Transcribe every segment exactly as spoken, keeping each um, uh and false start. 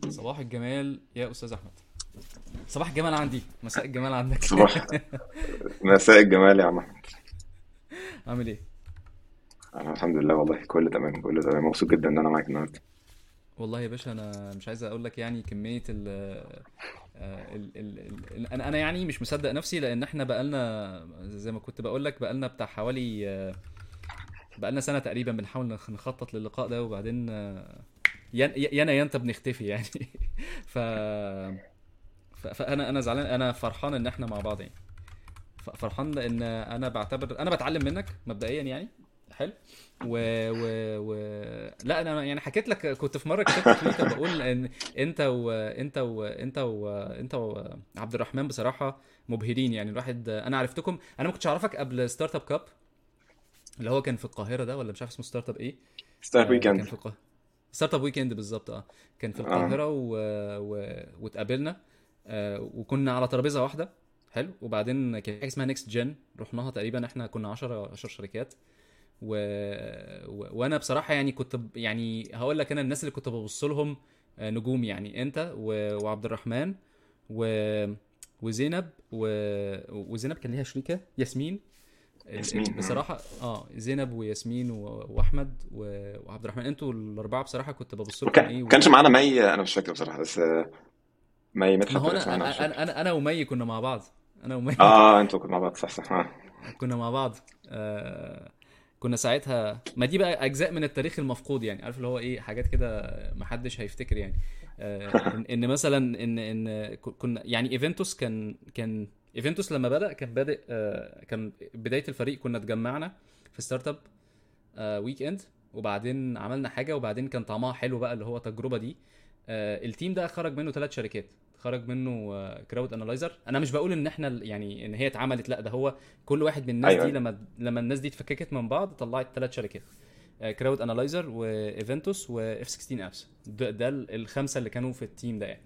صباح الجمال يا استاذ احمد. صباح الجمال عندي، مساء الجمال عندك. صباح مساء الجمال يا عم أحمد. عامل ايه؟ أنا الحمد لله والله كله تمام كله تمام، مبسوط جدا إن أنا معاك النهاردة. والله يا باشا انا مش عايز اقول لك يعني كميه ال ال ال ال انا انا يعني مش مصدق نفسي، لان احنا بقالنا زي ما كنت بقول لك بقالنا بتاع حوالي بقالنا سنه تقريبا بنحاول نخ- نخطط للقاء ده، وبعدين ين- يانا يا انت بنختفي يعني. ف ف- فانا انا زعلان، انا فرحان ان احنا مع بعض يعني. ف- فرحان لان انا بعتبر انا بتعلم منك مبدئيا يعني. حلو. و... و... و... لا انا يعني حكيت لك، كنت في مره كتبت تويتر بقول ان انت وانت وانت وانت وعبد الرحمن بصراحه مبهرين يعني. الواحد انا عرفتكم، انا ما كنتش اعرفك قبل ستارت اب كاب اللي هو كان في القاهره ده، ولا مش عارف اسمه ستارت اب ايه. ستار آه ويكند. كان في القاهره. ستارت اب ويك اند بالظبط اه. كان في آه. القاهره و... و... واتقابلنا. آه وكنا على ترابيزه واحده. حلو. وبعدين كان في حاجه اسمها نيكست جن، رحناها تقريبا، احنا كنا عشرة عشر شركات. و... و... وانا بصراحه يعني كنت ب... يعني هقول لك انا الناس اللي كنت ببص لهم آه، نجوم يعني انت و... وعبد الرحمن و... وزينب و... وزينب كان ليها شريكه ياسمين. ال... ال... ياسمين. آه. بصراحه اه زينب وياسمين و... واحمد و... وعبد الرحمن، انتوا الاربعه بصراحه كنت ببص لكم وكان ايه و... كانش معانا مي، أنا مش فاكر بصراحة، بس آه، مي ما مدحت هو ما كانتش انا معانا، مش انا فاكر. انا انا ومي كنا مع بعض. انا ومي آه أنتوا كنتوا مع بعض، صح صح. آه. كنا مع بعض. آه كنا ساعتها، ما دي بقى اجزاء من التاريخ المفقود يعني، عارف اللي هو ايه، حاجات كده محدش هيفتكر يعني. آه ان ان مثلا ان ان ك- كنا يعني ايفنتوس كان كان ايفنتوس لما بدأ كان بادئ، آه كان بداية الفريق كنا اتجمعنا في ستارت اب آه ويك اند، وبعدين عملنا حاجة، وبعدين كان طعمها حلو بقى اللي هو التجربة دي. آه التيم ده خرج منه ثلاث شركات. خرج منه كراود انالايزر. انا مش بقول ان احنا ال- يعني ان هي اتعملت، لا ده هو كل واحد من الناس أيوه دي أيوه. لما لما الناس دي اتفككت من بعض طلعت ثلاث شركات. كراود انالايزر وايفنتوس واف ستاشر ابس، ده, ده ال- الخمسه اللي كانوا في التيم ده يعني.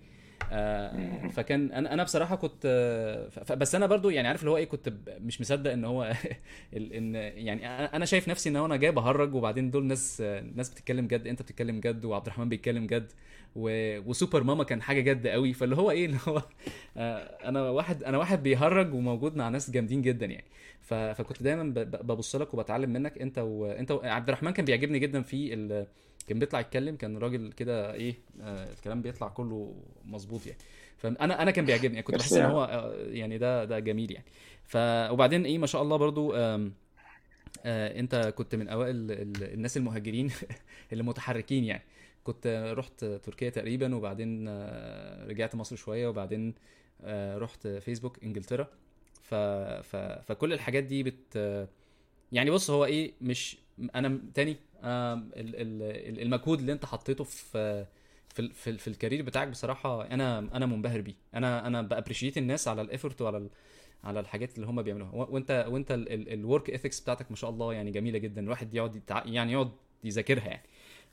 آه، م- فكان انا انا بصراحه كنت آه، ف- ف- بس انا برضو يعني عارف اللي هو ايه، كنت ب- مش مصدق ان هو ال- ان يعني انا أنا شايف نفسي ان هو انا جاي بهرج، وبعدين دول ناس آه، ناس بتتكلم جد، انت بتتكلم جد وعبد الرحمن بيتكلم جد و... وسوبر ماما كان حاجه جد قوي، فاللي هو ايه اللي هو آه، انا واحد انا واحد بيهرج وموجود مع ناس جامدين جدا يعني. ف... فكنت دايما ب... ب- ببص لك وبتعلم منك انت، وانت و... عبد الرحمن كان بيعجبني جدا في ال... كان بيطلع يتكلم، كان راجل كده ايه، آه، الكلام بيطلع كله مظبوط يعني. فانا انا كان بيعجبني يعني، كنت بحس ميرسي ان يعني. هو آه، يعني ده ده جميل يعني. ف وبعدين ايه ما شاء الله برضو آم، آه، انت كنت من اوائل ال- الناس المهاجرين اللي متحركين يعني. كنت آه، رحت تركيا تقريبا، وبعدين آه، رجعت مصر شوية، وبعدين آه، رحت فيسبوك انجلترا. ف... ف... فكل الحاجات دي بت يعني بص هو ايه، مش انا تاني آم، ال- ال- ال- المجهود اللي انت حطيته في في ال- في, ال- في الكارير بتاعك بصراحه، انا انا منبهر بيه. انا انا بابريشيت الناس على الايفورت وعلى ال- على الحاجات اللي هم بيعملوها، و- وانت وانت الورك ايثكس بتاعتك ما شاء الله يعني جميله جدا، الواحد يقعد يتع... يعني يقعد يذاكرها يعني.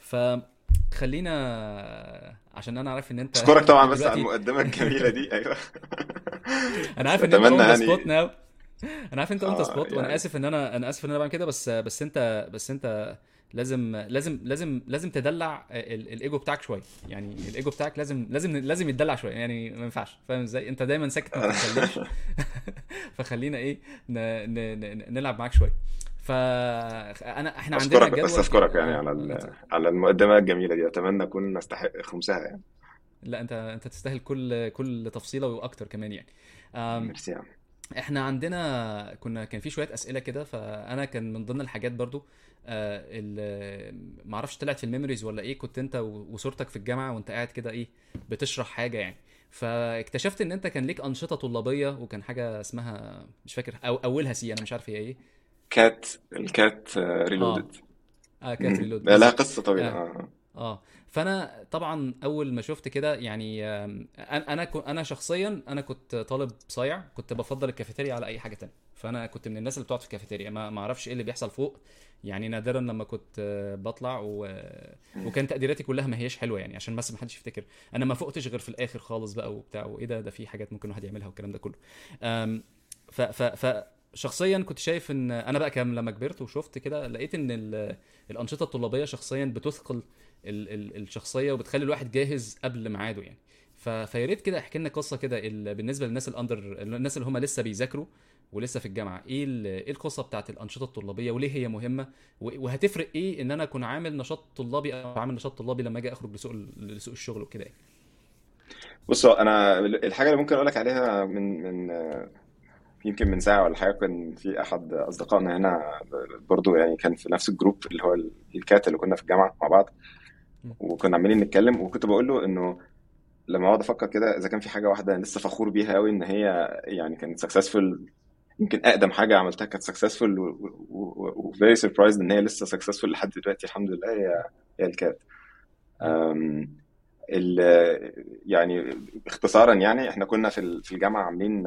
فخلينا، عشان انا عارف ان انت أشكرك طبعا بس على دلوقتي المقدمة الجميلة دي. أيوه. انا بس عارف ان انت أتمنى اون ذا يعني. سبوت ناو. انا عارف انت اون ذا آه سبوت، وانا يعني. اسف ان انا انا اسف ان انا بعمل كده، بس بس انت بس انت لازم لازم لازم لازم تدلع ال- الايجو بتاعك شويه يعني. الايجو بتاعك لازم لازم لازم يتدلع شويه يعني، ما ينفعش، فاهم ازاي؟ انت دايما ساكت ما بتتكلمش. فخلينا ايه ن... ن... ن... نلعب معاك شويه. فانا احنا عندنا أشكرك، بس جدول ك... أشكرك يعني اه على انت، ال... على المقدمة الجميلة دي، أتمنى أكون أستحق خمسها يعني. لا انت انت تستاهل كل كل تفصيله واكتر كمان يعني. أم، ميرسي يعني. احنا عندنا كنا كان في شويه اسئله كده، فانا كان من ضمن الحاجات برضو آه ال- ما اعرفش طلعت في الميموريز ولا ايه، كنت انت و- وصورتك في الجامعه وانت قاعد كده ايه بتشرح حاجه يعني. فاكتشفت ان انت كان ليك انشطه طلابيه، وكان حاجه اسمها مش فاكر، او اولها سي، انا مش عارف هي ايه. كات الكات اه ريلودد. اه كانت ريلود لها بالظبط. قصة طويلة. اه آه. اه فانا طبعا اول ما شفت كده يعني آم، انا انا كو- انا شخصيا انا كنت طالب صايع، كنت بفضل الكافيتيريا على اي حاجه تانية. فانا كنت من الناس اللي بتقعد في الكافيتيريا، ما ما اعرفش ايه اللي بيحصل فوق يعني. نادرا لما كنت آه، بطلع و... وكان تقديراتي كلها ما هيش حلوه يعني، عشان بس ما حدش يفتكر انا ما فقتش غير في الاخر خالص بقى وبتاع، وايه ده ده في حاجات ممكن الواحد يعملها والكلام ده كله. آم، ف ف ف شخصيا كنت شايف ان انا بقى كام لما كبرت وشفت كده، لقيت ان ال... الانشطه الطلابيه شخصيا بتثقل ال ال الشخصيه وبتخلي الواحد جاهز قبل ميعاده يعني. ف فيا ريت كده احكي لنا قصه كده ال- بالنسبه للناس الاندر، الناس اللي هم لسه بيذاكروا ولسه في الجامعه، ايه ال- ايه القصه بتاعت الانشطه الطلابيه وليه هي مهمه، و- وهتفرق ايه ان انا اكون عامل نشاط طلابي او عامل نشاط طلابي لما اجي اخرج لسوق ال- لسوق الشغل وكده يعني. بص، هو انا الحاجه اللي ممكن اقول لك عليها من من يمكن من ساعه ولا حاجه، كان في احد اصدقائنا هنا برضو، يعني كان في نفس الجروب اللي هو الكات اللي كنا في الجامعه مع بعض، م- وكنا عمالين نتكلم، وكنت بقول له انه لما اقعد افكر كده اذا كان في حاجه واحده لسه فخور بيها قوي ان هي يعني كانت سكسسفul، يمكن اقدم حاجه عملتها كانت سكسسفul وفيري سربرايزد ان هي لسه سكسسفul لحد دلوقتي الحمد لله، هي هي الكات. م- أم، ال- يعني اختصارا، يعني احنا كنا في ال- في الجامعه عاملين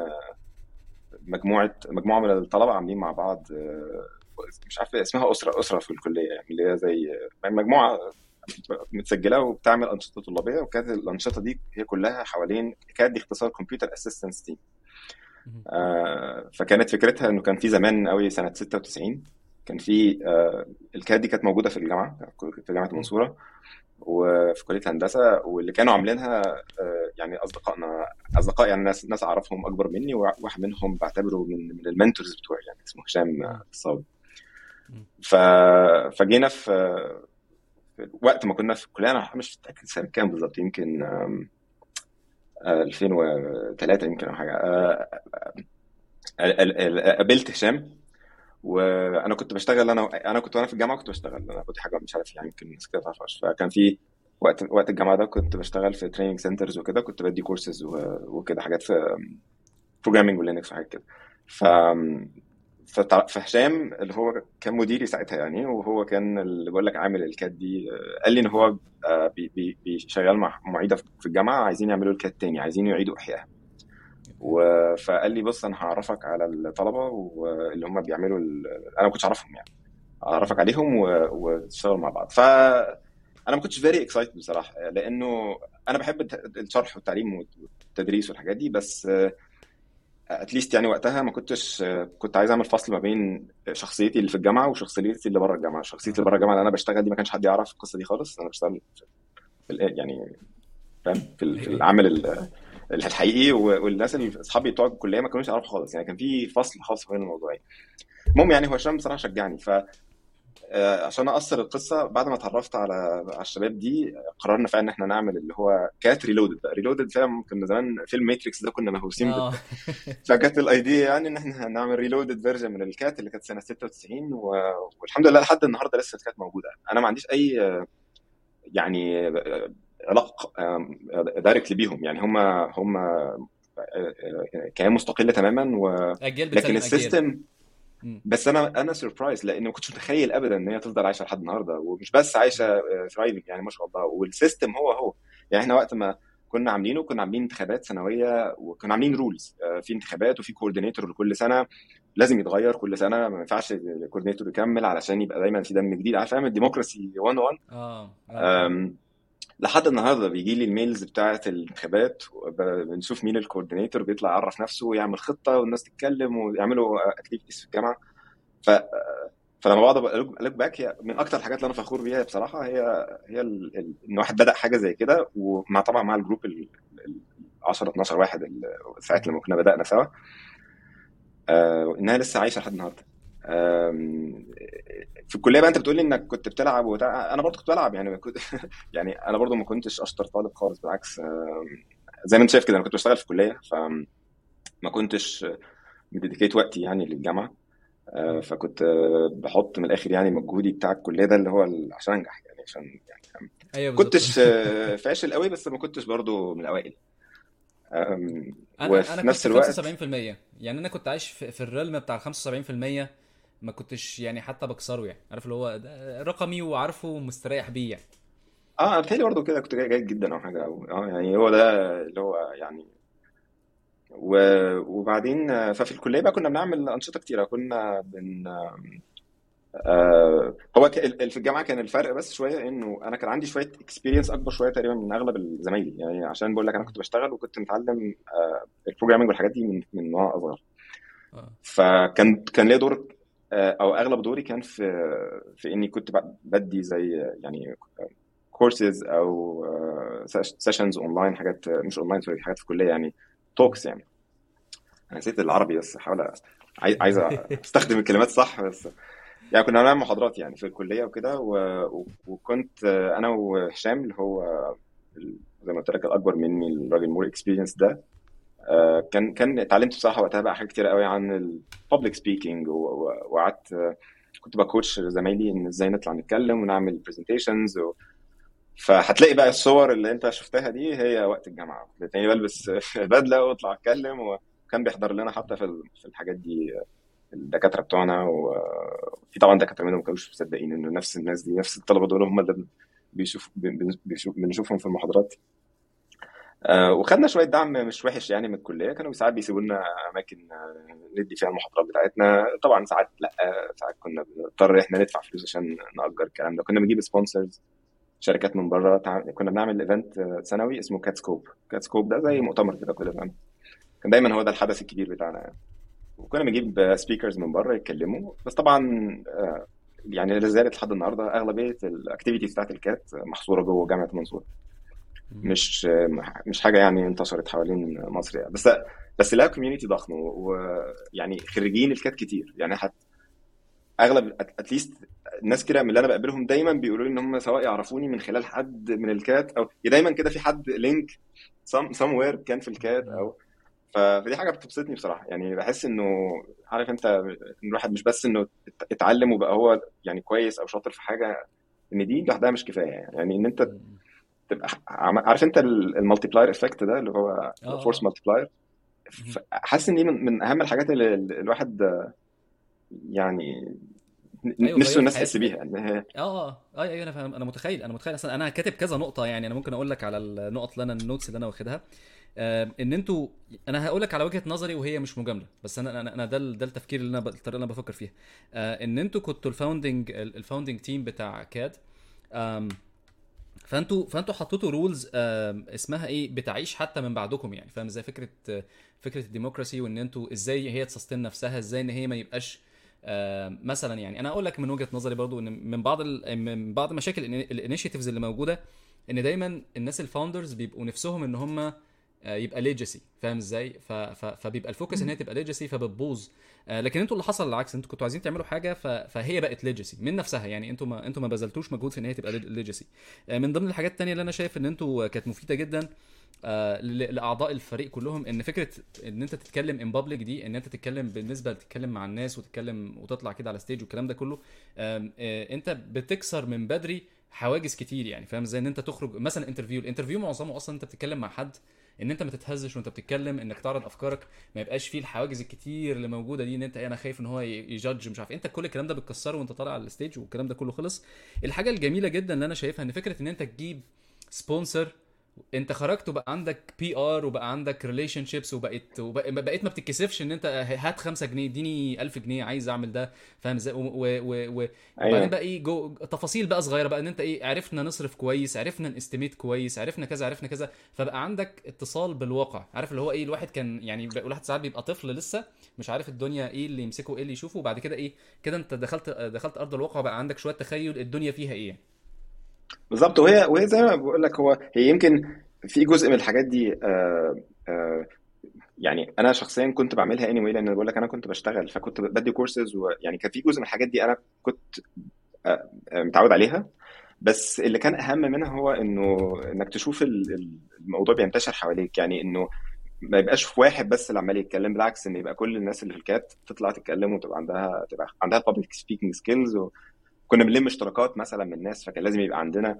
مجموعه مجموعه من الطلبه عاملين مع بعض، أه، مش عارف اسمها اسره اسره في الكليه، يعني اللي هي زي مجموعه متسجله وبتعمل انشطه طلابيه، وكانت الانشطه دي هي كلها حوالين، كانت دي اختصار كمبيوتر اسيستنس تيم. م- فكانت فكرتها انه كان في زمان قوي سنه ستة وتسعين كان في آه، الكاد دي كانت موجوده في الجامعه، في جامعه م- المنصوره وفي كليه هندسه، واللي كانوا عاملينها آه، يعني اصدقائنا، اصدقاء يعني ناس ناس اعرفهم اكبر مني، وواحد منهم بعتبره من من المنتورز بتوعي، يعني اسمه هشام م- الصاوي. م- ف فجينا في في وقت ما كنا في الكليه، انا مش متاكد سنه كام بالظبط، يمكن آم، آه، ألفين وثلاثة يمكن او حاجه. آه، ال- ال- ال- قابلت هشام، وانا كنت بشتغل، انا انا كنت وانا في الجامعه كنت بشتغل، انا كنت حاجه مش عارف يعني، يمكن الناس كده ما تعرفهاش. فكان في وقت وقت الجامعه ده كنت بشتغل في تريننج سنترز وكده، كنت بدي كورسز وكده حاجات في بروجرامينج ولينكس وحاجات كده. ف م- فتع- فهشام اللي هو كان مديري ساعتها يعني، وهو كان اللي بقول لك عامل الكات دي، آه، قال لي ان م- هو آه، بي بي بي شغال مع معيده في الجامعه، عايزين يعملوا الكات تاني، عايزين يعيدوا احيائها. اوكي. و- فقال لي بص، انا هعرفك على الطلبه واللي هم بيعملوا ال... انا ما كنتش اعرفهم يعني، م- اعرفك عليهم و- وتشتغل مع بعض. فانا ما كنتش فيري اكسايتد بصراحه، لانه انا بحب الت- الشرح والتعليم والتدريس والحاجات دي، بس اتليست يعني وقتها ما كنتش، كنت عايز اعمل فصل ما بين شخصيتي اللي في الجامعه وشخصيتي اللي بره الجامعه. شخصيتي اللي اه بره الجامعه اللي انا بشتغل دي ما كانش حد يعرف القصه دي خالص، انا بشتغل في ال- يعني فاهم، في ال- في ايوه ايوه. العمل ال- الحقيقي، و- والناس اللي اصحابي بتوع الكليه ما كانوش يعرفوا خالص، يعني كان في فصل خاص بين الموضوعين. المهم يعني هو هشام بصراحه شجعني، ف آه، عشان اقصر القصه، بعد ما اتعرفت على على الشباب دي، قررنا فعلا ان احنا نعمل اللي هو كات ريلودد. بقى ريلودد فعلا كنا زمان فيلم ماتريكس ده كنا مهووسين بال... اه. فكانت الايديا يعني ان احنا نعمل ريلودد فيرجن من الكات اللي كانت سنه ستة وتسعين، و... والحمد لله لحد النهارده لسه الكات موجوده. انا ما عنديش اي آه، يعني آه، علاقه دايركتلي بيهم، يعني هم هم آه، آه، كيان مستقله تماما، و... اجيال لكن بتسلم اجيال. السيستم، م- بس انا انا سربرايز لان ما كنتش متخيل ابدا ان هي تفضل عايشه لحد النهارده، ومش بس عايشه، ثرايفنج يعني، ما شاء الله. والسيستم هو هو، يعني احنا وقت ما كنا عاملينه كنا عاملين انتخابات سنويه، وكنا عاملين رولز في انتخابات، وفي كوردينيتور لكل سنه لازم يتغير كل سنه، ما ينفعش الكوردينيتور يكمل علشان يبقى دايما في دم جديد، عارف، فاهم الديمقراسي مية وواحد. اه اه اه. لحد النهارده بيجي لي الميلز بتاعه الانتخابات، بنشوف مين الكوردينيتور، بيطلع يعرف نفسه ويعمل خطه والناس تتكلم ويعملوا اكتيفيتيز في الجامعه. ف فلما بقعد الوك باك، هي من اكتر الحاجات اللي انا فخور بيها بصراحه، هي هي ال... ال... ان واحد بدا حاجه زي كده، ومع طبعا مع الجروب ال ال- عشرة اتناشر واحد ال- ساعه م- لما كنا بدانا سوا، آه، انها لسه عايشه لحد النهارده. آم، في الكليه بقى انت بتقول لي انك كنت بتلعب وبتاع، انا برضه كنت بلعب يعني، كنت يعني انا برضه ما كنتش اشطر طالب خالص، بالعكس. آم، زي ما انت شايف كده انا كنت بشتغل في الكليه، فما كنتش مديديكيت وقتي يعني للجامعه. آه، م. فكنت آه، بحط من الاخر يعني مجهودي بتاع الكليه ده اللي هو ال- عشان انجح يعني، عشان يعني فاهم؟ ايوه بالظبط. كنتش آه، فاشل قوي، بس ما كنتش برضو من الاوائل. آم، انا انا وفي نفس كنت الوقت خمسة وسبعين في المية، يعني انا كنت عايش في, في الرلم بتاع ال خمسة وسبعين في المية، ما كنتش يعني حتى بكسره يعني، عارف اللي هو ده رقمي وعارفه ومستريح بيه يعني. اه بتهيألي برضو كده كنت جاي جيد جدا او حاجه، او اه يعني هو ده اللي هو يعني. و- وبعدين آه، ففي الكليه بقى كنا بنعمل انشطه كتيره، كنا بن آه هو ك- ال- في الجامعه كان الفرق بس شويه انه انا كان عندي شويه اكسبيرينس اكبر شويه تقريبا من اغلب زمايلي، يعني عشان بقول لك انا م. كنت بشتغل وكنت متعلم آه البروجرامينج والحاجات دي من من وانا اصغر. اه فكان كان ليا دور، آه او اغلب دوري كان في في اني كنت ب- بدي زي يعني كورسز او سيشنز اونلاين، حاجات مش اونلاين سوري، حاجات في الكليه يعني توكس يعني. انا نسيت العربي بس حاول عاي- عايز استخدم الكلمات صح. بس يعني كنا بنعمل محاضرات يعني في الكليه وكده، و- و- وكنت آه، انا وهشام اللي هو ال- زي ما قلت لك الاكبر مني، الراجل مور اكسبيرينس ده. آه، كان كان اتعلمت بصراحه وقتها بقى حاجات كتير قوي عن الببليك سبيكينج، وقعدت آه، كنت بكوتش زمايلي ان ازاي نطلع نتكلم ونعمل برزنتيشنز. فهتلاقي بقى الصور اللي انت شفتها دي هي وقت الجامعه، تلاقيني بلبس بدله واطلع اتكلم. وكان بيحضر لنا حتى في ال- في الحاجات دي الدكاتره بتوعنا، وفي طبعا دكاتره منهم ما كانوش مصدقين انه نفس الناس دي، نفس الطلبه دول هم اللي بيشوف بن- بنشوف- بنشوفهم في المحاضرات. آه، وخدنا شويه دعم مش وحش يعني من الكليه، كانوا ساعات بيسيبوا لنا اماكن آه، ندي فيها المحاضرات بتاعتنا. طبعا ساعات لا، ساعات كنا بنضطر احنا ندفع فلوس عشان نأجر الكلام ده. كنا بنجيب سبونسرز، شركات من بره. تع- كنا بنعمل ايفنت سنوي اسمه كات سكوب. كات سكوب ده زي مؤتمر كده كل سنه، كان دايما هو ده الحدث الكبير بتاعنا يعني. وكنا بنجيب سبيكرز من بره يتكلموا. بس طبعا آه، يعني لا زالت لحد النهارده اغلبيه الاكتيفيتيز بتاعت الكات محصوره جوه جامعه المنصوره، مش مش حاجه يعني انتشرت حوالين مصر يعني. بس بس لها كوميونتي ضخم، ويعني خريجين الكات كتير يعني. حتى اغلب اتليست الناس كده من اللي انا بقابلهم دايما بيقولوا لي ان هم سواء يعرفوني من خلال حد من الكات، او دايما كده في حد لينك سم somewhere كان في الكات او. ف- فدي حاجه بتبسطني بصراحه يعني. بحس انه عارف انت ان الواحد مش بس انه ات- اتعلم وبقى هو يعني كويس او شاطر في حاجه، ان دي لوحدها مش كفايه يعني. يعني ان انت تبقى عم- عارف انت المالتيبلاير افكت ده اللي هو اه فورس اه مالتيبلاير. حاسس ان دي من, من اهم الحاجات اللي اللي الواحد يعني ايوه نفسه غيرت الناس تحس حياتي. بيها ان هي. اه اه اي اي انا فاهم، انا متخيل انا متخيل اصلا انا كاتب كذا نقطه يعني. انا ممكن اقول لك على النقط اللي انا النوتس اللي انا واخدها. آه ان انتوا، انا هقول لك على وجهه نظري وهي مش مجامله، بس انا انا, أنا ده ال- ده التفكير اللي انا ب- الطريقه اللي انا بفكر فيها. آه ان انتوا كنتوا الفاوندنج الفاوندنج تيم بتاع كاد. آم، فانتوا فانتوا حطيتوا رولز اسمها ايه بتعيش حتى من بعدكم يعني. فاهم ازاي فكره آه، فكره الديموكراسي، وان انتوا ازاي هي تسستين نفسها، ازاي ان هي ما يبقاش آه، مثلا يعني. انا اقول لك من وجهه نظري برضو ان من بعض ال- من بعض مشاكل الانيشيتيفز اللي موجوده، ان دايما الناس الفاوندرز بيبقوا نفسهم ان هم آه، يبقى ليجاسي. فاهم ازاي؟ ف- ف- فبيبقى الفوكس ان هي تبقى ليجاسي فبتبوظ. آه، لكن انتوا اللي حصل العكس، انتوا كنتوا عايزين تعملوا حاجه ف- فهي بقت ليجاسي من نفسها يعني. انتوا ما انتوا ما بذلتوش مجهود في ان هي تبقى ليجاسي. من ضمن الحاجات التانية اللي انا شايف ان انتوا كانت مفيده جدا آه، ل- لاعضاء الفريق كلهم، ان فكره ان انت تتكلم ان بابليك دي، ان انت تتكلم بالنسبه تتكلم مع الناس وتتكلم وتطلع كده على ستيج والكلام ده كله. آم، آه، انت بتكسر من بدري حواجز كتير يعني. فاهم ازاي؟ ان انت تخرج مثلا انترفيو، الانترفيو معظمه اصلا انت بتتكلم مع حد، ان انت ما تتهزش وانت بتتكلم، انك تعرض افكارك، ما يبقاش فيه الحواجز الكتير اللي موجوده دي، ان انت إيه، انا خايف ان هو ي- يجادج مش عارف إيه. انت كل الكلام ده بتكسره وانت طالع على الستيج والكلام ده كله خلص. الحاجه الجميله جدا اللي انا شايفها ان فكره ان انت تجيب سبونسر، انت خرجت وبقى عندك بي ار وبقى عندك ريليشن شيبس، وبقيت وبقيت بقيت ما بتتكسفش ان انت هات خمسة جنيه اديني ألف جنيه عايز اعمل ده. فاهم ازاي؟ و- و- و- و- وبعدين ايوه بقى ايه جو تفاصيل بقى صغيره بقى، ان انت ايه عرفنا نصرف كويس، عرفنا نستيميت كويس، عرفنا كذا عرفنا كذا. فبقى عندك اتصال بالواقع. عارف اللي هو ايه؟ الواحد كان يعني بقى- الواحد ساعات بيبقى طفل لسه مش عارف الدنيا ايه اللي يمسكه ايه اللي يشوفه، وبعد كده ايه كده انت دخلت دخلت ارض الواقع وبقى عندك شويه تخيل الدنيا فيها ايه. بالظبط. وهي وهي زي ما بقول لك، هو هي يمكن في جزء من الحاجات دي آه آه يعني انا شخصيا كنت بعملها anyway، لان أنا بقول لك انا كنت بشتغل فكنت بدي كورسز، ويعني كان في جزء من الحاجات دي انا كنت آه آه، متعود عليها. بس اللي كان اهم منها هو انه انك تشوف ال- ال- الموضوع بينتشر حواليك، يعني انه ما يبقاش في واحد بس اللي عمال يتكلم، بالعكس ان يبقى كل الناس اللي في الكات تطلع تتكلم وتبقى عندها تبقى عندها public speaking skills. وكنا بنلم اشتراكات مثلا من الناس، فكان لازم يبقى عندنا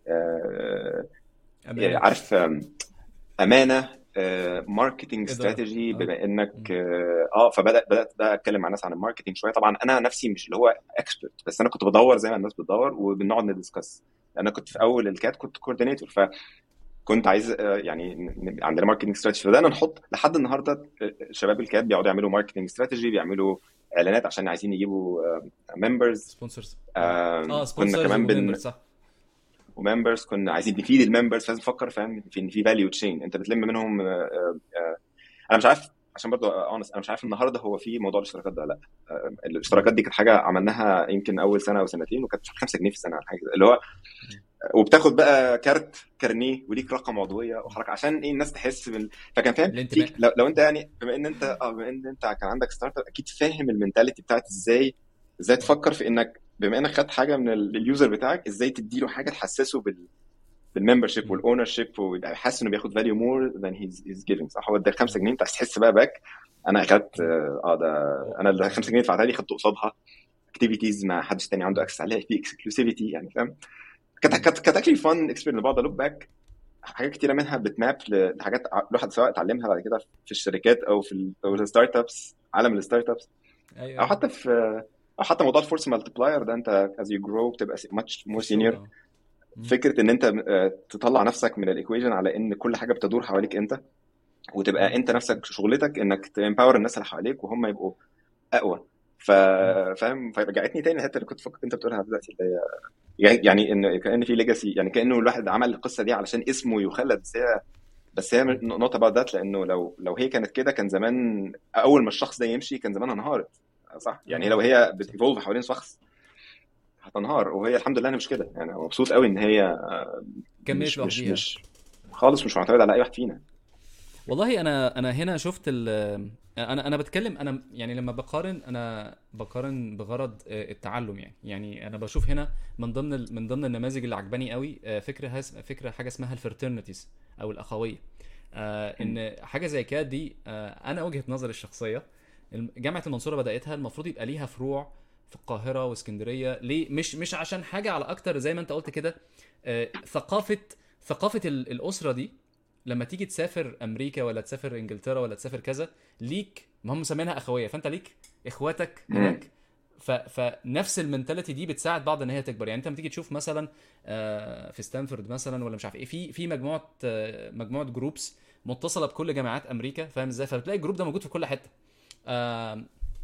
آه، امانه. عارف آم، امانه، ماركتنج اداره. استراتيجي. اه. بما انك مم. اه آه، فبدات بدات بقى اتكلم مع ناس عن الماركتنج شويه. طبعا انا نفسي مش اللي هو اكسبرت، بس انا كنت بدور زي ما الناس بتدور وبنقعد ندسكس. انا كنت في اول الكات كنت كوردينيتور، فكنت عايز آه، يعني نبقى عندنا ماركتنج استراتيجي. فبدانا نحط لحد النهارده آه، شباب الكات بيقعدوا يعملوا ماركتنج استراتيجي، بيعملوا اعلانات عشان عايزين يجيبوا ممبرز. سبونسرز. اه كنا سبونسرز كمان بن وممبرز صح. وممبرز كنا عايزين نفيد الممبرز، فلازم نفكر فاهم في ان في فاليو تشين انت بتلم منهم. آه، آه، انا مش عارف عشان برضو اونست، انا مش عارف النهارده هو في موضوع الاشتراكات ده ولا لا. آه، الاشتراكات دي كانت حاجه عملناها يمكن اول سنه او سنتين، وكانت خمسة جنيه في السنه ولا حاجه اللي هو وبتاخد بقى كارت كارنيه وليك رقم عضويه وحركه عشان ايه الناس تحس بال... فكان فاهم الانتماء. فيك لو, لو انت يعني بما ان انت اه بما ان انت كان عندك ستارت اب اكيد فاهم المينتاليتي بتاعت ازاي ازاي تفكر في انك بما انك خدت حاجه من ال- اليوزر بتاعك ازاي تديله حاجه تحسسه بال بالممبرشيب مم. والاونر شيب ويبقى حاسس انه بياخد فاليو مور ذان هيز هيز جيفنج صح. هو ده خمسة جنيه انت عايز تحس بقى باك انا اخدت مم. اه ده و- انا اللي خمسة جنيه دفعتها لي خدت قصادها اكتيفيتيز ما حدش تاني عنده اكسس عليها في اكسكلوسيفيتي يعني فاهم. كانت مم. كانت كانت اكشلي فان اكسبيرينس بقعد الوك باك حاجات كتيره منها بتماب لحاجات الواحد سواء اتعلمها بعد كده في الشركات او في ال- أو الستارت ابس عالم الستارت ابس ايوه او ايوه. حتى في او حتى موضوع الفورس مالتيبلاير ده انت as you grow بتبقى much في more الشغل senior. اه. مم. فكره ان انت آه، تطلع نفسك من الايكويشن على ان كل حاجه بتدور حواليك انت وتبقى مم. انت نفسك شغلتك انك تامباور الناس اللي حواليك وهم يبقوا اقوى. ف- مم. فاهم فرجعتني تاني الحته اللي كنت فكرت انت بتقولها دلوقتي اللي هي يعني يعني ان كان في ليجاسي يعني كانه الواحد عمل القصه دي علشان اسمه يخلد بس هي بس هي مم. نقطه اباوت ذات لانه لو لو هي كانت كده كان زمان اول ما الشخص ده يمشي كان زمانها انهارت صح. اه يعني لو اه هي صح. بتيفولف حوالين شخص هتنهار وهي الحمد لله انا مش كده يعني مبسوط قوي ان هي كملت مش مش لوحديها. مش خالص مش معتمد على اي واحد فينا. والله انا انا هنا شفت ال انا انا بتكلم انا يعني لما بقارن انا بقارن بغرض آه، التعلم يعني يعني انا بشوف هنا من ضمن ال- من ضمن النماذج اللي عجباني قوي آه، فكره هس- فكره حاجه اسمها الفرترنتيز او الاخويه. آه، ان حاجه زي كده دي آه، انا وجهه نظري الشخصيه الم- جامعه المنصوره بداتها المفروض يبقى ليها فروع في القاهره واسكندريه. ليه؟ مش مش عشان حاجه على اكتر زي ما انت قلت كده آه، ثقافه ثقافه ال- الاسره دي لما تيجي تسافر امريكا ولا تسافر انجلترا ولا تسافر كذا ليك ما هم مسمينها اخويه فانت ليك اخواتك مم. هناك. ف... فنفس المنتاليتي دي بتساعد بعض ان هي تكبر. يعني انت لما تيجي تشوف مثلا آه، في ستانفورد مثلا ولا مش عارف ايه في في مجموعه آه، مجموعه جروبس متصله بكل جامعات امريكا فاهم ازاي فبتلاقي الجروب ده موجود في كل حته. آه،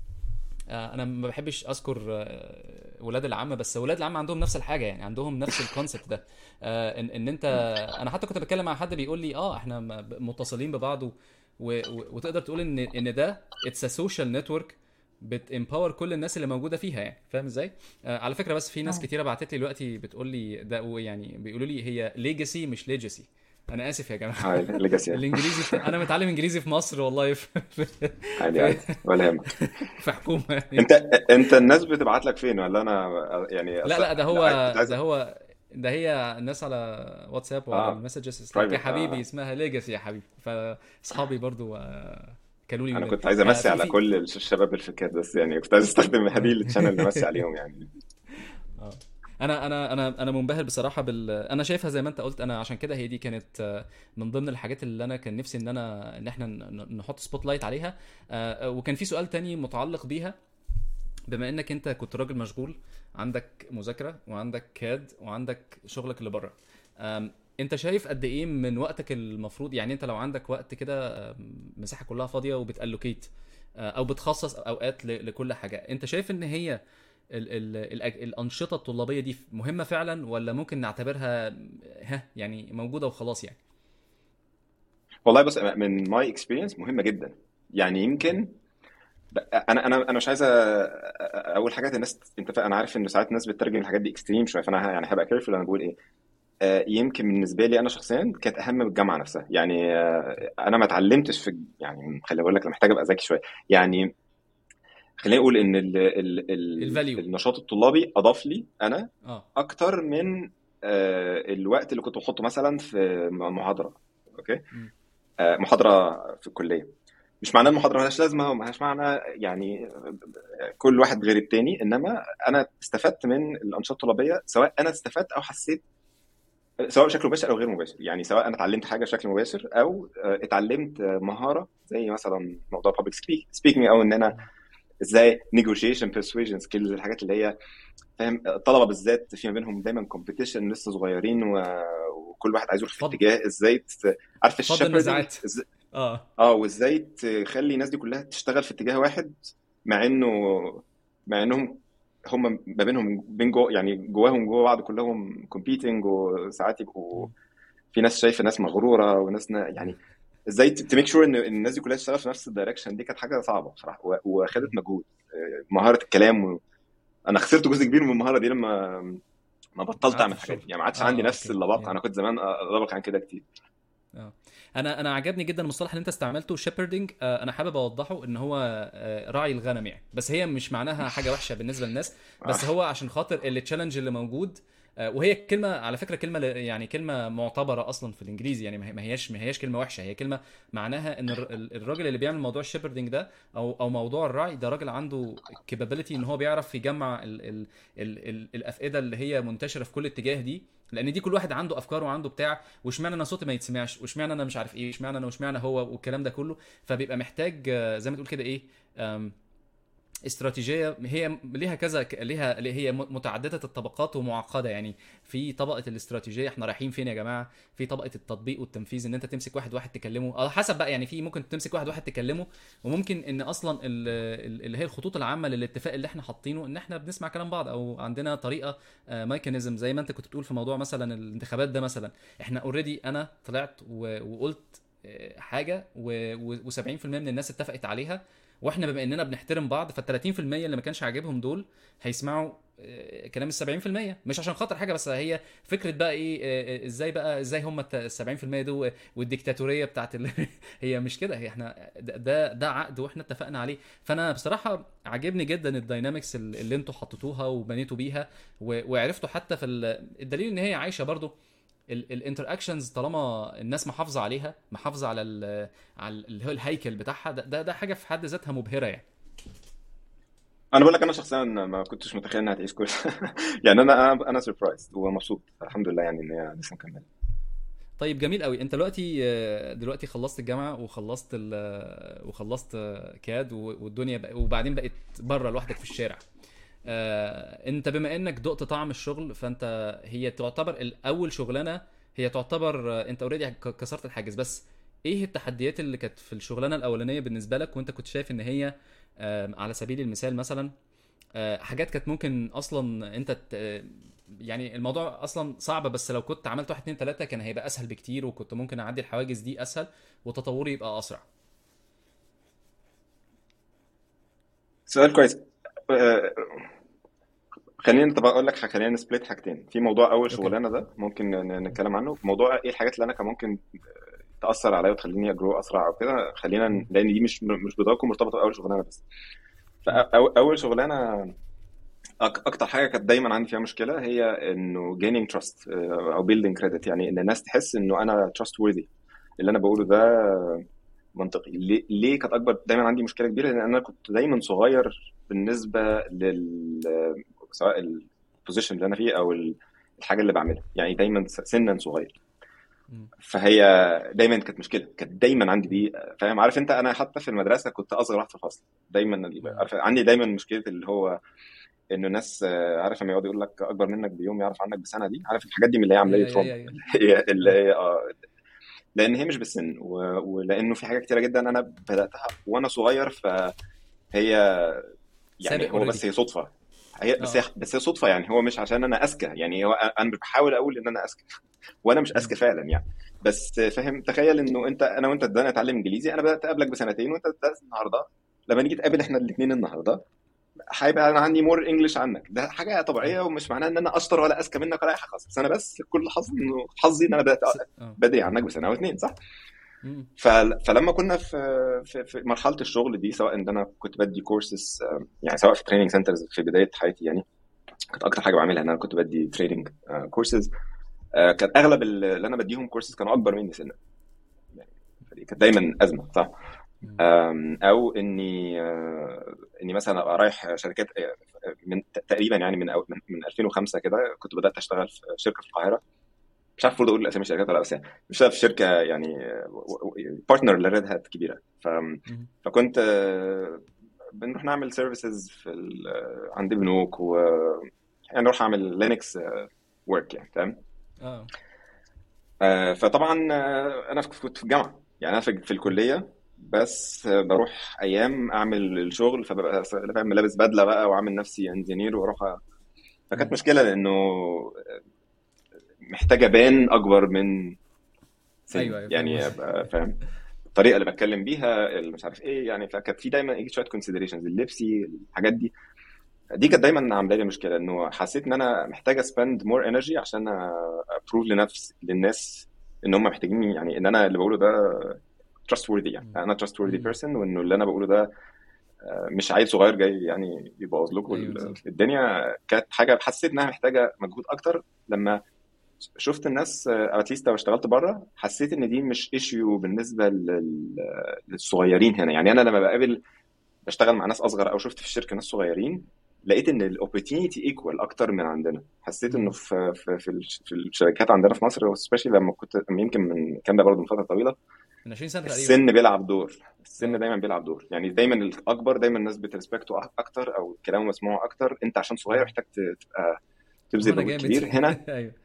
آه، انا ما بحبش اذكر آه، ولاد العم بس ولاد العم عندهم نفس الحاجه يعني عندهم نفس الكونسبت ده. آه، ان ان انت انا حتى كنت بتكلم مع حد بيقول لي اه احنا م- متصلين ببعض و... و... و- وتقدر تقول ان ان ده اتس ا سوشيال نتورك بتامباور كل الناس اللي موجوده فيها يعني فاهم ازاي. آه على فكره بس في ناس اه كتيره بعتت لي دلوقتي بتقول لي ده يعني بيقولوا لي هي ليجاسي مش ليجاسي. انا اسف يا جماعه هاي ليجاسي. الانجليزي بتا... انا متعلم انجليزي في مصر والله في في, عادي في... عادي ولا يهمك. في حكومه يعني. انت انت الناس بتبعت لك فين ولا انا يعني لا أصل... لا ده لا عايز- كنت هو عايز ده هو ده هي الناس على واتساب وعلى اه المسجز لك يا برايفت حبيبي آه. اسمها ليجاسي يا حبيبي فاصحابي برضو آه، كانوا لي انا من كنت عايز آه، امسي في على في كل الش- الشباب الفكات بس يعني كنت عايز استخدم هذه التشانل اللي امسي عليهم يعني. اه انا انا انا انا منبهر بصراحه بال انا شايفها زي ما انت قلت. انا عشان كده هي دي كانت آه، من ضمن الحاجات اللي انا كان نفسي ان انا ان احنا ن- نحط سبوت لايت عليها. آه، وكان في سؤال تاني متعلق بيها بما انك انت كنت راجل مشغول عندك مذاكره وعندك كاد وعندك شغلك اللي بره. أم، انت شايف قد ايه من وقتك المفروض يعني انت لو عندك وقت كده أم، مساحه كلها فاضيه وبتالوكيت أه، او بتخصص اوقات ل- لكل حاجه انت شايف ان هي ال ال ال الانشطه الطلابيه دي مهمه فعلا ولا ممكن نعتبرها ها يعني موجوده وخلاص يعني. والله بص من ماي اكسبيرينس مهمه جدا يعني اوكي. يمكن ب- انا انا انا مش عايز أ- اول حاجات الناس انت فا- انا عارف ان ساعات الناس بتترجم الحاجات دي اكستريم شويه فانا ه- يعني هبقى كيرفول انا بقول ايه. آه، يمكن بالنسبه لي انا شخصيا كانت اهم من الجامعه نفسها يعني آه، انا ما اتعلمتش في يعني خليني اقول لك انا محتاج ابقى ذكي شويه يعني. خليني اقول ان ال ال ال الفاليو. النشاط الطلابي اضاف لي انا اه. اكتر من آه، الوقت اللي كنت بحطه مثلا في محاضره. اوكي. امم. آه، محاضره في الكليه مش معناه المحاضره ملهاش لازمه وملهاش معنى يعني كل واحد غير التاني انما انا استفدت من الانشطه الطلابيه سواء انا استفدت او حسيت سواء بشكل مباشر او غير مباشر يعني سواء انا اتعلمت حاجه بشكل مباشر او آه، اتعلمت آه، مهاره زي مثلا موضوع public speak- speaking او ان انا ازاي negotiation persuasion skills الحاجات اللي هي فاهم الطلبه بالذات في ما بينهم دايما competition لسه صغيرين و... وكل واحد عايز يروح في فض اتجاه ازاي ت... عارف فض الشيبردنج النزاعات. إز... اه. اه وازاي تخلي الناس دي كلها تشتغل في اتجاه واحد مع انه مع انهم هم ما بينهم بين جو يعني جواهم جوا بعض كلهم competing وساعات يبقوا مم. في ناس شايفه ناس مغروره وناس نا... يعني ازاي تميك شور ان الناس دي كلها تشتغل في نفس الدايركشن دي كانت حاجه صعبه بصراحه و- وخدت مم. مجهود. آه، مهاره الكلام و... انا خسرت جزء كبير من المهاره دي لما ما بطلت قعدت اعمل في الحاجات الشغل. دي يعني، ما عادش عندي اه نفس اوكي اللباقه. yeah. انا كنت زمان لبق عن كده كتير. اه انا انا عجبني جدا المصطلح اللي انت استعملته شيبردنج. انا حابب اوضحه ان هو آه، راعي الغنم يعني، بس هي مش معناها حاجه وحشه بالنسبه للناس، آه. بس هو عشان خاطر التشالنج اللي موجود. آه، وهي كلمه على فكره، كلمه ل- يعني كلمه معتبره اصلا في الانجليزي يعني، ما هي- ما هياش ما هياش كلمه وحشه، هي كلمه معناها ان الر- ال- الراجل اللي بيعمل موضوع الشيبردنج ده او او موضوع الرعي ده، راجل عنده كابابيلتي ان هو بيعرف يجمع ال ال ال ال الافئده اللي هي منتشره في كل اتجاه دي، لان دي كل واحد عنده افكار وعنده بتاع، واشمعنى انا صوتي ما يتسمعش، واشمعنى انا مش عارف ايه، اشمعنى انا واشمعنى هو، والكلام ده كله. فبيبقى محتاج آه، زي ما تقول كده ايه، آم، استراتيجيه هي ليها كذا ك- ليها اللي هي م- متعدده الطبقات ومعقده يعني. في طبقه الاستراتيجيه احنا رايحين فين يا جماعه، في طبقه التطبيق والتنفيذ ان انت تمسك واحد واحد تكلمه على حسب بقى يعني، في ممكن تمسك واحد واحد تكلمه، وممكن ان اصلا ال- ال- اللي هي الخطوط العامه للاتفاق اللي احنا حاطينه ان احنا بنسمع كلام بعض، او عندنا طريقه ميكانيزم زي ما انت كنت بتقول في موضوع مثلا الانتخابات ده مثلا. احنا اوريدي انا طلعت و- وقلت آه، حاجه و70% من الناس اتفقت عليها، واحنا بما اننا بنحترم بعض، فال ثلاثين في المية اللي ما كانش عاجبهم دول هيسمعوا آه، كلام ال سبعين في المية، مش عشان خاطر حاجه، بس هي فكره بقى ايه، آه، آه، ازاي بقى ازاي هم ال سبعين في المية دول والديكتاتوريه بتاعت ال... هي مش كده، هي احنا ده ده ده عقد واحنا اتفقنا عليه. فانا بصراحه عاجبني جدا الداينامكس اللي انتوا حطيتوها وبنيتوا بيها، و- وعرفتوا حتى في ال- الدليل ان هي عايشه برضو. الانتراكشنز طالما الناس محافظه عليها، محافظه على ال على اللي هو الهيكل بتاعها، ده ده, ده حاجه في حد ذاتها مبهره يعني. انا بقول لك انا شخصيا ما كنتش متخيل انها تعيش كل يعني انا انا انا سربرايز ومبسوط الحمد لله يعني ان هي لسه مكمله. طيب جميل قوي. انت دلوقتي دلوقتي خلصت الجامعه وخلصت ال وخلصت كاد والدنيا بق... وبعدين بقيت بره لوحدك في الشارع. آه، انت بما انك دقت طعم الشغل، فانت هي تعتبر الاول شغلانه، هي تعتبر آه، انت اوريدي كسرت الحاجز، بس ايه التحديات اللي كانت في الشغلانه الاولانيه بالنسبه لك، وانت كنت شايف ان هي آه، على سبيل المثال مثلا آه، حاجات كانت ممكن اصلا انت ت... آه، يعني الموضوع اصلا صعب، بس لو كنت عملت واحد اتنين تلاته كان هيبقى اسهل بكتير، وكنت ممكن اعدي الحواجز دي اسهل وتطوري يبقى اسرع. سؤال كويس. آه، خلينا طب اقول لك حاجة- خلينا نسبليت حاجتين في موضوع اول اوكي. شغلانه ده ممكن ن- نتكلم عنه. موضوع ايه الحاجات اللي انا كان ممكن تاثر عليا وتخليني اجرو اسرع او كده، خلينا مم. لان دي مش مش بضاعتكم مرتبطه باول شغلانه بس. مم. فاول شغلانه أك- اكتر حاجه كانت دايما عندي فيها مشكله هي انه gaining trust آه، او building credit، يعني ان الناس تحس انه انا trustworthy اللي انا بقوله ده منطقي. ليه ليه كانت اكبر دايما عندي مشكله كبيره؟ لان انا كنت دايما صغير بالنسبه لل سواء البوزيشن اللي انا فيه او ال- الحاجه اللي بعملها، يعني دايما سنا صغير. مم. فهي دايما كانت مشكله، كانت دايما عندي دي. فاهم؟ عارف انت انا حتى في المدرسه كنت اصغر واحد في الفصل دايما. مم. عارف عندي دايما مشكله اللي هو انه الناس آه، عارف لما يقعد يقول لك اكبر منك بيوم يعرف عنك بسنه، دي عارف الحاجات دي من اللي هي عامله لي يا يا تروما يا يا اللي هي اللي اه هي اه لان هي مش بالسن و... ولانه في حاجات كتيره جدا انا بداتها وانا صغير. فهي سابق يعني هو اوريدي. بس هي صدفه. هي بس هي اه. بس هي صدفه يعني. هو مش عشان انا اذكى يعني، هو انا بحاول اقول ان انا اذكى وانا مش مم. اذكى فعلا يعني. بس فاهم؟ تخيل انه انت انا وانت بدأنا نتعلم انجليزي، انا بدات قبلك بسنتين وانت بدات النهارده. لما نيجي نتقابل مم. احنا الاثنين النهارده هيبقى انا عندي مور انجلش عنك. ده حاجه اه طبيعيه ومش معناها ان انا اشطر ولا اذكى منك ولا اي حاجه خالص. بس انا بس كل حظ انه حظي ان انا بدات س... اه بدري عنك بسنه او اتنين، صح؟ مم. ف... فلما كنا في... في في مرحله الشغل دي، سواء ان انا كنت بدي كورسز يعني سواء في تريننج سنترز في بدايه حياتي يعني، كانت اكتر حاجه بعملها ان انا كنت بدي تريننج كورسز. كانت اغلب اللي انا بديهم كورسز كانوا اكبر مني سنا يعني. فدي كانت دايما ازمه، صح؟ مم. أم، او اني آه، اني مثلا ابقى رايح شركات آه، من تقريبا يعني من أو- من من ألفين وخمسة كده كنت بدات اشتغل في شركه في القاهره. مش عارف المفروض اقول اسامي الشركات ولا لا، بس يعني بشتغل في شركه يعني بارتنر لريد هات كبيره. ف مم. فكنت آه، بنروح نعمل سيرفيسز في ال- آه، عند بنوك و يعني نروح اعمل لينكس ورك يعني. تمام. اه آه، فطبعا آه، انا كنت في الجامعه يعني، انا في في الكليه بس آه، بروح ايام اعمل الشغل، فببقى س- فاهم لابس بدله بقى وعامل نفسي انجينير واروح أ- فكانت مم. مشكله لانه محتاجه بان اكبر من ايوه سني ايوه فاهم يعني، قصدك. ابقى فاهم الطريقه اللي بتكلم بيها اللي مش عارف ايه يعني. فكانت في دايما يجي شويه كونسيدريشنز، اللبسي، الحاجات دي. دي كانت دايما عامله لي مشكله، انه حسيت ان انا محتاج اسبند مور انرجي عشان ابروف لنفس للناس ان هم محتاجيني، يعني ان انا اللي بقوله ده trustworthy، يعني مم. انا trustworthy مم. person، وانه اللي انا بقوله ده مش عيل صغير جاي يعني يبوظ لكم ايوه بالظبط. الدنيا. كانت حاجه حسيت انها محتاجه مجهود اكتر. لما شفت الناس اتليست لو اشتغلت بره، حسيت ان دي مش ايشيو بالنسبه لل- للصغيرين هنا. يعني انا لما بقابل بشتغل مع ناس اصغر او شفت في الشركه ناس صغيرين، لقيت ان الاوبورتينيتي ايكوال اكتر من عندنا. حسيت انه مم. في في في الش- في الشركات عندنا في مصر، وسبيشلي لما كنت يمكن من كان ده برضه من فتره طويله، من عشرين سنه تقريبا. السن بيلعب دور. السن اه. دايما بيلعب دور، يعني دايما الاكبر دايما الناس بترسبكته اكتر او كلامه مسموع اكتر. انت عشان صغير مم. محتاج ت- تبقى هو تبذل انا مجهود جامد. كبير. هنا ايوه.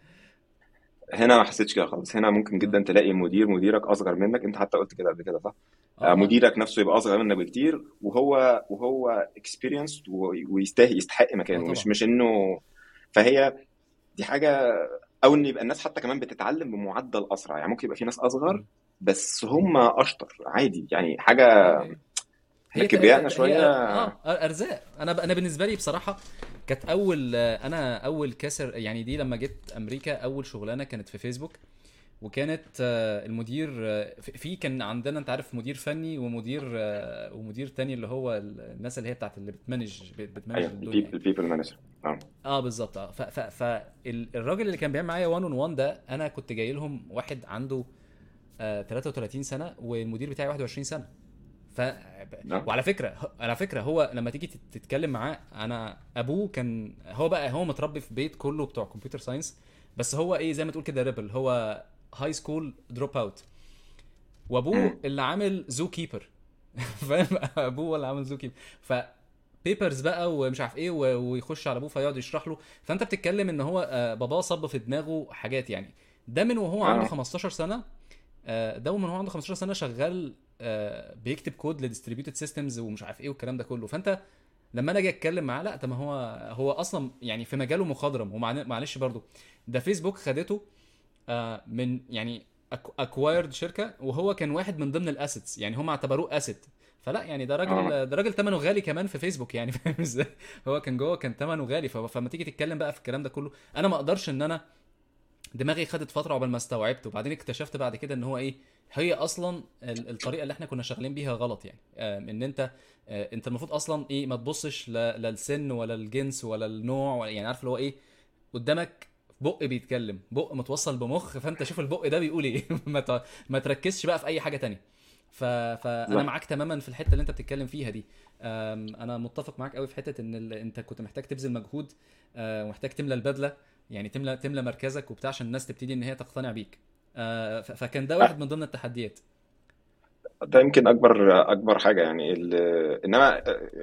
هنا ما حسيتش كده خالص. هنا ممكن اه جدا تلاقي مدير مديرك اصغر منك، انت حتى قلت كده قبل كده صح؟ آه، اه اه. مديرك نفسه يبقى اصغر منك بكتير، وهو وهو experienced ويستاهل يستحق اه مكانه، مش طبعا. مش انه. فهي دي حاجه. او ان يبقى الناس حتى كمان بتتعلم بمعدل اسرع، يعني ممكن يبقى في ناس اصغر مم. بس هم اشطر عادي، يعني حاجه. ايوه ايوه. احنا هي ت... هي كبريائنا ت... هي شويه. اه ارزاق. انا ب... انا بالنسبه لي بصراحه كانت اول، انا اول كسر يعني دي لما جيت امريكا، اول شغلانه كانت في فيسبوك. وكانت آه، المدير آه، في في كان عندنا انت عارف مدير فني ومدير آه، ومدير تاني اللي هو ال- الناس اللي هي بتاعت اللي بتمانج بتمانج ايوه، الدنيا يعني. البيبل مانجر. اه. اه بالظبط. اه ف ف فالراجل اللي كان بيعمل معايا وان اون وان ده، انا كنت جاي لهم واحد عنده آه ثلاثة وثلاثين سنه والمدير بتاعي واحد وعشرين سنه. ف اه. وعلى فكره على فكره هو لما تيجي تت- تتكلم معاه، انا ابوه كان هو بقى هو متربي في بيت كله بتوع كمبيوتر ساينس، بس هو ايه زي ما تقول كده ريبل، هو هاي سكول دروب اوت. وابوه أمم. اللي عامل زو كيبر. فاهم؟ ابوه اللي عامل زو كيبر. ف بيبرز بقى ومش عارف ايه و- ويخش على ابوه فيقعد يشرح له. فانت بتتكلم ان هو آه، باباه صب في دماغه حاجات يعني. ده من وهو عنده اه. خمستاشر سنه. آه، ده من وهو عنده خمستاشر سنه شغال آه، بيكتب كود لديستريبيوتد سيستمز ومش عارف ايه والكلام ده كله. فانت لما انا اجي اتكلم معاه، لا طب ما هو هو اصلا يعني في مجاله مخضرم. ومعلش برضو ده فيسبوك خدته آه، من يعني اكوايرد شركه، وهو كان واحد من ضمن الاسيتس، يعني هم اعتبروه اسيت. فلا يعني ده راجل اه. ده راجل ثمنه غالي كمان في فيسبوك يعني. فاهم ازاي؟ هو كان جوه كان ثمنه غالي. ف- فلما تيجي تتكلم بقى في الكلام ده كله، انا ما اقدرش ان انا دماغي خدت فتره عقبال ما استوعبت. وبعدين اكتشفت بعد كده ان هو ايه، هي اصلا ال- الطريقه اللي احنا كنا شغالين بيها غلط يعني. آم، ان انت آه، انت المفروض اصلا ايه ما تبصش لا لا السن ولا الجنس ولا النوع ولا يعني عارف اللي هو ايه. قدامك بق بيتكلم، بق متوصل بمخ، فانت شوف البق ده بيقول ايه. ما ت- ما تركزش بقى في اي حاجه تانية. ف... فانا بالظبط. معاك تماما في الحته اللي انت بتتكلم فيها دي. أم، انا متفق معاك قوي في حته ان ال... انت كنت محتاج تبذل مجهود أه، ومحتاج تملى البدله، يعني تملى تملى مركزك وبتاع عشان الناس تبتدي ان هي تقتنع بيك. أه، ف... فكان ده واحد من ضمن التحديات. ده يمكن اكبر اكبر حاجه يعني ال- انما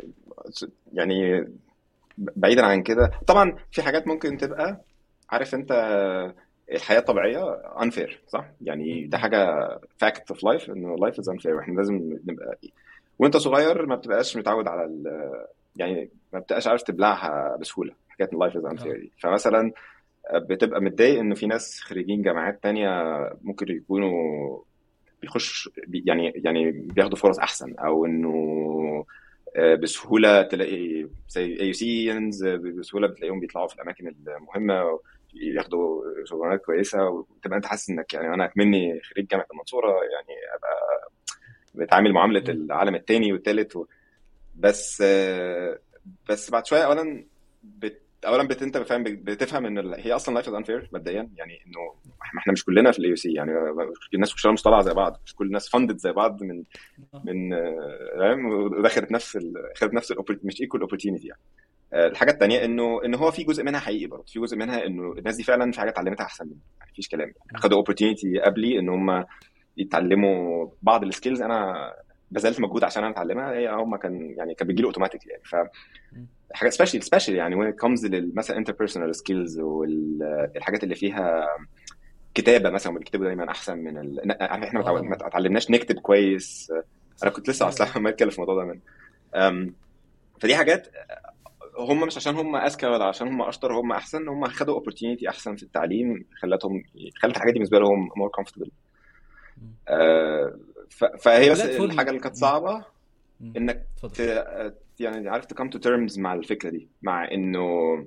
يعني بعيدا عن كده طبعا في حاجات ممكن تبقى، عارف انت، الحياه الطبيعيه unfair صح، م- يعني ده م- حاجه fact of life، انه life is unfair، واحنا لازم نبقى. وانت صغير ما بتبقاش متعود على ال... يعني ما بتبقاش عارف تبلعها بسهوله حكايه ان life is unfair اه دي. فمثلا بتبقى متضايق انه في ناس خريجين جامعات تانية ممكن يكونوا بيخش بي- يعني يعني بياخدوا فرص احسن، او انه آه، بسهوله تلاقي زي اي سينز بسهوله بتلاقيهم بيطلعوا في الاماكن المهمه، ياخدوا شغلانات كويسه، وتبقى انت حاسس انك يعني انا كمني خريج جامعه المنصوره، يعني ابقى بتعامل معامله م- العالم الثاني والثالث. بس آه، بس بعد شويه اولا بت اولا بت انت فاهم بتفهم ان ال- هي اصلا لايف از انفير مبدئيا، يعني انه ما احنا مش كلنا في الاي سي، يعني الناس مش كلها مش طالعه زي بعض، مش كل الناس فاندد زي بعض من اه. من آه، فاهم، ودخلت نفس ال... خدت نفس ال مش ايكوال اوبورتيونيتي يعني. آه، الحاجه الثانيه انه ان هو في جزء منها حقيقي برضه، في جزء منها انه الناس دي فعلا في حاجه اتعلمتها احسن مني، يعني مفيش كلام، يعني م- خدوا اوبورتيونيتي قبلي ان هم يتعلموا بعض السكيلز انا بذلت مجهود عشان انا اتعلمها، هي هم كان يعني كان بيجي له اوتوماتيكلي يعني. ف م- حاجه سبيشال سبيشال يعني when it comes لل- مثلا interpersonal skills والحاجات اللي فيها كتابه مثلا، بنكتبه دايما احسن من ال... عارف احنا ما اه تعود- ما طبعا. اتعلمناش نكتب كويس. انا صح كنت لسه ايوه اصلا ايوه. عمال اتكلم في الموضوع ده من أم، فدي حاجات هم مش عشان هم اذكى ولا عشان هم اشطر، هم احسن، هم خدوا opportunity احسن في التعليم خلتهم خلت الحاجات دي بالنسبه لهم more comfortable. م. أه، ف- فهي بس الحاجه وبلاتفورم. اللي كانت م- صعبه مم. انك اتفضل. ت... يعني عارف to come to terms مع الفكره دي، مع انه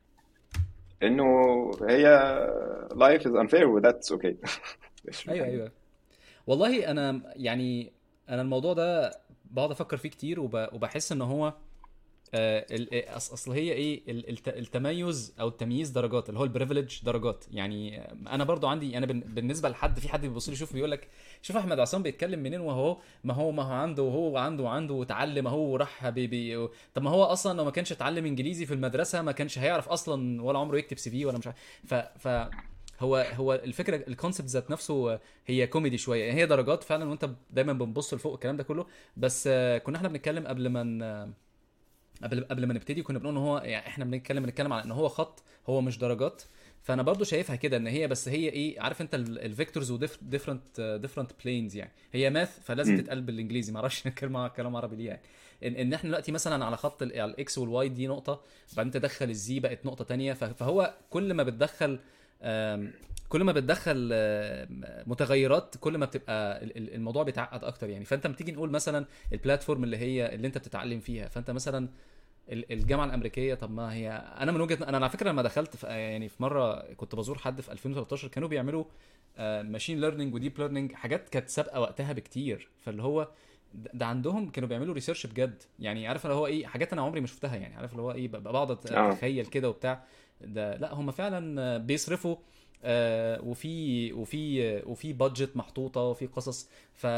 انه هي life is unfair و that's okay. مش ايوه يعني. ايوه. والله انا يعني انا الموضوع ده بقعد افكر فيه كتير، وب... وبحس ان هو آه، ال- آه، أص- اصل هي ايه ال- الت- التميز او التمييز درجات، اللي هو البريفليج درجات يعني. آه، انا برضو عندي، انا بن- بالنسبه لحد، في حد بيبص لي يشوف بيقول لك شوف احمد عصام بيتكلم منين، وهو ما هو ما هو عنده وهو عنده وعنده وتعلم اهو وراح بي بي طب ما هو اصلا لو ما كانش اتعلم انجليزي في المدرسه ما كانش هيعرف اصلا ولا عمره يكتب سي في ولا مش عارف. ف ف هو هو الفكره الكونسبت ذات نفسه آه، هي كوميدي شويه يعني، هي درجات فعلا وانت دايما بنبص لفوق الكلام ده كله. بس آه، كنا احنا بنتكلم قبل ما ن- قبل قبل ما نبتدي كنا بنقول ان هو يعني احنا بنتكلم بنتكلم على ان هو خط، هو مش درجات. فانا برضو شايفها كده ان هي، بس هي ايه، عارف انت الفيكتورز وديفرنت ديفرنت بلينز يعني، هي ماث فلازم مم. تتقال بالانجليزي، ما اعرفش كلمه كلام عربي ليه يعني. ان, ان احنا دلوقتي مثلا على خط ال- على الاكس والواي دي نقطه، بعدين تدخل الزي بقت نقطه تانية. ف- فهو كل ما بتدخل آم، كل ما بتدخل آم، متغيرات كل ما بتبقى ال- ال- الموضوع بيتعقد اكتر يعني. فانت لما تيجي نقول مثلا البلاتفورم اللي هي اللي انت بتتعلم فيها، فانت مثلا ال- الجامعه الامريكيه، طب ما هي انا من وجهه، انا على فكره لما دخلت في يعني في مره كنت بزور حد في ألفين وتلتاشر كانوا بيعملوا ماشين ليرنينج وديب ليرنينج، حاجات كانت سابقه وقتها بكتير. فاللي هو ده ده عندهم كانوا بيعملوا ريسيرش بجد يعني، عارف اللي هو ايه، حاجات انا عمري ما شفتها يعني، عارف اللي هو ايه، ببقى بقعد أت- اه اتخيل كده وبتاع. ده لا هم فعلا آه، بيصرفوا آه، وفي وفي وفي بادجت محطوطه وفي قصص.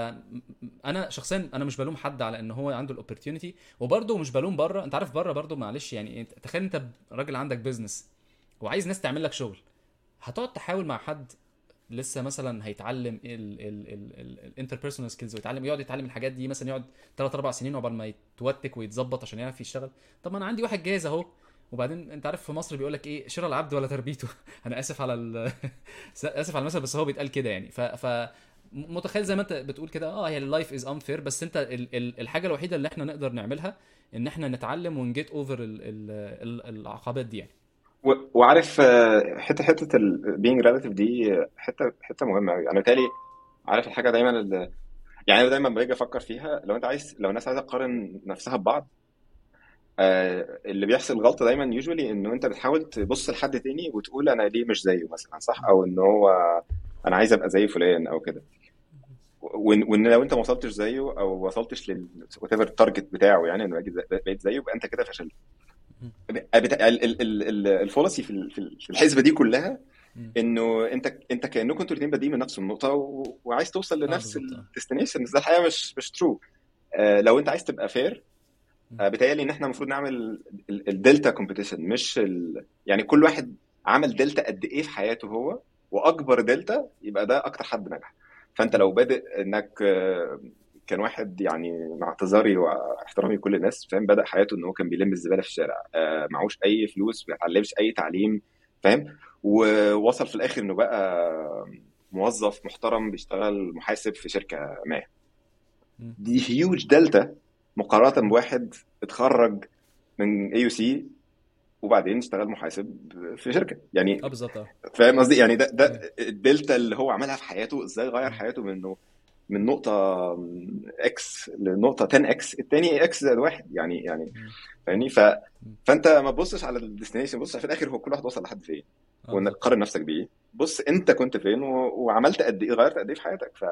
فانا شخصيا انا مش بلوم حد على ان هو عنده الاوبورتيونيتي، وبرده مش بلوم بره. انت عارف بره برده معلش يعني، انت تخيل انت راجل عندك بيزنس وعايز ناس تعمل لك شغل، هتقعد تحاول مع حد لسه مثلا هيتعلم الانتربيرسونال سكيلز، ويتعلم يقعد يتعلم الحاجات دي، مثلا يقعد ثلاث اربع سنين عقبال ما يتوتك ويتظبط عشان يعرف يشتغل. طب ما انا عندي واحد جاهز اهو. وبعدين انت عارف في مصر بيقول لك ايه، شراء العبد ولا تربيته. انا اسف على ال... اسف على المثل، بس هو بيتقال كده يعني. ف, ف... متخيل زي ما انت بتقول كده، اه هي اللايف از انفير، بس انت ال... ال... الحاجه الوحيده اللي احنا نقدر نعملها ان احنا نتعلم ونجيت اوفر ال... ال... ال... العقبات دي يعني. و- وعارف آه، حته حته ال being relative دي آه، حته حته مهمه قوي. انا بالتالي عارف الحاجه دايما اللي يعني انا دايما باجي افكر فيها، لو انت عايز، لو الناس عايزه تقارن نفسها ببعض، آه، اللي بيحصل غلطه دايما يوجوالي انه انت بتحاول تبص لحد تاني وتقول انا ليه مش زيه مثلا، صح؟ او ان هو انا عايز ابقى زي فلان او كده. وان وإن لو انت ما وصلتش زيه او وصلتش لل whatever التارجت بتاعه، يعني انه بقيت زي- بقيت زيه، يبقى انت كده فشلت. الفولسي في ال- في ال- في الحسبه دي كلها انه انت انت كانكم انتوا الاثنين بادئين من نفس النقطه و... وعايز توصل اه لنفس بالظبط اه. الديستنيشن. ده الحقيقه مش مش ترو. آه لو انت عايز تبقى فير، آه بيتهيألي ان احنا المفروض نعمل الدلتا كومبيتيشن، مش ال... يعني كل واحد عمل دلتا قد ايه في حياته هو، واكبر دلتا يبقى ده اكتر حد نجح. فانت لو بادئ انك آه، كان واحد يعني، مع اعتذاري واحترامي لكل الناس، فاهم، بدأ حياته ان هو كان بيلم الزباله في الشارع، آه، معهوش اي فلوس، ما بيتعلمش اي تعليم، فاهم، ووصل في الاخر انه بقى موظف محترم بيشتغل محاسب في شركه ما. دي هيوج دلتا مقارنه بواحد اتخرج من اي يو سي وبعدين اشتغل محاسب في شركه اه يعني. بالظبط اه. فاهم قصدي؟ يعني ده ايوه. ده الدلتا اللي هو عملها في حياته، ازاي غير مم. حياته منه من نقطة اكس لنقطة عشرة اكس، التاني اكس زائد واحد يعني يعني مم. فاهمني؟ ف فانت ما تبصش على الديستنيشن، بص في الاخر هو كل واحد وصل لحد فين، اه وانك بالظبط اه. تقارن نفسك بيه. بص انت كنت فين و... وعملت قد ايه، غيرت قد ايه في حياتك. ف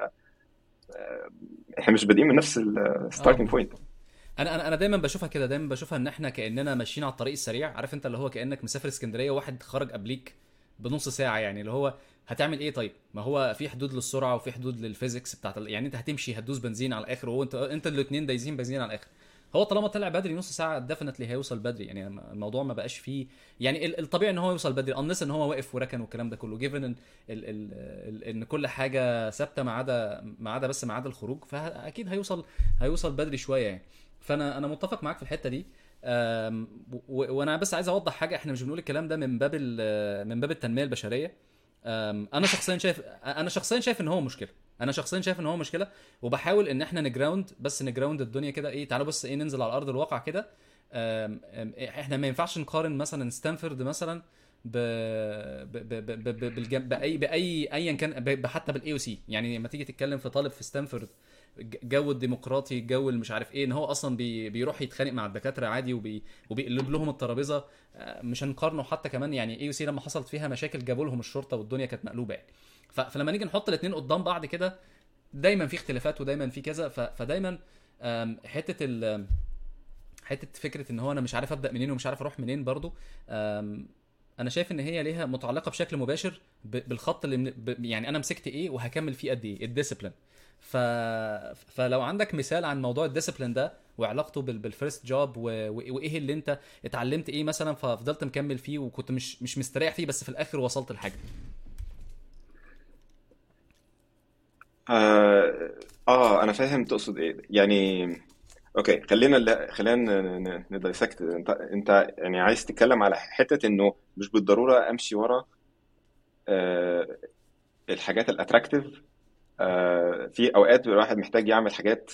احنا مش بادئين من نفس اه الستارتنج بالظبط. بوينت. انا انا انا دايما بشوفها كده، دايما بشوفها ان احنا كاننا ماشيين على الطريق السريع، عارف انت اللي هو كانك مسافر اسكندريه وواحد خرج قبليك بنص ساعه يعني، اللي هو هتعمل ايه طيب؟ ما هو في حدود للسرعه وفي حدود للفيزيكس بتاعت ال- يعني انت هتمشي هتدوس بنزين على الاخر، وهو انت انت الاثنين دايزين بنزين على الاخر. هو طالما طلع بدري نص ساعه ديفنتلي هيوصل بدري يعني، الموضوع ما بقاش فيه يعني ال- الطبيعي ان هو يوصل بدري، انلس ان هو واقف وركن والكلام ده كله، جيفن ان ال ال ال ان كل حاجه ثابته ما عدا ما عدا بس ما عدا الخروج، فاكيد هيوصل هيوصل بدري شويه يعني. فانا انا متفق معاك في الحته دي. أم، و- وانا بس عايز اوضح حاجه، احنا مش بنقول الكلام ده من باب ال- من باب التنميه البشريه. أم، انا شخصيا شايف انا شخصيا شايف ان هو مشكله، انا شخصيا شايف ان هو مشكله. وبحاول ان احنا نجراوند، بس نجراوند الدنيا كده ايه، تعالوا بس ايه ننزل على ارض الواقع كده. أم، أم، احنا ما ينفعش نقارن مثلا ستانفورد مثلا ب ب ب ب ب ب بالجم- باي باي ايا كان، ب- حتى بالاي او سي. يعني لما تيجي تتكلم في طالب في ستانفورد، ج- جو الديمقراطي، الجو اللي مش عارف ايه، ان هو اصلا بي بيروح يتخانق مع الدكاتره عادي، وبي وبيقلب لهم الترابيزه. آه، مش هنقارنه حتى كمان، يعني اي او سي لما حصلت فيها مشاكل جابوا لهم الشرطه والدنيا كانت مقلوبه يعني. ف- فلما نيجي نحط الاثنين قدام بعض كده، دايما في اختلافات ودايما في كذا. ف- فدايما آم، حته ال حته فكره ان هو انا مش عارف ابدا منين ومش عارف اروح منين برضو. آم، انا شايف ان هي ليها متعلقه بشكل مباشر ب- بالخط اللي من... ب... يعني انا مسكت ايه وهكمل فيه قد ايه، الديسيبلين. ف... فلو عندك مثال عن موضوع الديسيبلين ده وعلاقته بال... بالفيرست جوب و... و... وايه اللي انت اتعلمت ايه مثلا ففضلت مكمل فيه وكنت مش مش مستريح فيه بس في الاخر وصلت لحاجه. اه, آه انا فاهم تقصد ايه يعني. اوكي، خلينا لا خلينا ندايسكت. انت انت يعني عايز تتكلم على حته انه مش بالضروره امشي ورا آه الحاجات الاتراكتيف. آه في اوقات الواحد محتاج يعمل حاجات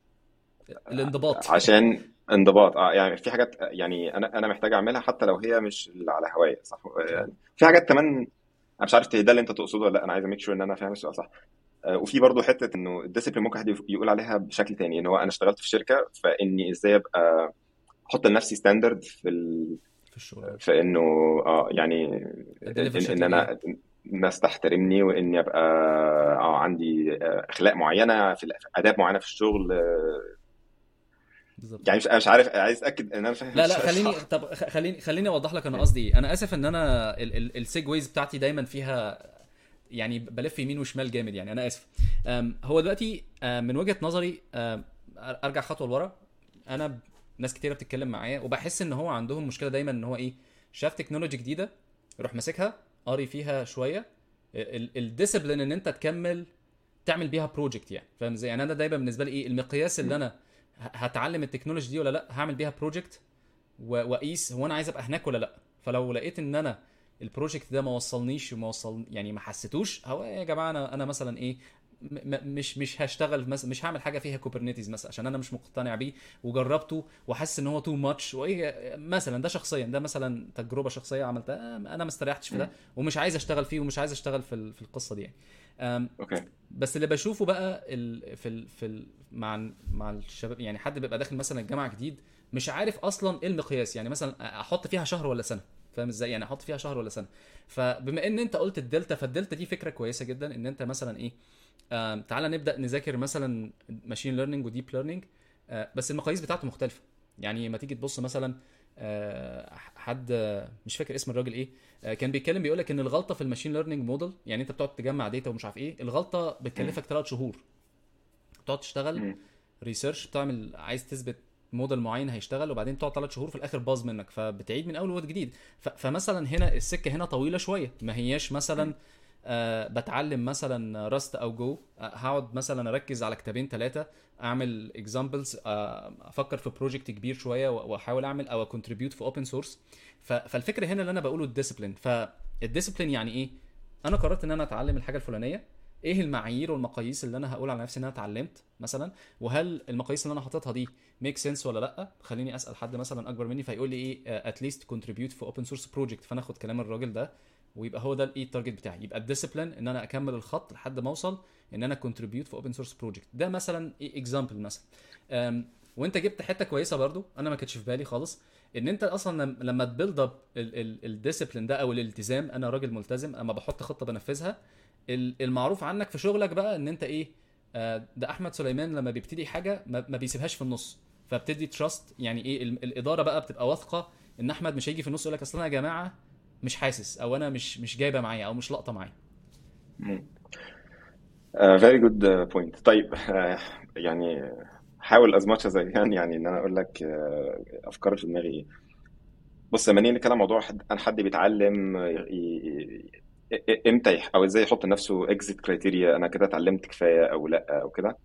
الانضباط. عشان انضباط. اه يعني في حاجات يعني انا انا محتاج اعملها حتى لو هي مش اللي على هوايه، صح اه. يعني. في حاجات كمان انا مش عارف ده اللي انت تقصده ولا لا. انا عايز اميك شور ان انا فاهم السؤال صح. آه، وفي برضه حته انه الديسيبلين ممكن حد يقول عليها بشكل تاني، ان هو انا اشتغلت في شركه، فاني ازاي ابقى احط لنفسي ستاندرد في ال... في الشغل اه. في انه اه يعني اديليفر ان, إن شكل ايه. انا الناس تحترمني، واني ابقى اه عندي آه، اخلاق معينه في الأ- اداب معينه في الشغل. آه، بالظبط. يعني مش مش عارف، عايز اتاكد ان انا فاهم لا لا، السؤال خليني صح. طب خ- خليني خليني اوضح لك انا قصدي ايه. انا اسف ان انا السيجويز بتاعتي دايما فيها يعني بلف يمين وشمال جامد، يعني انا اسف. أم، هو دلوقتي أم، من وجهة نظري، أم، ارجع خطوه لورا. انا ب- ناس كتيره بتتكلم معايا وبحس ان هو عندهم مشكله دايما، ان هو ايه، شاف تكنولوجي جديده يروح ماسكها قاري فيها شويه. الديسيبلين ان انت تكمل تعمل بيها بروجكت، يعني فاهم ازاي؟ يعني انا دايما بالنسبه لي ايه المقياس اللي انا ه- هتعلم التكنولوجي دي ولا لا، هعمل بيها بروجكت و- واقيس هو انا عايز ابقى هناك ولا لا. فلو لقيت ان انا البروجكت ده ما وصلنيش وما وصل يعني ما حسيتوش، هو يا جماعه انا انا مثلا ايه، م- م- مش مش هشتغل مثلا، مش هعمل حاجه فيها كوبرنيتيز مثلا عشان انا مش مقتنع بيه وجربته وحاسس ان هو تو ماتش وايه مثلا. ده شخصيا، ده مثلا تجربه شخصيه عملتها، انا ما استريحتش في ده ومش عايز اشتغل فيه ومش عايز اشتغل في ال- في القصه دي يعني. أم، اوكي. بس اللي بشوفه بقى ال... في ال... في ال... مع مع الشباب، يعني حد بيبقى داخل مثلا الجامعه جديد مش عارف اصلا ايه المقياس، يعني مثلا احط فيها شهر ولا سنه، فاهم ازاي؟ يعني احط فيها شهر ولا سنه. فبما ان انت قلت الدلتا، فالدلتا دي فكره كويسه جدا، ان انت مثلا ايه، آم، تعالى نبدا نذاكر مثلا ماشين ليرنينج وديب ليرنينج، بس المقاييس بتاعته مختلفه. يعني ما تيجي تبص مثلا، آه، حد آه، مش فاكر اسم الراجل ايه، آه، كان بيتكلم بيقول لك ان الغلطه في الماشين ليرنينج موديل، يعني انت بتقعد تجمع داتا ومش عارف ايه، الغلطه بتكلفك ثلاث شهور تقعد تشتغل ريسيرش، بتعمل عايز تثبت موديل معين هيشتغل، وبعدين تقعد ثلاث شهور في الاخر باظ منك فبتعيد من اول وجديد جديد. ف- فمثلا هنا السكه هنا طويله شويه، ما هياش مثلا آه بتعلم مثلا راست او جو، آه هقعد مثلا اركز على كتابين ثلاثه، اعمل اكزامبلز، آه افكر في بروجكت كبير شويه و- واحاول اعمل او كونتريبيوت في اوبن سورس. فالفكره هنا اللي انا بقوله الديسيبلين. فالديسيبلين يعني ايه؟ انا قررت ان انا اتعلم الحاجه الفلانيه، ايه المعايير والمقاييس اللي انا هقول على نفسي ان انا اتعلمت مثلا، وهل المقاييس اللي انا حاططها دي ميك سنس ولا لا. خليني اسال حد مثلا اكبر مني فيقول لي ايه اتليست كونتريبيوت في اوبن سورس بروجكت، فانا اخد كلام الراجل ده ويبقى هو ده الايه التارجت بتاعي. يبقى الديسيبلين ان انا اكمل الخط لحد ما اوصل ان انا كونتريبيوت في اوبن سورس بروجكت. ده مثلا ايه اكزامبل مثلا. أم، وانت جبت حته كويسه برضو انا ما كانتش في بالي خالص، ان انت اصلا لم- لما تبيلد اب الديسيبلين ده او الالتزام، انا راجل ملتزم اما بحط خطه بنفذها. ال- المعروف عنك في شغلك بقى ان انت ايه، آه، ده احمد سليمان لما بيبتدي حاجه ما ما بيسيبهاش في النص، فبتدي تراست. يعني ايه ال- الاداره بقى بتبقى واثقه ان احمد مش هيجي في النص يقول لك اصل انا يا جماعه مش حاسس، او انا مش مش جايبه معايا او مش لاقطه معايا. فيري جود بوينت. طيب آه، يعني حاول as much as I can يعني ان انا اقول لك آه، افكار في دماغي ايه. بص، لما نيجي نتكلم موضوع حد عن حد بيتعلم ي- ي- ي- امتى يح- او ازاي يحط لنفسه اكزيت كرايتيريا، انا كده اتعلمت كفايه او لا او كده.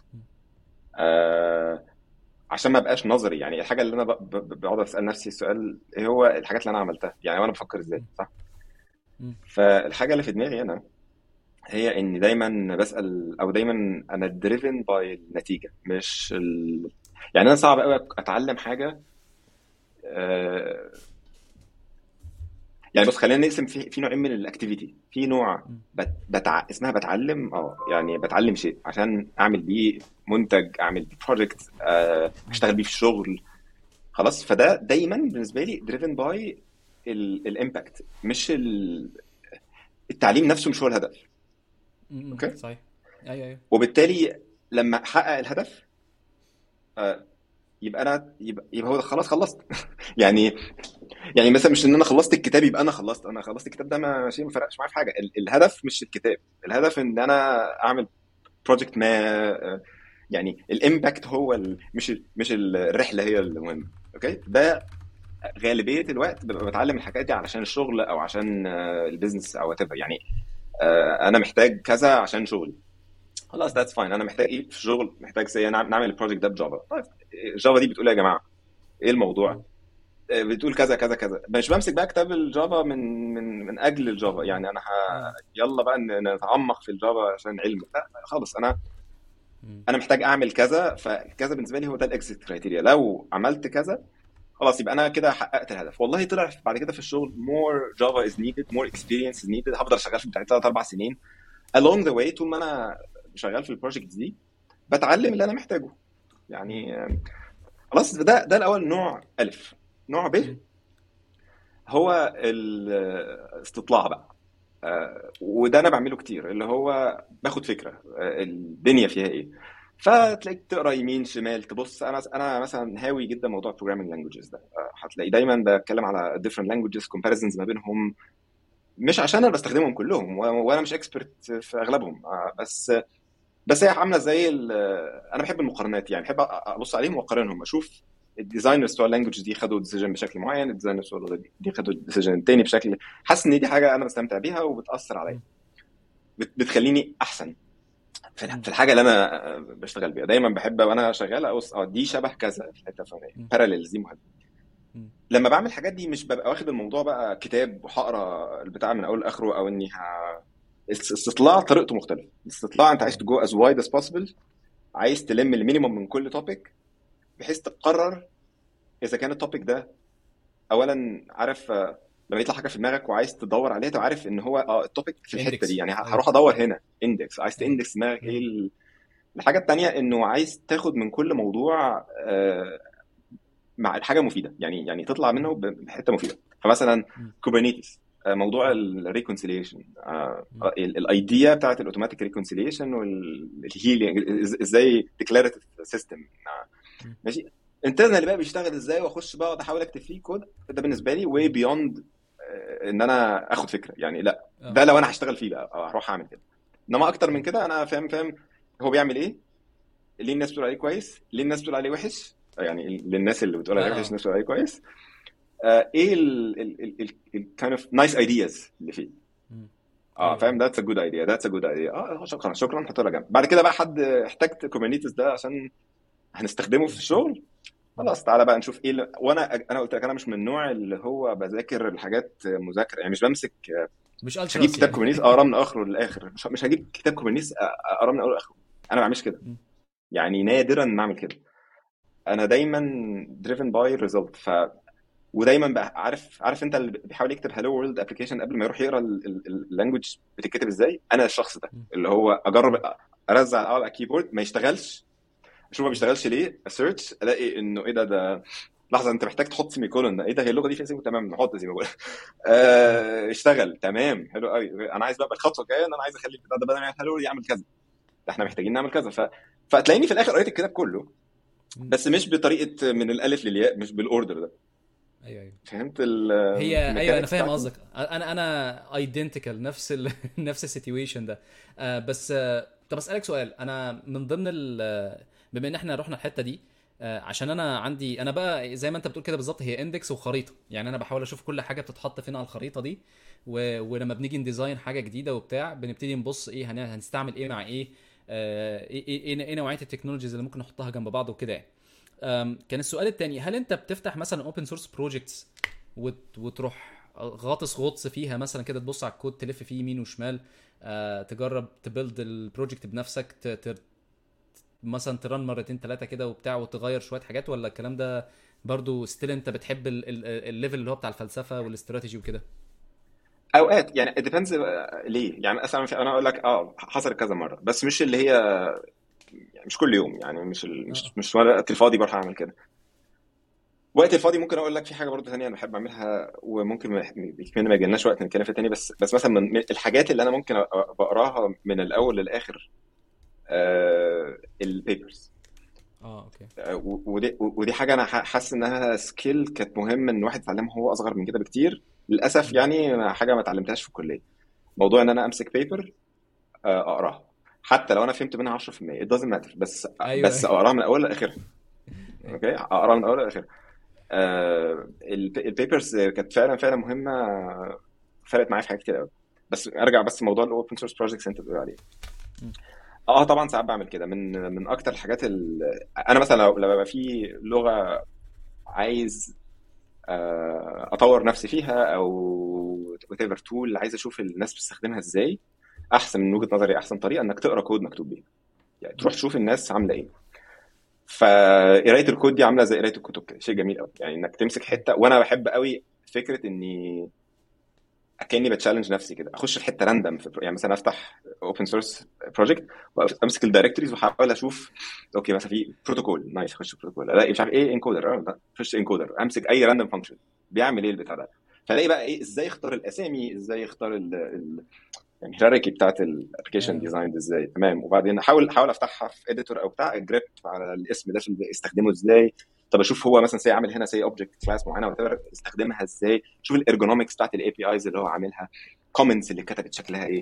آه عشان ما بقاش نظري. يعني الحاجه اللي انا ب- ب- بقعد اسال نفسي السؤال ايه هو الحاجات اللي انا عملتها، يعني وانا بفكر ازاي، صح. مم. فالحاجه اللي في دماغي انا هي اني دايما بسال، او دايما انا دريفن باي النتيجه مش ال... يعني انا صعب قوي اتعلم حاجه. آه، يعني بص خلينا نقسم في في نوعين من الاكتيفيتي. في نوع مم. بت... بتع... اسمها بتعلم، اه يعني بتعلم شيء عشان اعمل بيه منتج، اعمل بيه بروجكت، آه، مم. اشتغل بيه في الشغل. خلاص، فده دايما بالنسبه لي driven by الامباكت، مش ال- التعليم نفسه مش هو الهدف. مم. اوكي. صحيح. ايوه ايوه. وبالتالي لما احقق الهدف، آه، يبقى انا يبقى, يبقى هو خلاص خلصت. يعني يعني مثلا مش ان انا خلصت الكتاب يبقى انا خلصت، انا خلصت الكتاب ده ما شيء ما فرقش معايا في حاجه. ال- الهدف مش الكتاب، الهدف ان انا اعمل بروجكت ما، آه، يعني الامباكت هو ال... مش ال... مش الرحله هي المهمه. اوكي. ده غالبيه الوقت ببقى بتعلم الحاجات دي علشان الشغل او عشان آه، البيزنس او whatever. يعني آه، انا محتاج كذا عشان شغلي، خلاص ذاتس فاين. انا محتاج ايه في الشغل؟ محتاج سي نعمل نعمل البروجكت ده بجافا. طيب الجافا دي بتقول يا جماعه ايه الموضوع؟ مم. آه، بتقول كذا كذا كذا. مش بمسك بقى كتاب الجافا من من من اجل الجافا، اه يعني انا ه... ايوه. يلا بقى ن- نتعمق في الجافا عشان علم. لا خالص، انا مم. انا محتاج اعمل كذا، فكذا بالنسبه لي هو ده الاكزيت كرايتيريا. لو عملت كذا خلاص يبقى انا كده حققت الهدف. والله طلع بعد كده في الشغل more Java is needed, more experience is needed، هفضل شغال في بتاع ثلاث اربع سنين. along the way طول ما انا شغال في البروجكت دي بتعلم اللي انا محتاجه. مم. يعني آم، خلاص ده ده الاول نوع الف. نوع ب مم. هو الاستطلاع بقى. آه، وده انا بعمله كتير، اللي هو باخد فكره آه، الدنيا فيها ايه. مم. فتلاقيك تقرا يمين شمال تبص. انا انا مثلا هاوي جدا موضوع programming languages ده. آه، هتلاقي دايما بتكلم على different languages comparisons ما بينهم، مش عشان انا بستخدمهم كلهم و- وانا مش اكسبرت في اغلبهم، آه، بس بس هي عامله زي ال- انا بحب المقارنات. يعني بحب ابص عليهم واقارنهم، اشوف الديزاينرز بتوع اللانجوج دي خدوا ديسيجن بشكل معين، الديزاينرز بتوع اللغه دي دي خدوا ديسيجن تاني بشكل. حاسس ان دي حاجه انا بستمتع بيها وبتاثر عليا، مم. بت- بتخليني احسن في الح- مم. في الحاجه اللي انا بشتغل بيها. دايما بحب وانا شغال ابص اه دي شبه كذا في الحته الفلانيه، مم. باراليلز دي مهمه. مم. لما بعمل الحاجات دي مش ببقى واخد الموضوع بقى كتاب وهقرا البتاع من اول لاخره، او اني ه... استطلاع طريقته مختلفه. الاستطلاع انت عايز مم. تجو از وايد از possible، عايز تلم المينيمم من كل توبيك بحيث تقرر اذا كان التوبيك ده اولا عارف. آه، لما يطلع حاجه في دماغك وعايز تدور عليها تبقى عارف ان هو اه التوبيك في الحته دي، اندكس. يعني ه- ايوه هروح ادور هنا اندكس. عايز ايوه. تاندكس دماغك ايه مم. ال- الحاجه التانيه، انه عايز تاخد من كل موضوع آه، مع الحاجه مفيده، يعني يعني تطلع مم. منه ب- بحته مفيده. فمثلا مم. كوبرنيتس، موضوع مم. الريكونسيليشن، مم. الايديا بتاعت الاوتوماتيك ريكونسيليشن والهيلينج، ازاي ديكلاريتيف سيستم مم. ماشي. انترنال بقى بيشتغل ازاي، واخش بقى اقعد احاول اكتب فيه كود. ده بالنسبه لي واي مم. بيوند ان انا اخد فكره. يعني لا، اه ده لو انا هشتغل فيه بقى اروح اعمل كده. انما اكتر من مم. كده انا فاهم فاهم هو بيعمل ايه، ليه الناس بتقول عليه كويس، ليه الناس بتقول عليه وحش. يعني للناس اللي بتقول اه عليه وحش اه. الناس بتقول عليه كويس. آه، ايه ال kind of nice ideas اللي فيه. مم. اه ايوه فاهم. ايوه. that's a good idea that's a good idea. اه شكرا شكرا حطها على جنب. بعد كده بقى حد احتاجت كوميونيتيز ده عشان هنستخدمه في نستخدم. الشغل، مم. خلاص تعالى بقى نشوف ايه اللي... وانا انا قلت لك انا مش من النوع اللي هو بذاكر الحاجات مذاكره. يعني مش بمسك، مش مش هجيب التراس كتاب يعني. كوميونيست اقراه من اخره للاخر. مش مش هجيب كتاب كوميونيست اقراه من اوله لاخره. انا ما بعملش كده، مم. يعني نادرا ما اعمل كده. انا دايما driven by result. ف ودايما بقى عارف عارف انت اللي بيحاول يكتب هالو وورلد ابلكيشن قبل ما يروح يقرا اللانجوج بتتكتب ازاي. انا الشخص ده مم. اللي هو اجرب ارزع على الكيبورد ما يشتغلش، اشوف ما مم. بيشتغلش ليه، اسيرش الاقي انه ايه ده ده لحظه انت محتاج تحط سيمي كولون. ايه ده، هي اللغه دي فيها سيمي، تمام نحط سيمي كولون. مم. آه اشتغل تمام حلو قوي. انا عايز بقى الخطوه الجايه ان انا عايز اخلي البتاع ده بدل ما يعمل هالو يعمل كذا، ده احنا محتاجين نعمل كذا. ف... فتلاقيني في الاخر قريت الكتاب كله، مم. بس مش بطريقه من الالف للياء، مش بالاوردر ده. ايوه ايوه. فهمت هي ايوه انا الميكانيكس فاهم بتاعته. قصدك. انا انا ايدنتيكال نفس ال... نفس السيتويشن ده. آه بس آه طب اسالك سؤال. انا من ضمن ال... آه، بما ان احنا رحنا الحته دي، آه عشان انا عندي انا بقى زي ما انت بتقول كده بالظبط، هي اندكس وخريطه. يعني انا بحاول اشوف كل حاجه بتتحط فين على الخريطه دي، و... ولما بنيجي نديزاين حاجه جديده وبتاع بنبتدي نبص ايه هن... هنستعمل ايه مع ايه، آه ايه ايه, إيه إيه نوعيه التكنولوجيز اللي ممكن نحطها جنب بعض وكده يعني. أم، كان السؤال التاني، هل انت بتفتح مثلا اوبن سورس بروجكتس وتروح غاطس غطس فيها مثلا كده، تبص على الكود تلف فيه يمين وشمال، آه، تجرب تبيلد البروجكت بنفسك، ت- ت- مثلا تران مرتين ثلاثه كده وبتاع وتغير شويه حاجات، ولا الكلام ده برضو ستيل انت بتحب ال- ال- الليفل اللي هو بتاع الفلسفه والاستراتيجي وكده؟ اوقات يعني it depends. ليه يعني مثلا في- انا اقول لك اه حصل كذا مره، بس مش اللي هي يعني مش كل يوم، يعني مش ال... اه مش مش وقت الفاضي بروح اعمل كده. وقت الفاضي ممكن اقول لك في حاجه برضه ثانيه انا بحب اعملها، وممكن ما يكون ما يجيلناش وقت نتكلم فيها تاني، بس بس مثلا من من الحاجات اللي انا ممكن أ- بقراها من الاول للاخر آه البيبرز. اه اوكي. ودي ودي حاجه انا ح- حاسس انها سكيل كانت مهم ان الواحد يتعلمها وهو اصغر من كده بكتير. للاسف مم. يعني حاجه ما اتعلمتهاش في الكليه، موضوع ان انا امسك بيبر اقراها حتى لو انا فهمت منها عشرة في المية it doesn't matter، بس ايوه بس ايوه. اقراها من اولها لاخرها. أيوة. اوكي اقراها من اولها لاخرها. آه البيبرز كانت فعلا فعلا مهمه، فرقت معايا في حاجات كتير قوي. بس ارجع بس موضوع الاوبن سورس بروجكتس انت بتقول عليه. مم. اه طبعا ساعات بعمل كده، من من اكتر الحاجات اللي انا مثلا لو لما بقى في لغه عايز آه، اطور نفسي فيها، او whatever tool عايز اشوف الناس بتستخدمها ازاي، احسن من وجهة نظري احسن طريقه انك تقرا كود مكتوب بيه، يعني مم. تروح تشوف الناس عامله ايه. فقرايه الكود دي عامله زي قرايه الكتب كده، شيء جميل قوي يعني انك تمسك مم. حته. وانا بحب قوي فكره اني كاني بتشالنج نفسي كده، اخش في حته راندم في يعني مثلا افتح اوبن سورس بروجكت وامسك الدايركتوريز واحاول اشوف اوكي مثلا في بروتوكول نايس، اخش بروتوكول الاقي مش عارف ايه انكودر، اخش انكودر امسك اي راندم فانكشن بيعمل ايه البتاع ده، فلاقي بقى ايه ازاي اختار الاسامي، ازاي اختار ال ال يعني الهيراركي بتاعت الابلكيشن ايوه. ديزاين ازاي، تمام. وبعدين احاول احاول افتحها في اديتور او بتاع جريب على الاسم ده استخدمه ازاي. طب اشوف هو مثلا سي عامل هنا سي اوبجكت كلاس معينه ولا استخدمها ازاي، شوف الارجونومكس بتاعت الاي بي ايز اللي هو عاملها، كومنتس اللي كتبت شكلها ايه.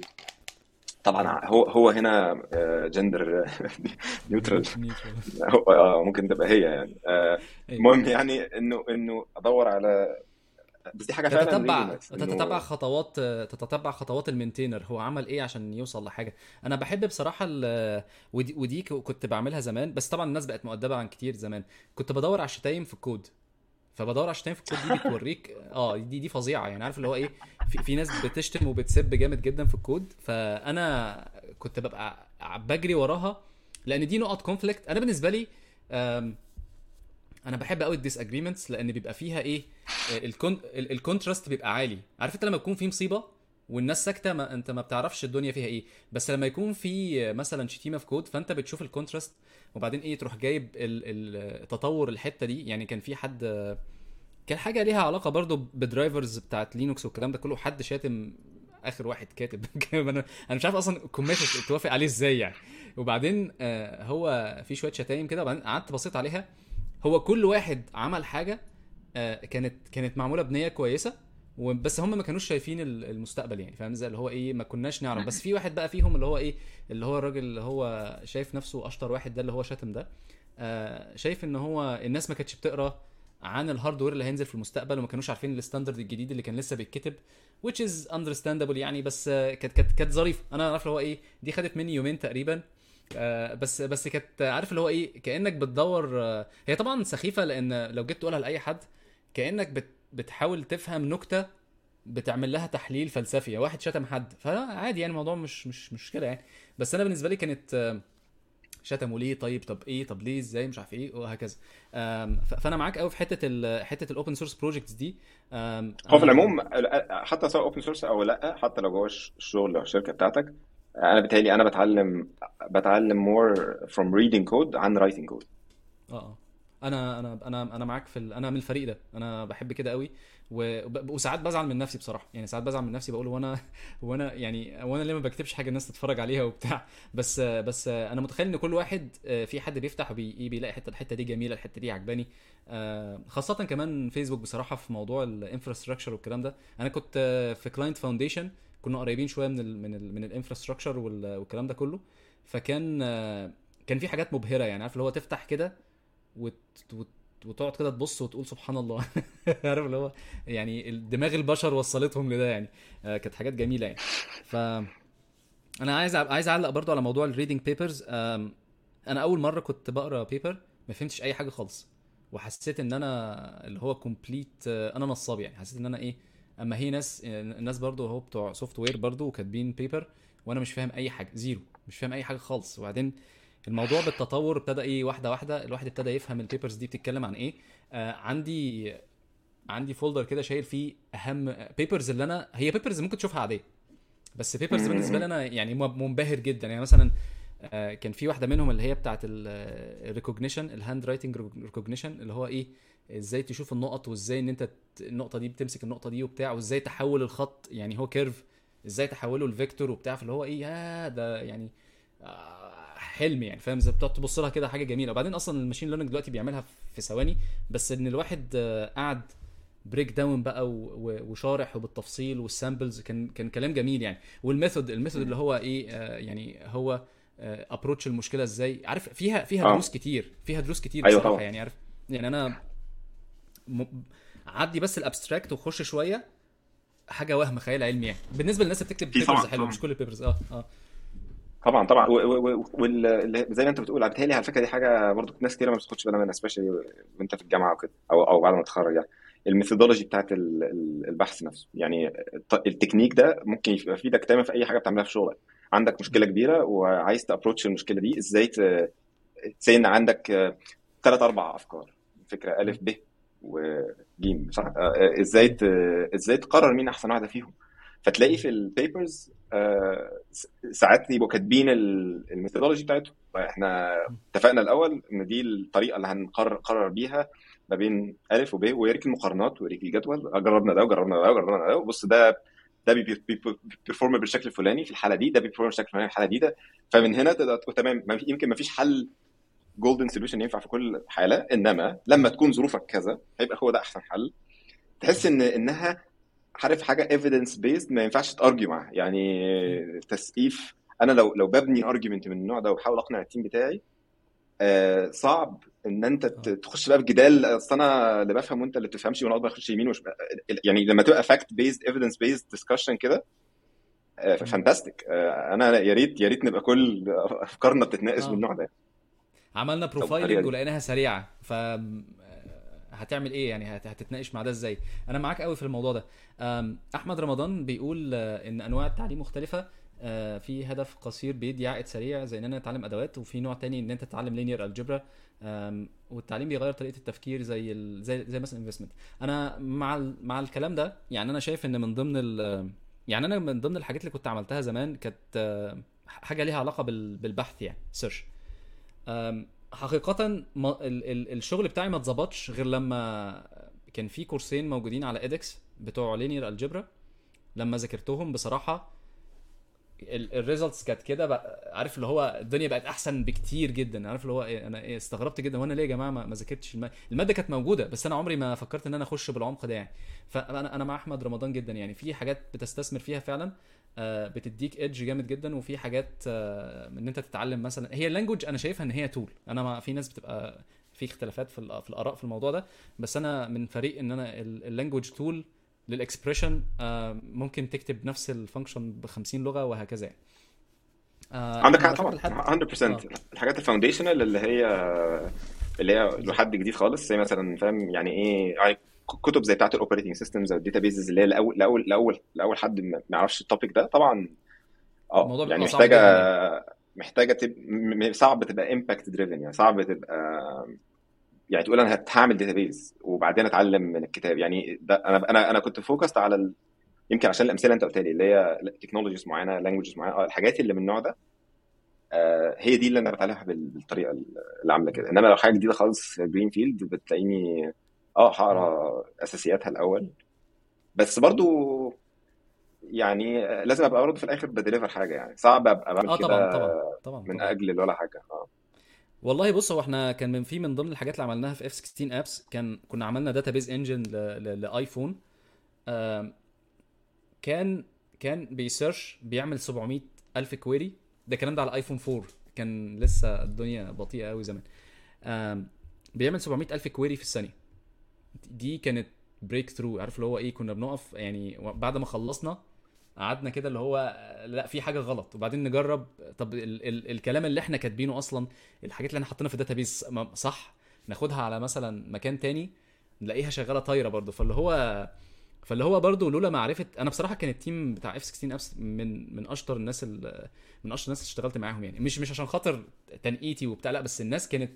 ايوه. طبعا هو هو هنا جندر نيوترال. نيوترال. هو آه، ممكن تبقى هي يعني آه، ايوه. المهم يعني انه انه ادور على، بس دي حاجه فعلا ريلي تتتبع نايس تتتبع انه خطوات تتتبع خطوات المينتينر هو عمل ايه عشان يوصل لحاجه. انا بحب بصراحه ال... ودي, ودي ك- كنت بعملها زمان، بس طبعا الناس بقت مؤدبه عن كتير. زمان كنت بدور على الشتايم في الكود، فبدور على الشتايم في الكود دي بتوريك اه دي دي فظيعه يعني. عارف اللي هو ايه، في, في ناس بتشتم وبتسب جامد جدا في الكود، فانا كنت ببقى بجري وراها لان دي نقط كونفليكت. انا بالنسبه لي آم، انا بحب قوي الديس اجريمنتس لان بيبقى فيها ايه، الكون الكونتراست بيبقى عالي. عارف انت لما يكون في مصيبه والناس ساكته، ما انت ما بتعرفش الدنيا فيها ايه، بس لما يكون في مثلا شتيمه في كود فانت بتشوف الكونتراست، وبعدين ايه تروح جايب ال- ال- تطور الحته دي. يعني كان في حد كان حاجه ليها علاقه برضو بدرايفرز بتاعت لينوكس والكلام ده كله، حد شاتم اخر واحد كاتب انا انا مش عارف اصلا الكوميت توافق عليه ازاي يعني. وبعدين آه، هو في شويه شتايم كده، وبعدين قعدت بصيت عليها، هو كل واحد عمل حاجه آه، كانت كانت معموله بنيه كويسه، وبس هم ما كانوش شايفين ال- المستقبل يعني. فاهم زي اللي هو ايه، ما كناش نعرف. بس في واحد بقى فيهم اللي هو ايه، اللي هو الراجل اللي هو شايف نفسه اشطر واحد ده اللي هو شاتم ده، آه، شايف ان هو الناس ما كانتش بتقرا عن الهاردوير اللي هينزل في المستقبل، وما كانوش عارفين الستاندرد الجديد اللي كان لسه بيتكتب which is understandable يعني. بس آه، كانت كانت كانت ظريفه. انا عارف اللي هو ايه، دي خدت مني يومين تقريبا. آه، بس بس كانت عارف اللي هو ايه، كانك بتدور آه، هي طبعا سخيفه لان لو جيت تقولها لاي حد كانك بت بتحاول تفهم نكته، بتعمل لها تحليل فلسفي. واحد شتم حد فعادي يعني، الموضوع مش مش مشكله يعني. بس انا بالنسبه لي كانت آه، شتموا ليه طيب، طب ايه، طب ليه، ازاي، مش عارف ايه وهكذا. آم، ف- فانا معاك قوي في حته ال حته الاوبن سورس بروجكتس دي. آم، هو في انا العموم حتى سواء اوبن سورس او لا، حتى لو جوه الشغل او الشركه بتاعتك، انا بتهيألي انا بتعلم بتعلم more from reading code عن writing code. اه اه انا انا انا انا معاك في ال... انا من الفريق ده، انا بحب كده قوي. و... وب- وساعات بزعل من نفسي بصراحه يعني، ساعات بزعل من نفسي بقول هو انا هو انا يعني هو انا ليه ما بكتبش حاجه الناس تتفرج عليها وبتاع. بس بس انا متخيل ان كل واحد آه، في حد بيفتح وبي... بيلاقي حته، الحته دي جميله، الحته دي عجباني. آه، خاصه كمان فيسبوك بصراحه في موضوع الانفراستراكشر والكلام ده. انا كنت آه، في كلاينت فاونديشن، كنا قريبين شويه من ال من ال من الانفراستراكشر والكلام ده كله. فكان آه، كان في حاجات مبهره يعني. عارف اللي هو تفتح كده وت... وت... وتقعد كده تبص وتقول سبحان الله عارف اللي هو يعني دماغ البشر وصلتهم لده يعني. آه كانت حاجات جميله يعني. ف انا عايز أ- عايز اعلق برضو على موضوع الريدنج بيبرز. انا اول مره كنت بقرا بيبر ما فهمتش اي حاجه خالص، وحسيت ان انا اللي هو كومبليت انا نصاب يعني. حسيت ان انا ايه، اما هي ناس الناس برضو هو بتوع سوفت وير برضو وكاتبين بيبر، وانا مش فاهم اي حاجه، زيرو، مش فاهم اي حاجه خالص. وبعدين الموضوع بالتطور ابتدى ايه، واحده واحده الواحد ابتدى يفهم البيبرز دي بتتكلم عن ايه. آه عندي عندي فولدر كده شايل فيه اهم بيبرز اللي انا، هي بيبرز ممكن تشوفها عاديه، بس بيبرز بالنسبه لي انا يعني منبهر جدا. يعني مثلا آه، كان في واحده منهم اللي هي بتاعه الريكوجنيشن، الهاند رايتنج ريكوجنيشن، اللي هو ايه، ازاي تشوف النقط، وازاي ان انت ت- النقطه دي بتمسك النقطه دي وبتاع، وازاي تحول الخط، يعني هو كيرف ازاي تحوله لفيكتور وبتاع. فاللي هو ايه، يا ده يعني آه، حلم يعني، فاهم؟ زي بتقعد تبص لها كده حاجه جميله. وبعدين اصلا الماشين ليرنينج دلوقتي بيعملها في ثواني، بس ان الواحد آه، قعد بريك داون بقى و- و- وشارح وبالتفصيل والسامبلز، كان كان كلام جميل يعني. والميثود، الميثود اللي هو ايه آه، يعني هو ابروتش المشكله ازاي، عارف؟ فيها فيها دروس اه كتير، فيها دروس كتير ايوه بصراحه طبعا. يعني، عارف؟ يعني انا م... عدي بس الابستراكت وخش شويه حاجه وهم خيال علمي يعني، بالنسبه للناس اللي بتكتب في بيبرز طبعا حلوه، مش طبعا كل البيبرز. اه اه طبعا طبعا وزي ما انت بتقول، بالتالي على فكره دي حاجه برضو ناس كتير ما بتاخدش بالها منها، سبيشالي وانت في الجامعه وكده، او او بعد ما تتخرج يعني. الميثودولوجي بتاعت ال- ال- البحث نفسه يعني، الت- التكنيك ده ممكن يبقى يفيدك تماما في اي حاجه بتعملها في شغلك. عندك مشكله كبيره وعايز تابروتش المشكله دي ازاي، زي ان عندك ثلاث اربع افكار، فكره الف ب وجيم صح، آه، آه، ازاي ايوه. ت- ازاي تقرر مين احسن واحده فيهم. فتلاقي في البيبرز ساعات يبقوا كاتبين الميثودولوجي بتاعتهم. احنا اتفقنا الاول ان دي الطريقه اللي هنقرر قرر بيها ما بين الف وب، ويوريك المقارنات ويوريك الجدول، جربنا ده وجربنا ده وجربنا ده، بص ده ده بيبرفورم بالشكل الفلاني في الحاله دي، ده بيبرفورم بالشكل الفلاني في الحاله دي ده. فمن هنا تقدر تقول تمام، ما في- يمكن ما فيش حل جولدن سوليوشن ينفع في كل حاله، انما لما تكون ظروفك كذا هيبقى هو ده احسن حل. تحس ان انها عارف حاجه ايفيدنس بيزد، ما ينفعش تارجيو معاها يعني. تسقيف، انا لو لو ببني ارجيومنت من النوع ده وبحاول اقنع التيم بتاعي، آه صعب ان انت ت- اه تخش بقى في جدال، اصل انا اللي بفهم وانت اللي بتفهمش، ونقعد بقى نخش يمين وش يعني. لما تبقى فاكت بيزد ايفيدنس بيزد ديسكشن كده، آه فانتاستيك. آه انا يا ريت يا ريت نبقى كل افكارنا بتتناقش اه بالنوع ده عملنا او بالطريقه بروفايلنج دي. ولقيناها سريعه، ف هتعمل ايه يعني؟ هت- هتتناقش مع ده ازاي؟ انا معاك قوي في الموضوع ده. أم، احمد رمضان بيقول آه، ان انواع التعليم مختلفه. آه، في هدف قصير بيدي عائد سريع زي ان انا اتعلم ادوات، وفي نوع تاني ان انت تتعلم لينير الجبرا، والتعليم بيغير طريقه التفكير زي ال... زي زي مثلا انفستمنت. انا مع ال... مع الكلام ده يعني. انا شايف ان من ضمن ال... يعني انا من ضمن الحاجات اللي كنت عملتها زمان كانت آه، حاجه ليها علاقه بال... بالبحث يعني، سيرش. أم، حقيقة ما ال ال الشغل بتاعي ما اتظبطش غير لما كان في كورسين موجودين على ادكس بتوع لينير الجبرا. لما ذاكرتهم بصراحة الريزلتس كانت كده بقى، عارف اللي هو الدنيا بقت احسن بكتير جدا. عارف اللي هو إيه، انا إيه استغربت جدا، وانا ليه يا جماعه ما ما ذاكرتش الماده؟ الماده كانت موجوده، بس انا عمري ما فكرت ان انا اخش بالعمق ده يعني. فانا انا مع احمد رمضان جدا يعني، في حاجات بتستثمر فيها فعلا آه، بتديك ايدج جامد جدا، وفي حاجات آه، ان انت تتعلم مثلا. هي اللانجوج انا شايفها ان هي تول. انا ما في ناس بتبقى في اختلافات في الآ- في الاراء في الموضوع ده، بس انا من فريق ان انا اللانجوج تول للاكسبريشن. ممكن تكتب نفس الفانكشن ب خمسين لغه وهكذا يعني. آه عندك احنا حق على فكره طبعا لحد مية بالمية. اه الحاجات الفاونديشنال اللي هي اللي هي بالظبط. لحد جديد خالص، زي مثلا فاهم يعني ايه يعني، كتب زي بتاعه الاوبريتنج سيستمز او الداتابيزز اللي هي لاول لاول لاول لاول حد ما يعرفش التوبيك ده طبعا. اه الموضوع يعني بيبقى صعب محتاجه جدا يعني. محتاجه تب... م- صعب تبقى امباكت دريفن يعني، صعب تبقى يعني تقول انا هت- هعمل داتابيز وبعدين اتعلم من الكتاب يعني. ده انا انا انا كنت فوكست على ال... يمكن عشان الامثله اللي انت قلتها لي اللي هي تكنولوجيز معينه، لانجوجز معينه، اه الحاجات اللي من النوع ده، آه، هي دي اللي انا بتعلمها بال- بالطريقه اللي عامله كده. انما لو حاجه جديده خالص جرين فيلد بتلاقيني اه مم. هقرا اساسياتها الاول، بس برضو يعني لازم ابقى برضو في الاخر بديليفر حاجه يعني. صعب ابقى بعمل اه طبعا كده طبعا طبعا من طبعا. اجل ولا حاجه. اه والله بص، هو احنا كان من في من ضمن الحاجات اللي عملناها في اف ستاشر ابس، كان كنا عملنا داتابيز انجن لايفون. آم، كان كان بيسيرش بيعمل سبعمية الف كويري. ده الكلام ده على ايفون فور، كان لسه الدنيا بطيئه قوي زمان. آم، بيعمل سبعمية الف كويري في الثانيه. دي كانت بريك ثرو. عارف اللي هو ايه، كنا بنقف يعني بعد ما خلصنا قعدنا كده اللي هو لا في حاجه غلط، وبعدين نجرب. طب ال ال الكلام اللي احنا كاتبينه اصلا، الحاجات اللي احنا حاطينها في الداتابيز صح، ناخدها على مثلا مكان تاني نلاقيها شغاله طايره برضو. فاللي هو فاللي هو برضو لولا معرفه انا بصراحه، كان التيم بتاع اف ستاشر ابس من من اشطر الناس ال- من اشطر الناس اللي اشتغلت معاهم يعني. مش مش عشان خاطر تنقيتي وبتاع، لا، بس الناس كانت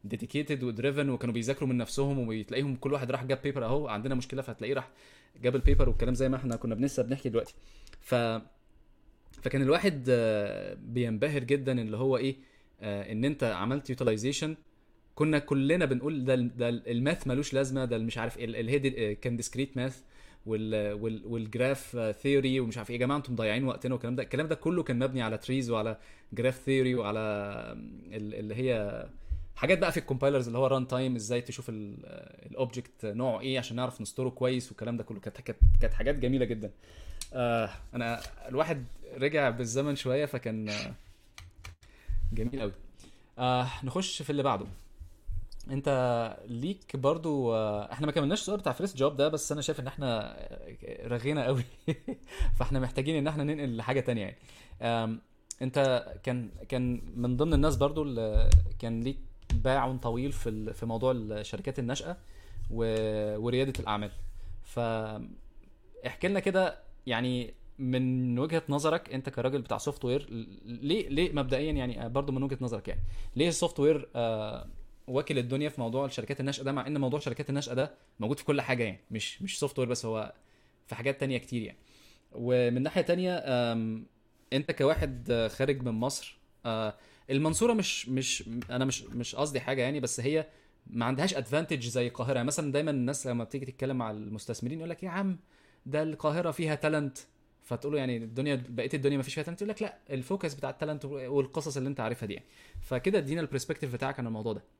ديديكيتد ودريفن وكانوا بيذاكروا من نفسهم وبتلاقيهم كل واحد راح جاب بيبر اهو عندنا مشكله فتلاقيه راح جاب البيبر والكلام زي ما احنا كنا بنسا بنحكي دلوقتي. ف فكان الواحد آه، بينبهر جدا اللي هو ايه، آه، ان انت عملت يوتيلايزيشن. كنا كلنا بنقول ده ده الماث ملوش لازمه، ده مش عارف ال- الهيد كان ديسكريت ماث وال وال والجراف ثيوري ومش عارف ايه. يا جماعه انتم مضيعين وقتنا والكلام ده. الكلام ده كله كان مبني على تريز وعلى جراف ثيوري وعلى ال- اللي هي حاجات بقى في الكومبايلرز اللي هو ران تايم، ازاي تشوف الاوبجكت نوعه ايه عشان نعرف نستوره كويس والكلام ده كله. كانت كانت كانت حاجات جميله جدا. آه انا الواحد رجع بالزمن شويه فكان آه، جميل قوي. آه نخش في اللي بعده. انت ليك برضو آه، احنا ما كملناش السؤال بتاع فيرست جوب ده، بس انا شايف ان احنا آه، رغينا قوي فاحنا محتاجين ان احنا ننقل لحاجه تانية يعني. آم، انت كان كان من ضمن الناس برضو اللي كان ليك باع طويل في ال- في موضوع الشركات الناشئه و- ورياده الاعمال. فاحكي لنا كده يعني من وجهة نظرك انت كراجل بتاع سوفت وير، ليه ليه مبدئيا يعني برضو من وجهة نظرك يعني ليه السوفت وير آه واكل الدنيا في موضوع الشركات الناشئه ده، مع ان موضوع شركات الناشئه ده موجود في كل حاجه يعني، مش مش سوفت وير بس، هو في حاجات تانية كتير يعني. ومن ناحيه تانية آم، انت كواحد آه، خارج من مصر، آه، المنصوره مش مش انا مش مش قصدي حاجه يعني، بس هي ما عندهاش ادفانتج زي القاهره يعني. مثلا دايما الناس لما بتيجي تتكلم مع المستثمرين يقول لك يا عم ده القاهره فيها تالنت، فتقولوا يعني الدنيا بقيه الدنيا ما فيش فيها تالنت، يقول لك لا الفوكس بتاع التالنت والقصص اللي انت عارفها دي يعني. فكده ادينا البرسبكتيف بتاعك عن الموضوع ده.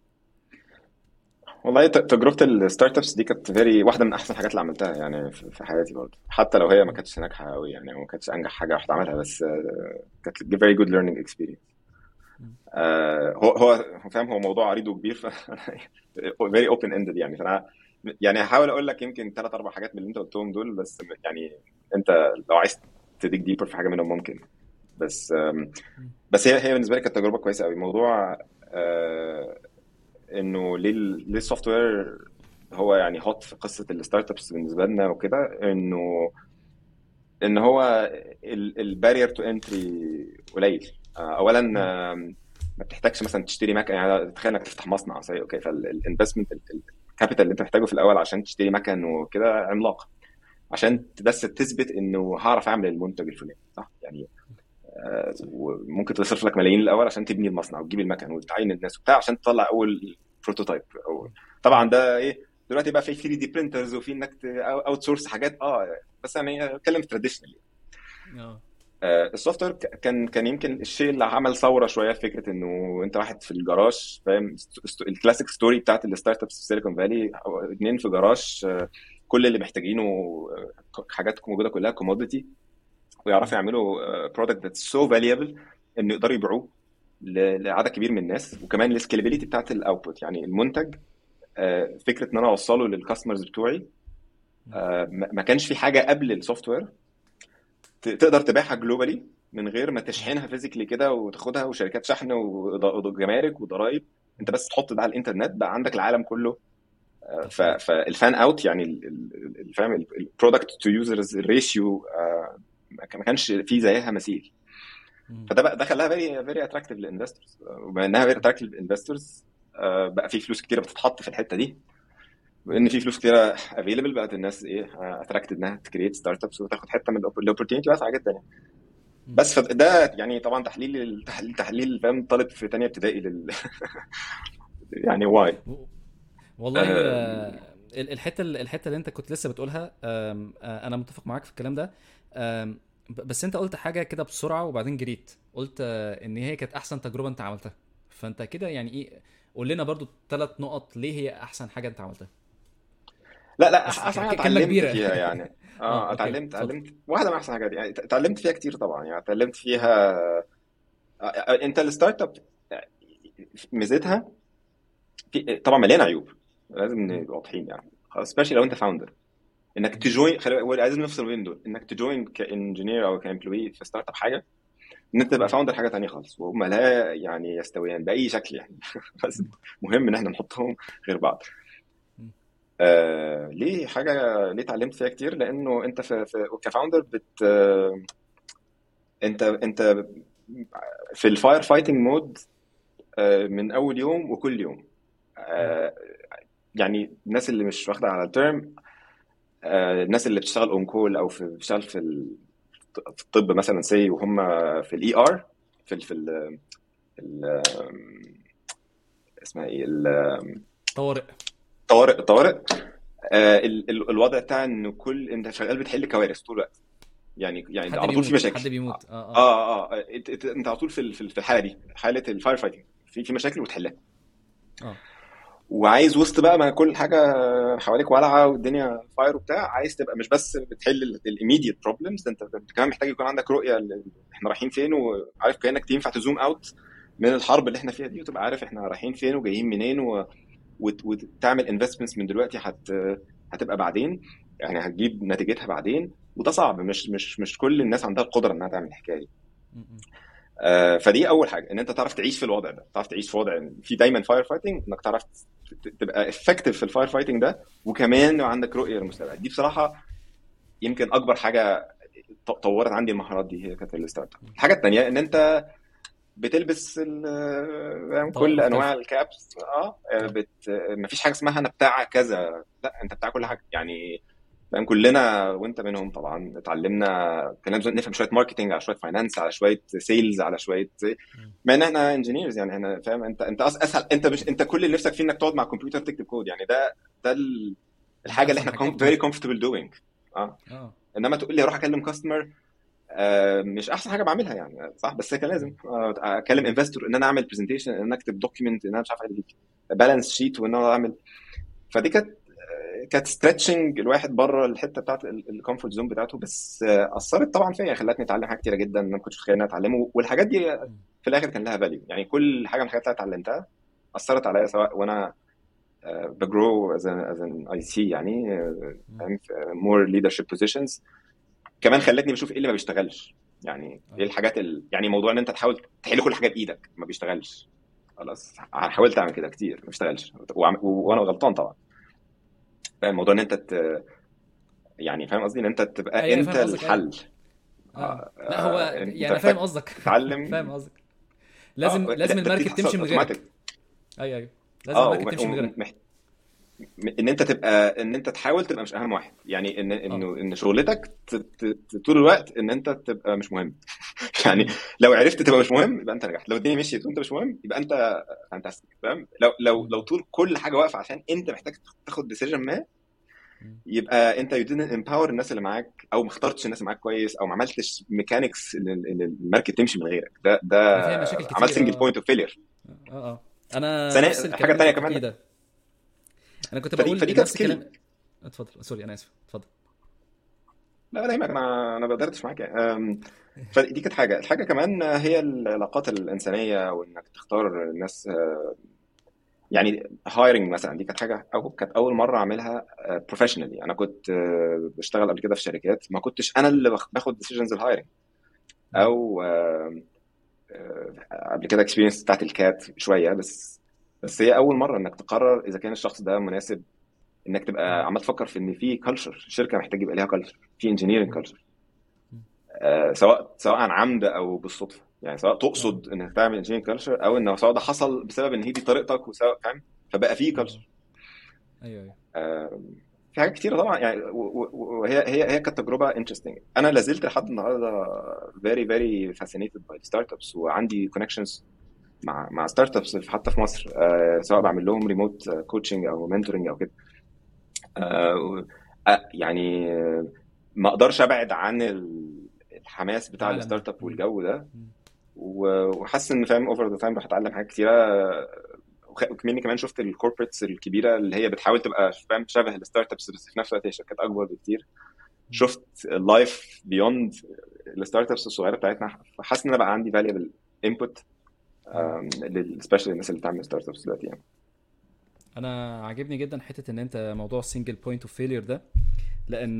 والله ت- تجربة الستارت ابس دي كانت فيري واحدة من أحسن الحاجات اللي عملتها يعني في في حياتي برضه، حتى لو هي ما كانتش ناجحة أوي يعني، أو ما كانتش أنجح حاجة واحدة عملها، بس آه، كانت very good learning experience. آه، هو هو هو فاهم، هو موضوع عريض وكبير ف very open ended يعني. فأنا يعني هحاول أقول لك يمكن ثلاث أربع حاجات من اللي أنت قلتهم دول، بس يعني أنت لو عايز تديك ديبر في حاجة منهم ممكن. بس آم، بس هي هي بالنسبة لي كانت تجربة كويسة أوي. موضوع آه، انه ليه ال- ليه السوفت وير هو يعني هوت في قصه الستارت ابس بالنسبه لنا وكده، انه ان هو البارير تو انتري قليل. آه، اولا آم، ما بتحتاجش مثلا تشتري مكن، يعني تخيل انك تفتح مصنع زي اوكي، فالانفستمنت الكابيتال اللي انت محتاجه في الاول عشان تشتري مكن وكده عملاق، عشان بس تثبت انه هعرف اعمل المنتج الفلاني صح يعني. آه، وممكن تصرف لك ملايين الاول عشان تبني المصنع وتجيب المكن وتعين الناس وبتاع عشان تطلع اول بروتوتايب. أو طبعا ده ايه دلوقتي بقى في ثري دي برينترز وفي انك اوت سورس حاجات اه، بس يعني اتكلم تراديشنالي. اه السوفت وير كان كان يمكن الشيء اللي عمل ثوره شويه في فكره انه انت واحد في الجراج فاهم. الكلاسيك ستوري بتاعت الستارت ابس في سيليكون فالي، اتنين في جراج آه، كل اللي محتاجينه آه، حاجات موجوده كلها كوموديتي، ويعرفوا يعملوا برودكت ذاتس سو فاليبل انه يقدروا يبيعوه ل- لعدد كبير من الناس. وكمان السكيلابيليتي بتاعت الاوتبوت، يعني المنتج آه، فكره ان انا اوصله للكاستمرز بتوعي. آه، ما ما كانش في حاجه قبل السوفت وير ت- تقدر تبيعها جلوبالي من غير ما تشحنها فيزيكلي كده وتاخدها وشركات شحن وض- وجمارك وضرائب. انت بس تحط ده على الانترنت بقى عندك العالم كله. آه، ف- توصيل. فالفان اوت يعني ال- ال- ال- فاهم البرودكت تو يوزرز الريشيو ما كانش في زيها مثيل. فده بقى ده خلاها فيري فيري اتراكتيف للانفستورز، وبما انها فيري اتراكتيف للانفستورز بقى في فلوس كتيره بتتحط في الحته دي، وان في فلوس كتيره افيلبل بقت الناس ايه اتراكتد انها تكريت ستارت ابس وتاخد حته من الاوبورتيونيتي واسعه جدا يعني. بس فده يعني طبعا تحليل التحليل تحليل فاهم طالب في تانية ابتدائي لل يعني واي. والله آه، ال- الحته ال- الحته اللي انت كنت لسه بتقولها، آم، آه، انا متفق معاك في الكلام ده. آم، ب- بس انت قلت حاجه كده بسرعه وبعدين جريت قلت آه، ان هي كانت احسن تجربه انت عملتها. فانت كده يعني ايه، قول لنا برضو ثلاث نقط ليه هي احسن حاجه انت عملتها. لا لا بس احسن ك- حاجه ك- كلمه اتعلمت كبيره فيها يعني. اه اه اوكي اتعلمت اتفضل. اتعلمت واحده من احسن حاجات يعني اتعلمت فيها كتير طبعا يعني. اتعلمت فيها آه، آه، انت الستارت اب ميزتها في طبعا مليانه عيوب، لازم مم. نبقى واضحين يعني، خلاص سبيشالي لو انت فاوندر. انك مم. تجوين خلي عايزين نفصل بين دول، انك تجوين كانجينير او كامبلوي في ستارت اب حاجه، ان انت تبقى مم. فاوندر حاجه تانية خالص، وهم لا يعني يستويان باي شكل يعني بس مهم ان احنا نحطهم غير بعض. مم. آه ليه حاجه ليه اتعلمت فيها كتير؟ لانه انت في, في كفاوندر بت آه انت انت في الفاير فايتنج مود آه، من اول يوم وكل يوم. مم. آه، يعني الناس اللي مش واخده على الترم، آه، الناس اللي بتشتغل اون كول او في بتشتغل في ال- في الطب مثلا سي، وهم في الاي ار، في ال في ال ال- اسمها ايه، طوارئ. الطوارئ الطوارئ. آه، ال- ال- الوضع بتاع ان كل انت شغال بتحل كوارث طول الوقت، يعني يعني حد على طول في بيموت، مشاكل. حد اه بيموت، اه اه. اه اه انت انت انت على طول في ال- في ال- في الحاله دي، حاله الفاير فايتنج، في في مشاكل وتحلها. اه. وعايز وسط بقى ما كل حاجه حواليك والعه والدنيا فاير وبتاع، عايز تبقى مش بس بتحل الايميديت بروبلمز، انت انت كمان محتاج يكون عندك رؤيه ل- احنا رايحين فين، وعارف كانك ينفع تزوم اوت من الحرب اللي احنا فيها دي، وتبقى عارف احنا رايحين فين وجايين منين، و... وت... وتعمل انفستمنتس من دلوقتي، هت... هتبقى بعدين، يعني هتجيب نتيجتها بعدين. وده صعب، مش مش مش كل الناس عندها القدره انها تعمل الحكايه دي. م- م. آه، فدي اول حاجه، ان انت تعرف تعيش في الوضع ده، تعرف تعيش في وضع في دايما فاير فايتنج، انك تعرف ت- تبقى افكتيف في الفاير فايتنج ده، وكمان لو عندك رؤيه للمستقبل. دي بصراحه يمكن اكبر حاجه ط- طورت عندي المهارات دي، هي كانت الستارت اب. الحاجه الثانيه ان انت بتلبس ال- فاهم، طوارئ كل انواع مختلفة. الكابس. اه آه، اه. بت مفيش حاجه اسمها انا بتاع كذا، لا انت بتاع كل حاجه يعني. فاهم، كلنا وانت منهم طبعا اتعلمنا، كنا لازم نفهم شويه ماركتنج، على شويه فاينانس، على شويه سيلز، على شويه، م. مع ان احنا انجينيرز يعني. احنا فاهم، انت انت أس- اسهل، انت مش انت كل اللي نفسك فيه انك تقعد مع الكمبيوتر تكتب كود، يعني ده ده ال- دي الحاجه اللي اسهل احنا حاجات. فيري كومفورتبل دوينج. اه اه. انما تقول لي اروح اكلم كاستمر، آه مش احسن حاجه بعملها يعني، صح، بس كان م. لازم آه اكلم م. انفستور، ان انا اعمل برزنتيشن، ان انا اكتب دوكيمنت، ان انا مش عارف بالانس شيت، وان انا اعمل. فدي كانت كانت ستريتشنج الواحد بره الحته بتاعت الكومفورت زون بتاعته، بس آه، اثرت طبعا فيا، خلتني اتعلم حاجات كتيره جدا انا ما كنتش متخيل اني اتعلمه، والحاجات دي م. في الاخر كان لها فاليو. يعني كل حاجه من الحاجات اللي اتعلمتها اثرت عليا، سواء وانا بجرو از از ان اي سي، يعني آه، م. فاهم، مور ليدرشيب بوزيشنز. كمان خلتني بشوف ايه اللي ما بيشتغلش، يعني ايه اه. الحاجات ال... يعني موضوع ان انت تحاول تحل كل حاجه بايدك ما بيشتغلش. خلاص حاولت اعمل كده كتير ما بيشتغلش، وعم... م. وانا غلطان طبعا. فاهم موضوع ان انت ت... يعني فاهم قصدي، ان انت تبقى ايوه انا انت فاهم قصدك، ايوه. الحل. اه. آه، لا هو آه، يعني انت انا فاهم محتاج قصدك. تتعلم. فاهم قصدك. اه لازم ده, لازم ده دي المركب تحصل تمشي من غيرك. اوتوماتيك. ايوه ايوه. لازم اه المركب وم... تمشي من غيرك. وم... ان انت تبقى، ان انت تحاول تبقى مش اهم واحد، يعني ان اه. انه ان شغلتك ت... ت... ت- طول الوقت ان انت تبقى مش مهم. يعني م. لو عرفت تبقى مش مهم يبقى انت نجحت، لو الدنيا مشيت وانت مش مهم يبقى انت فانتاستيك. فاهم، لو لو لو م. طول كل حاجه واقفه عشان انت محتاج تاخد ديسيجن ما، م. يبقى انت you didn't empower الناس اللي معاك، او ما اخترتش الناس اللي معاك كويس، او ما عملتش ميكانكس ان إن الماركت تمشي من غيرك. ده ده هي فيها مشاكل عملت كتير، سنجل اه. بوينت اوف فيلير. اه اه. انا نفس ثانيا الكلام حاجه اللي تانية انت كمان، بتحكيه ده. انا كنت فدي بقول فدي كانت نفس سكيل. الكلام. اتفضل، سوري انا اسف، اتفضل. لا ولا يهمك، انا انا بدردش معاك يعني. أم، فدي كانت حاجه. الحاجه كمان هي العلاقات الانسانيه، وانك تختار الناس. يعني هايرنج مثلا، دي كانت حاجه، او كانت اول مره اعملها بروفيشنالي. انا كنت آه، بشتغل قبل كده في شركات، ما كنتش انا اللي باخ- باخد ديسيجنز الهايرنج، م. او آه، آه، قبل كده اكسبيرينس بتاعت الكات شويه بس. بس هي اول مره انك تقرر اذا كان الشخص ده مناسب، انك م. تبقى عمال تفكر في ان في كلتشر، الشركه محتاج يبقى ليها كلتشر، في انجينيرنج م. كلتشر، م. سواء سواء عن عمد او بالصدفه، يعني سواء اه. تقصد انك تعمل انجينيرنج كلتشر، او انه سواء ده حصل بسبب ان هي دي طريقتك، وسواء فاهم، فبقى في اه. اه. كلتشر. ايوه ايوه. في حاجات كتيره طبعا يعني، و- و- وهي هي هي كانت تجربه انترستنج. انا لازلت لحد النهارده فيري فيري فاسينيتد باي ستارت ابس، وعندي كونكشنز مع مع ستارت ابس حتى في مصر، آه، سواء م. بعمل لهم ريموت كوتشنج او منتورنج او كده. آه، و- آه، يعني آه، ما اقدرش ابعد عن ال- الحماس بتاع العالم ده. الستارت اب م. والجو ده. م. و- وحاسس ان فاهم اوفر ذا تايم راح اتعلم حاجات كتيره. وخ- وكمني كمان شفت الكوربريتس الكبيره اللي هي بتحاول تبقى فاهم شبه الستارت ابس، بس في نفس الوقت هي شركات اكبر بكتير. م. شفت اللايف بيوند الستارت ابس الصغيره بتاعتنا، فحاسس ان انا بقى عندي فاليبل انبوت، م. سبيشالي الناس اللي بتعمل ستارت ابس دلوقتي يعني. انا عاجبني جدا حته ان انت موضوع السنجل بوينت اوف فيلير ده، لان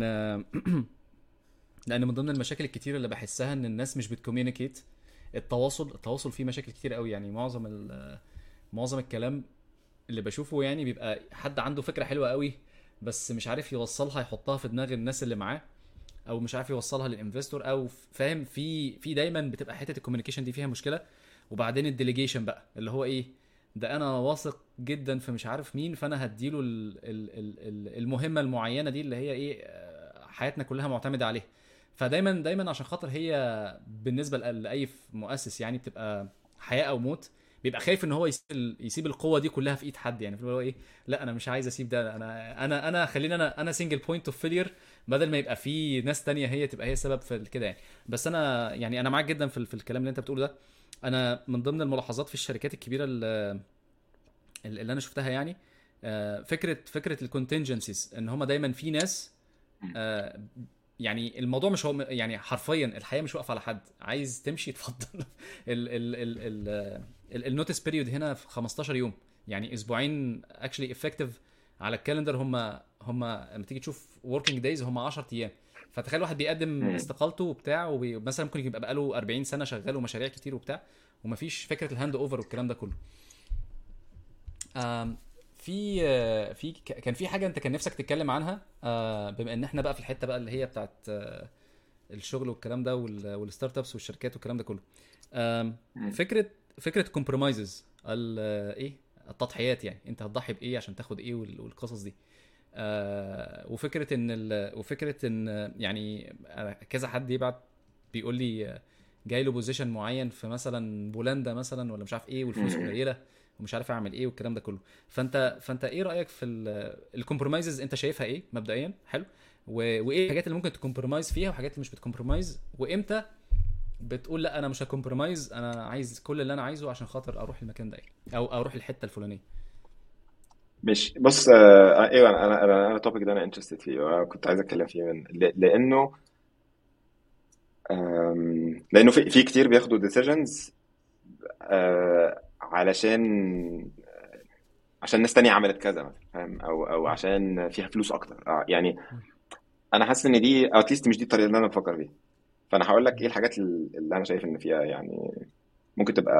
لان من ضمن المشاكل الكتير اللي بحسها ان الناس مش بتكوميونيكيت. التواصل التواصل فيه مشاكل كتير قوي، يعني معظم ال- معظم الكلام اللي بشوفه يعني بيبقى حد عنده فكره حلوه قوي، بس مش عارف يوصلها، يحطها في دماغ الناس اللي معاه، او مش عارف يوصلها للانفستور، او فاهم، في في دايما بتبقى حته الكوميونيكيشن دي فيها مشكله. وبعدين الديليجيشن بقى اللي هو ايه، ده انا واثق جدا في مش عارف مين، فانا هديله ال- ال- ال- ال- المهمه المعينه دي اللي هي ايه، آه، حياتنا كلها معتمده عليها. فدايما دايما عشان خاطر هي بالنسبه لأ- لاي مؤسس يعني بتبقى حياه او موت، بيبقى خايف ان هو يسيب ال- يسيب القوه دي كلها في ايد حد، يعني اللي هو ايه، لا انا مش عايز اسيب ده، انا انا انا خليني انا انا سنجل بوينت اوف فيلير، بدل ما يبقى في ناس تانية هي تبقى هي السبب في كده يعني. بس انا يعني انا معاك جدا في ال- في الكلام اللي انت بتقوله ده. انا من ضمن الملاحظات في الشركات الكبيره اللي, اللي انا شفتها يعني، آه، فكره فكره الكونتنجنسيز، ان هم دايما في ناس، آه، يعني الموضوع مش هو يعني حرفيا الحياه مش واقفه على حد، عايز تمشي اتفضل. ال ال ال ال النوتس بيريود هنا في خمستاشر يوم، يعني اسبوعين اكشلي افكتيف على الكالندر. هم هم لما تيجي تشوف وركينج دايز هم عشرة ايام. فتخيل واحد بيقدم مم. استقالته وبتاع، ومثلا ممكن يبقى بقاله أربعين سنه شغال ومشاريع كتير وبتاع، ومفيش فكره الهاند اوفر والكلام ده كله. آم، في آه، في ك- كان في حاجه انت كان نفسك تتكلم عنها، آه، بما ان احنا بقى في الحته بقى اللي هي بتاعت آه، الشغل والكلام ده وال- والستارت ابس والشركات والكلام ده كله. آم، مم. فكره فكره كومبرومايزز، ايه التضحيات، يعني انت هتضحي بايه عشان تاخد ايه وال- والقصص دي. آه، وفكره ان ال... وفكره ان يعني أنا كذا حد يبعت بيقول لي آه، جاي له بوزيشن معين في مثلا بولندا مثلا ولا مش عارف ايه، والفلوس مم. قليله ومش عارف اعمل ايه والكلام ده كله. فانت فانت ايه رايك في الكومبرومايزز؟ انت شايفها ايه مبدئيا؟ حلو. و... وايه الحاجات اللي ممكن تكمبرومايز فيها وحاجات اللي مش بتكمبرومايز، وامتى بتقول لا انا مش هكمبرومايز، انا عايز كل اللي انا عايزه عشان خاطر اروح المكان ده يعني، او اروح الحته الفلانيه. مش بص، آه ايوه، انا انا انا انا التوبيك ده انا انترستد فيه وكنت عايز اتكلم فيه من ل- لانه آم، لانه في في كتير بياخدوا ديسيجنز آه علشان عشان ناس تانية عملت كذا مثلا، فاهم؟ او او م- عشان فيها فلوس اكتر، آه يعني م- انا حاسس ان دي او اتليست مش دي الطريقه اللي انا بفكر فيها. فانا هقول لك م- ايه الحاجات اللي انا شايف ان فيها يعني ممكن تبقى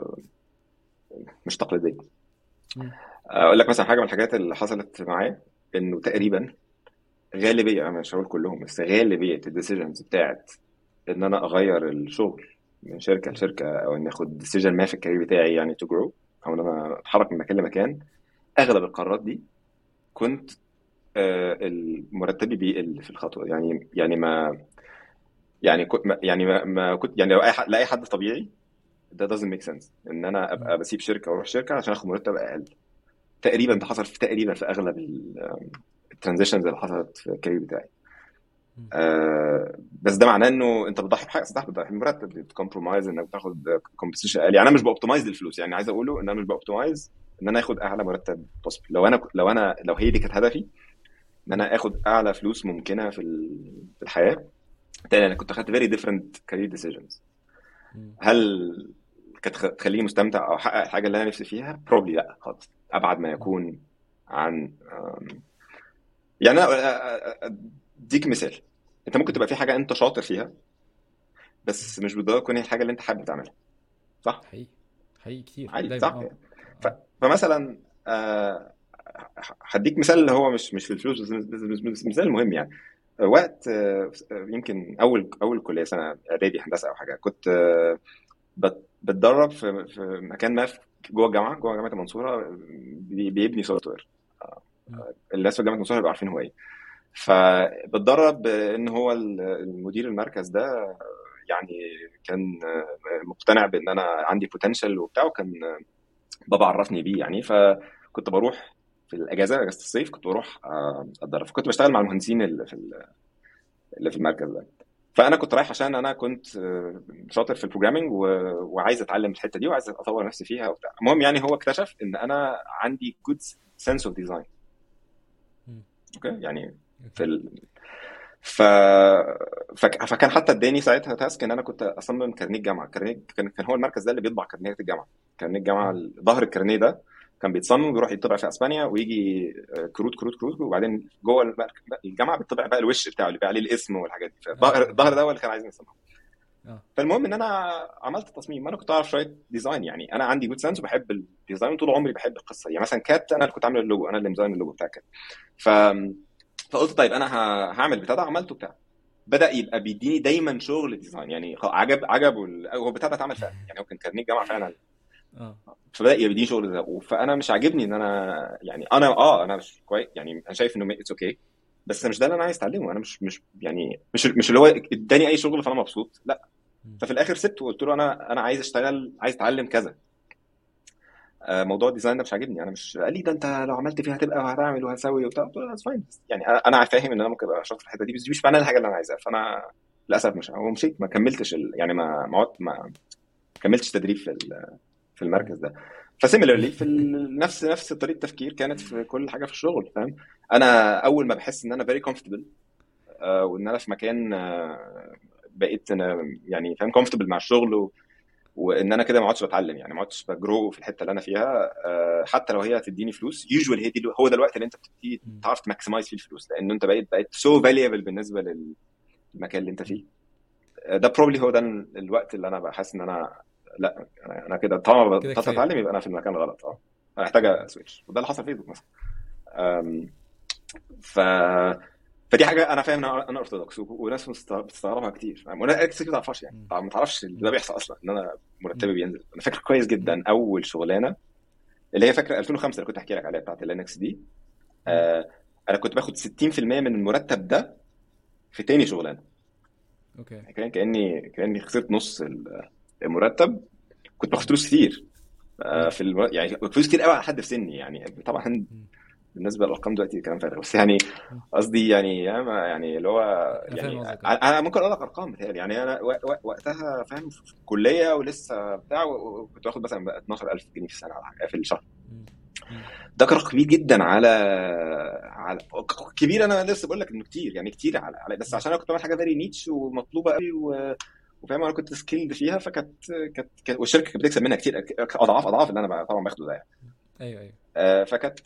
مش تقليديه. م- اقول لك مثلا حاجه من الحاجات اللي حصلت معايا، انه تقريبا غالبيه، انا مش هقول كلهم بس غالبيه الديسيجنز بتاعت ان انا اغير الشغل من شركه م- لشركه، او ان اخد ديسيجن ما في الكارير بتاعي يعني تو جرو، او ان انا اتحرك من مكان لمكان. اغلب القرارات دي كنت آه، المرتبي بيقل في الخطوه، يعني يعني ما يعني كنت ما- يعني ما, ما كنت يعني لو اي حد لاي حد طبيعي ده doesn't make sense ان انا م- ابقى بسيب شركه واروح شركه عشان اخد مرتب اقل. تقريبا ده حصل في تقريبا في اغلب الترانزيشنز اللي حصلت في الكارير بتاعي. م- آه بس ده معناه انه انت بتضحي بحاجه، صح؟ بتضحي بمرتب، بتكمبرومايز انك بتاخد كومبنسيشن اقل. يعني انا مش باوبتمايز للفلوس، يعني عايز اقوله ان انا مش باوبتمايز ان انا اخد اعلى مرتب possible. لو انا لو انا لو هي دي كانت هدفي ان م- انا اخد اعلى فلوس ممكنه في ال- في الحياه، تاني انا كنت اخدت very different career decisions. م- هل كانت خ- تخليني مستمتع او احقق الحاجه اللي انا نفسي فيها؟ probably لا خالص، ابعد ما م- يكون عن آم، يعني انا أ- أ- اديك مثال. انت ممكن م- تبقى في حاجه انت شاطر فيها م- بس مش بالضروره تكون هي الحاجه اللي انت حابب تعملها، صح؟ حقيقي، حقيقي كتير عادي، دايما، صح اه. يعني. ف... اه. فمثلا آه، هديك مثال اللي هو مش مش في الفلوس بس بس- بس- بس مثال مهم يعني. وقت آه، يمكن اول اول كليه سنه اعدادي هندسه او حاجه، كنت آه، بت- بتدرب في في مكان ما في جوه الجامعه، جوه جامعه المنصوره، بي- بيبني سوفت وير. م- الناس في جامعه المنصوره بيبقوا عارفين هو ايه. فبتدرب ان هو المدير المركز ده يعني كان مقتنع بان انا عندي بوتنشال وبتاع، وكان بابا عرفني بيه يعني. فكنت بروح في الاجازه، اجازه الصيف، كنت بروح آه، اتدرب. فكنت بشتغل مع المهندسين اللي في ال- اللي في المركز ده. فانا كنت رايح عشان انا كنت آه، شاطر في البروجرامينج و... وعايز اتعلم الحته دي وعايز اطور نفسي فيها وبتاع. المهم يعني هو اكتشف ان انا عندي جود سنس اوف ديزاين. م- اوكي يعني في اوكي. ال... ف... فك... فكان حتى اداني ساعتها تاسك ان انا كنت اصمم كارنيه الجامعه. كارنيه كان كان هو المركز ده اللي بيطبع كارنيهات الجامعه. كارنيه الجامعه، م- ظهر الكارنيه ده كان بيتصمم بيروح يطبع في اسبانيا، ويجي آه، كروت كروت كروت، وبعدين جوه المرك- الجامعه بيطبع بقى الوش بتاعه اللي بقى عليه الاسم والحاجات دي. فالظهر اه. الظهر اوكي. ده هو اللي كان عايز يصممه. اه. فالمهم ان انا عملت تصميم. انا كنت اعرف شويه ديزاين، يعني انا عندي جود سنس وبحب الديزاين طول عمري، بحب القصه. يعني مثلا كات، انا اللي كنت عامل اللوجو، انا اللي مديزاين اللوجو بتاع كات. ف فقلت طيب انا ه- هعمل بتاع ده، عملته بتاع. بدا يبقى بيديني دايما شغل ديزاين، يعني خ- عجب عجبه ال- هو بتاع اتعمل فعلا، يعني هو كان كارنيه جامعه فعلا. اه فبدا يديني شغل ده، فانا مش عاجبني ان انا يعني انا اه انا مش كويس، يعني انا شايف انه اتس اوكي، بس مش ده اللي انا عايز اتعلمه. انا مش مش يعني مش مش اللي هو اداني اي شغل فانا مبسوط، لا. م- ففي الاخر سبته وقلت له انا انا عايز اشتغل، عايز اتعلم كذا. آه، موضوع الديزاين ده مش عاجبني. انا مش قال لي ده انت لو عملت فيها هتبقى وهتعمل وهتسوي وبتاع، قلت له فاين. يعني انا انا فاهم ان انا ممكن ابقى شاطر في الحته دي، بس دي مش معناها الحاجه اللي انا عايزها. فانا للاسف مش ومشيت، ما كملتش ال... يعني ما ما, عدت- ما كملتش تدريب في ال- في م- المركز ده. فسيميلرلي في ال... نفس نفس طريقه التفكير كانت في كل حاجه في الشغل، فاهم. انا اول ما بحس ان انا فيري كومفورتبل، وان انا في مكان آه، بقيت انا يعني فاهم كومفورتبل مع الشغل، و... وان انا كده ما عدتش بتعلم، يعني ما عدتش بجرو في الحته اللي انا فيها. آه، حتى لو هي هتديني فلوس يوجوال، هي دي هو ده الوقت اللي انت بتبتدي م- تعرف تماكسمايز فيه الفلوس، لان انت بقيت بقيت سو فاليبل بالنسبه للمكان اللي انت م. فيه. آه، ده بروبلي هو ده الوقت اللي انا بحس ان انا لا، انا أنا كده طالما كده بطلت كفايه. اتعلم يبقى انا في المكان الغلط. اه انا محتاج م- اسويتش، وده اللي حصل في فيسبوك مثلا. آم، ف فدي حاجه انا فاهم ان انا أنا ارثوذكس، و- وناس مست- بتستغربها كتير، فاهم؟ وانا اكشلي ما تعرفش، يعني م- طبعا ما تعرفش إن ده م- بيحصل اصلا، ان انا م- مرتبي بينزل. انا فاكر كويس م- جدا اول شغلانه اللي هي فاكره ألفين وخمسة اللي كنت احكي لك عليها بتاعت اللينكس دي. م. آه انا كنت باخد ستين في المية من المرتب ده في تاني شغلانه. اوكي. يعني كان كاني كاني خسرت نص المرتب. كنت باخد م- فلوس كتير آه م- في المر... يعني فلوس كتير قوي على حد في سني، يعني طبعا م- بالنسبه للارقام دلوقتي كلام فارغ، بس يعني م. قصدي يعني يعني اللي هو انا فاهم يعني قصدك اه. انا ممكن اقول لك ارقام بتهيألي، يعني انا وق- وق- وقتها فاهم في الكليه ولسه بتاع، وكنت باخد مثلا بقى اتناشر ألف جنيه في السنه ولا حاجه في الشهر. م- م- ده كان رقم كبير جدا على على كبير. انا لسه بقول لك انه كتير، يعني كتير على, على... بس م- عشان انا كنت بعمل حاجه فيري نيتش ومطلوبه قوي، و... وفاهم انا كنت سكيلد فيها، فكانت كانت كانت- والشركه كانت بتكسب منها كتير، اضعاف اضعاف اللي انا بقى طبعا باخده ده يعني. ايوه ايوه. آه، فكانت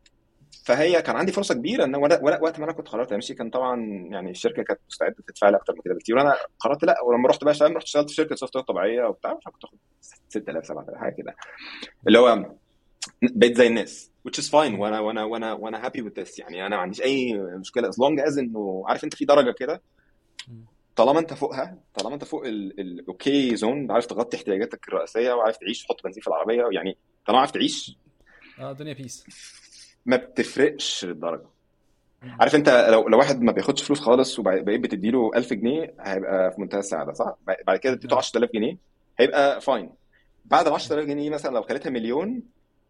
فهي كان عندي فرصه كبيره ان ولا ولا وقت ما انا كنت قررت امشي، كان طبعا يعني الشركه كانت مستعده تدفع لي اكتر من كده بكتير، وانا قررت لا. ولما رحت بقى فاهم، رحت اشتغلت في شركه سوفت وير طبيعيه وبتاع، فكنت اخد ستة آلاف سبعة آلاف حاجه كده، اللي هو بقيت زي الناس which is fine. م- وانا وانا وانا وانا happy with this، يعني انا ما عنديش اي مشكله as long as انه عارف انت في درجه كده، م. طالما انت فوقها، طالما انت فوق الاوكي زون، عارف تغطي احتياجاتك الرئيسيه، وعارف تعيش تحط بنزين في العربيه، يعني طالما عارف تعيش، اه دنيا بيس. ما بتفرقش الدرجه. م- عارف انت لو لو واحد ما بياخدش فلوس خالص وبقيت بتديله ألف جنيه، هيبقى في منتهى السعاده، صح؟ بعد كده م. اديته اه عشرة آلاف جنيه، هيبقى فاين. بعد ال م. عشرة آلاف جنيه مثلا لو خليتها مليون،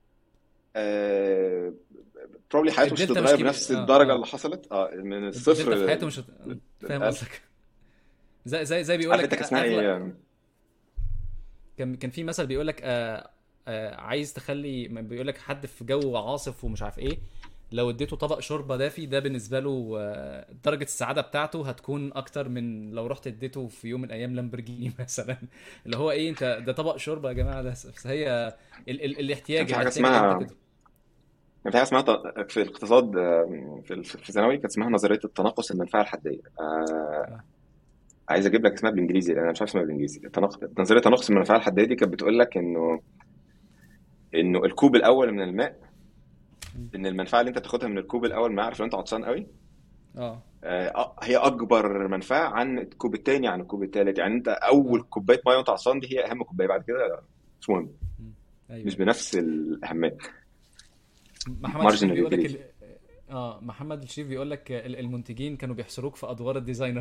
آه بروبلي حياته مش الدلتا مش هتتغير كبير بنفس اه الدرجه اه. اللي حصلت اه من الصفر الدلتا في حياته لل مش هت... فاهم للألف. قصدك. زي زي زي بيقول عارف لك انت كان اسمها اغلى. ايه؟ كان كان في مثل بيقول لك آه آه عايز تخلي، بيقول لك حد في جو عاصف ومش عارف ايه، لو اديته طبق شوربه دافي ده بالنسبه له آه درجه السعاده بتاعته هتكون اكتر من لو رحت اديته في يوم من الايام لامبرجيني مثلا. اللي هو ايه، انت ده طبق شوربه يا جماعه، ده بس هي ال ال كان الاحتياج في حاجه الاحتياج اللي انت اسمها كده. كان في حاجه اسمها ط- في الاقتصاد، آه، في في ثانوي، كانت اسمها نظريه التناقص المنفعه الحديه. آه، اه عايز اجيب لك اسمها بالانجليزي لان انا مش عارف اسمها بالانجليزي. التناقض، نظريه تناقص المنفعه الحديه دي كانت بتقول لك انه انه الكوب الاول من الماء، م. ان المنفعه اللي انت بتاخدها من الكوب الاول من الماء، عارف لو انت عطشان قوي، اه آه، هي اكبر منفعه عن الكوب الثاني عن الكوب الثالث. يعني انت اول اه. كوبايه ميه وانت عطشان دي هي اهم كوبايه، بعد كده مش مهم، م. ايوه مش ايوه. بنفس الاهميه. محمد شريف مارجنال بيقول لك يوتيليتي. ال... اه محمد شريف بيقول لك ال- المنتجين كانوا بيحصروك في ادوار الديزاينر.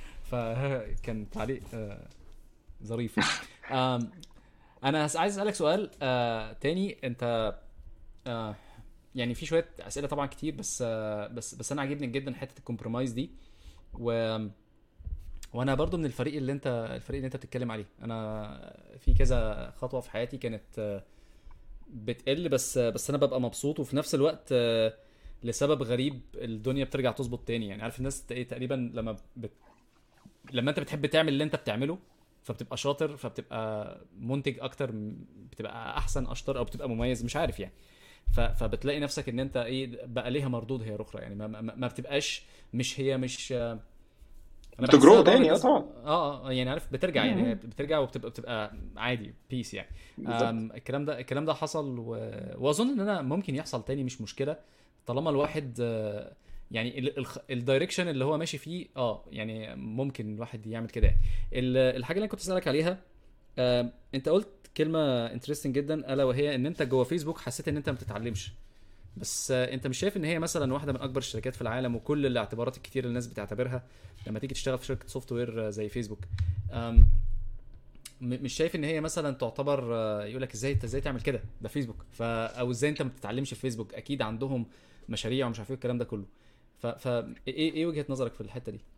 فكان تعليق آه ظريف يعني. آم، انا هس- عايز اسالك سؤال آه تاني. انت آه يعني في شويه اسئله طبعا كتير، بس آه بس بس انا عاجبني جدا حته الكومبرومايز دي. و وانا برضو من الفريق اللي انت الفريق اللي انت بتتكلم عليه. انا في كذا خطوه في حياتي كانت آه، بتقل، بس آه، بس انا ببقى مبسوط، وفي نفس الوقت آه، لسبب غريب الدنيا بترجع تظبط تاني. يعني عارف الناس ايه تقريبا لما بت... لما انت بتحب تعمل اللي انت بتعمله، فبتبقى شاطر، فبتبقى منتج اكتر، م- بتبقى احسن اشطر، او بتبقى مميز مش عارف يعني. ف... فبتلاقي نفسك ان انت ايه بقى ليها مردود هي اخرى، يعني ما, ما, ما بتبقاش مش هي مش آه، انا بحسها بتجرو بره تاني، اه جزء. طبعا. اه اه يعني عارف بترجع، يعني هي مم. بترجع وبتبقى بتبقى عادي بيس يعني. بالظبط. آم، الكلام ده الكلام ده حصل و... واظن ان انا ممكن يحصل تاني، مش مشكله طالما الواحد آه، يعني الدايركشن اللي هو ماشي فيه اه يعني ممكن الواحد يعمل كده يعني. ال- الحاجه اللي انا كنت اسالك عليها، آه، انت قلت كلمه انترستنج جدا، الا وهي ان انت جوه فيسبوك حسيت ان انت ما بتتعلمش. بس آه، انت مش شايف ان هي مثلا واحده من اكبر الشركات في العالم، وكل الاعتبارات الكتير اللي الناس بتعتبرها لما تيجي تشتغل في شركه سوفت وير آه، زي فيسبوك؟ آم، م- مش شايف ان هي مثلا تعتبر آه، يقول لك ازاي انت ازاي تعمل كده، ده فيسبوك، ف او ازاي انت ما بتتعلمش في فيسبوك؟ اكيد عندهم مشاريع ومش عارف ايه الكلام ده كله. ف ف ايه ايه وجهة نظرك في الحتة دي؟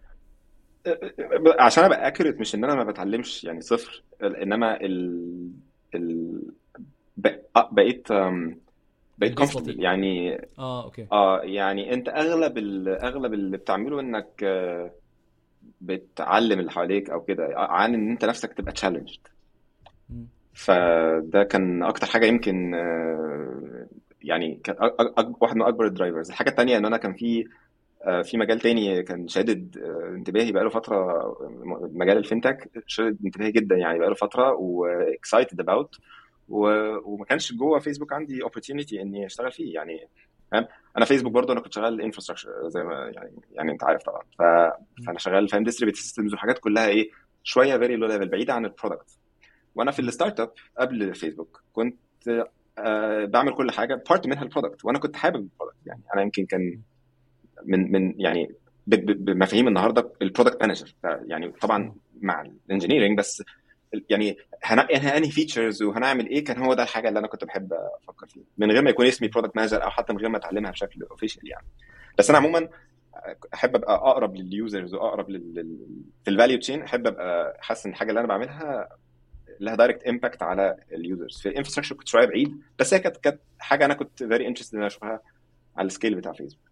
عشان ابقى اكيوريت، مش ان انا ما بتعلمش يعني صفر، انما ال ال ب- آه، بقيت أم، بقيت البيس comfortable بطيء. يعني. اه اوكي. اه يعني انت اغلب ال- اغلب اللي بتعمله انك آه، بتعلم اللي حواليك او كده، عن ان انت نفسك تبقى challenged. مم. فده كان اكتر حاجه يمكن آه، يعني كان أ- أ- أ- واحد من اكبر الدرايفرز. الحاجه التانيه ان انا كان في آه، في مجال تاني كان شادد آه، انتباهي بقاله فتره، م- مجال الفينتك شادد انتباهي جدا يعني بقاله فتره، واكسايتد اباوت، وما كانش جوه فيسبوك عندي opportunity اني اشتغل فيه يعني. فاهم؟ انا فيسبوك مم. برضه انا كنت شغال انفراستراكشر زي ما يعني يعني انت عارف طبعا. ف... مم. فانا شغال فاهم ديستريبيوتد سيستمز وحاجات كلها ايه، شويه فيري لو ليفل بعيده عن البرودكت. وانا في مم. الستارت اب قبل فيسبوك كنت آه، بعمل كل حاجه بارت منها البرودكت، وانا كنت حابب البرودكت يعني. انا يمكن كان مم. من من يعني ب- ب- بمفاهيم النهارده البرودكت مانجر يعني طبعا مم. مع الانجينيرنج بس. يعني هنقي انهي فيتشرز وهنعمل ايه، كان هو ده الحاجه اللي انا كنت بحب افكر فيها من غير ما يكون اسمي مم. برودكت مانجر، او حتى من غير ما اتعلمها بشكل اوفيشال يعني. بس انا مم. عموما احب ابقى اقرب لليوزرز واقرب لل لل- في الفاليو تشين. احب ابقى حاسس ان الحاجه اللي انا بعملها لها دايركت امباكت على اليوزرز. في الانفراستراكشر كنت شويه بعيد، بس هي كانت كانت حاجه انا كنت فيري انترستد ان اشوفها على السكيل بتاع فيسبوك.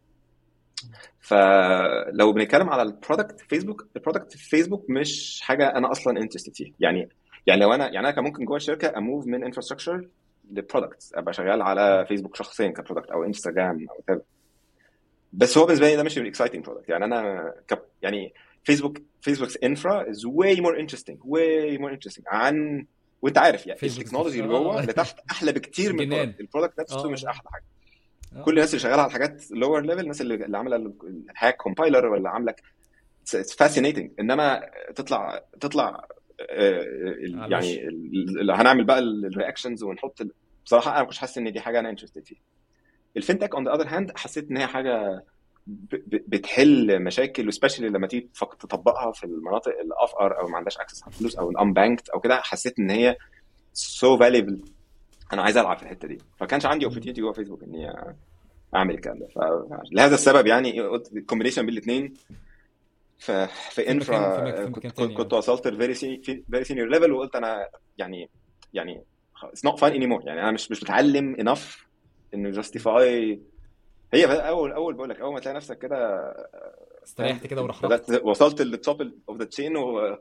فلو بنتكلم على البرودكت فيسبوك، البرودكت في فيسبوك مش حاجه انا اصلا انترستد فيها يعني. يعني لو انا يعني انا كان ممكن جوه الشركه اموف من انفراستراكشر لبرودكت، ابقى شغال على فيسبوك شخصيا كبرودكت او انستغرام او تابع. بس هو بالنسبه لي ده مش الاكسايتنج برودكت يعني. انا ك... يعني فيسبوك فيسبوك's انفرا از واي مور انترستنج واي مور انترستنج عن، وانت عارف يعني فيسبوك التكنولوجي ستيف اللي اه جوه اه اللي تحت احلى بكتير من جنان. البرودكت. البرودكت نفسه اه اه مش ده احلى حاجه. اه كل اه الناس اللي شغاله على حاجات لور ليفل، الناس اللي اللي عامله الهاك كومبايلر ولا عامله اتس فاسينيتنج، انما تطلع تطلع آه، ال- على الوش. يعني ال- ال- هنعمل بقى الرياكشنز ونحط ال- بصراحه انا ما كنتش حاسس ان دي حاجه انا انترستد فيها. الفينتك اون ذا اذر هاند حسيت ان هي حاجه ب- ب- بتحل مشاكل، وسبيشالي لما تيجي تفك- تطبقها في المناطق الافقر او ما عندهاش اكسس على الفلوس او الان بانكت او كده. حسيت ان هي سو فاليبل، انا عايز العب في الحته دي. فما كانش عندي مم. اوبورتيونيتي جوه فيسبوك اني اعمل الكلام ده. فلهذا السبب يعني قلت الكومبينيشن بين الاثنين. ف في في مكان في انفرا مك... في كنت مكان كنت تاني اه. كنت وصلت لفيري فيري سينيور ليفل، وقلت انا يعني يعني اتس نوت فان اني مور يعني. انا مش مش بتعلم انف انه جاستيفاي. هي اول اول بقول لك اول ما تلاقي نفسك كده فاهم، استريحت كده بدات ورحرحت. وصلت للتوب اوف ذا تشين. و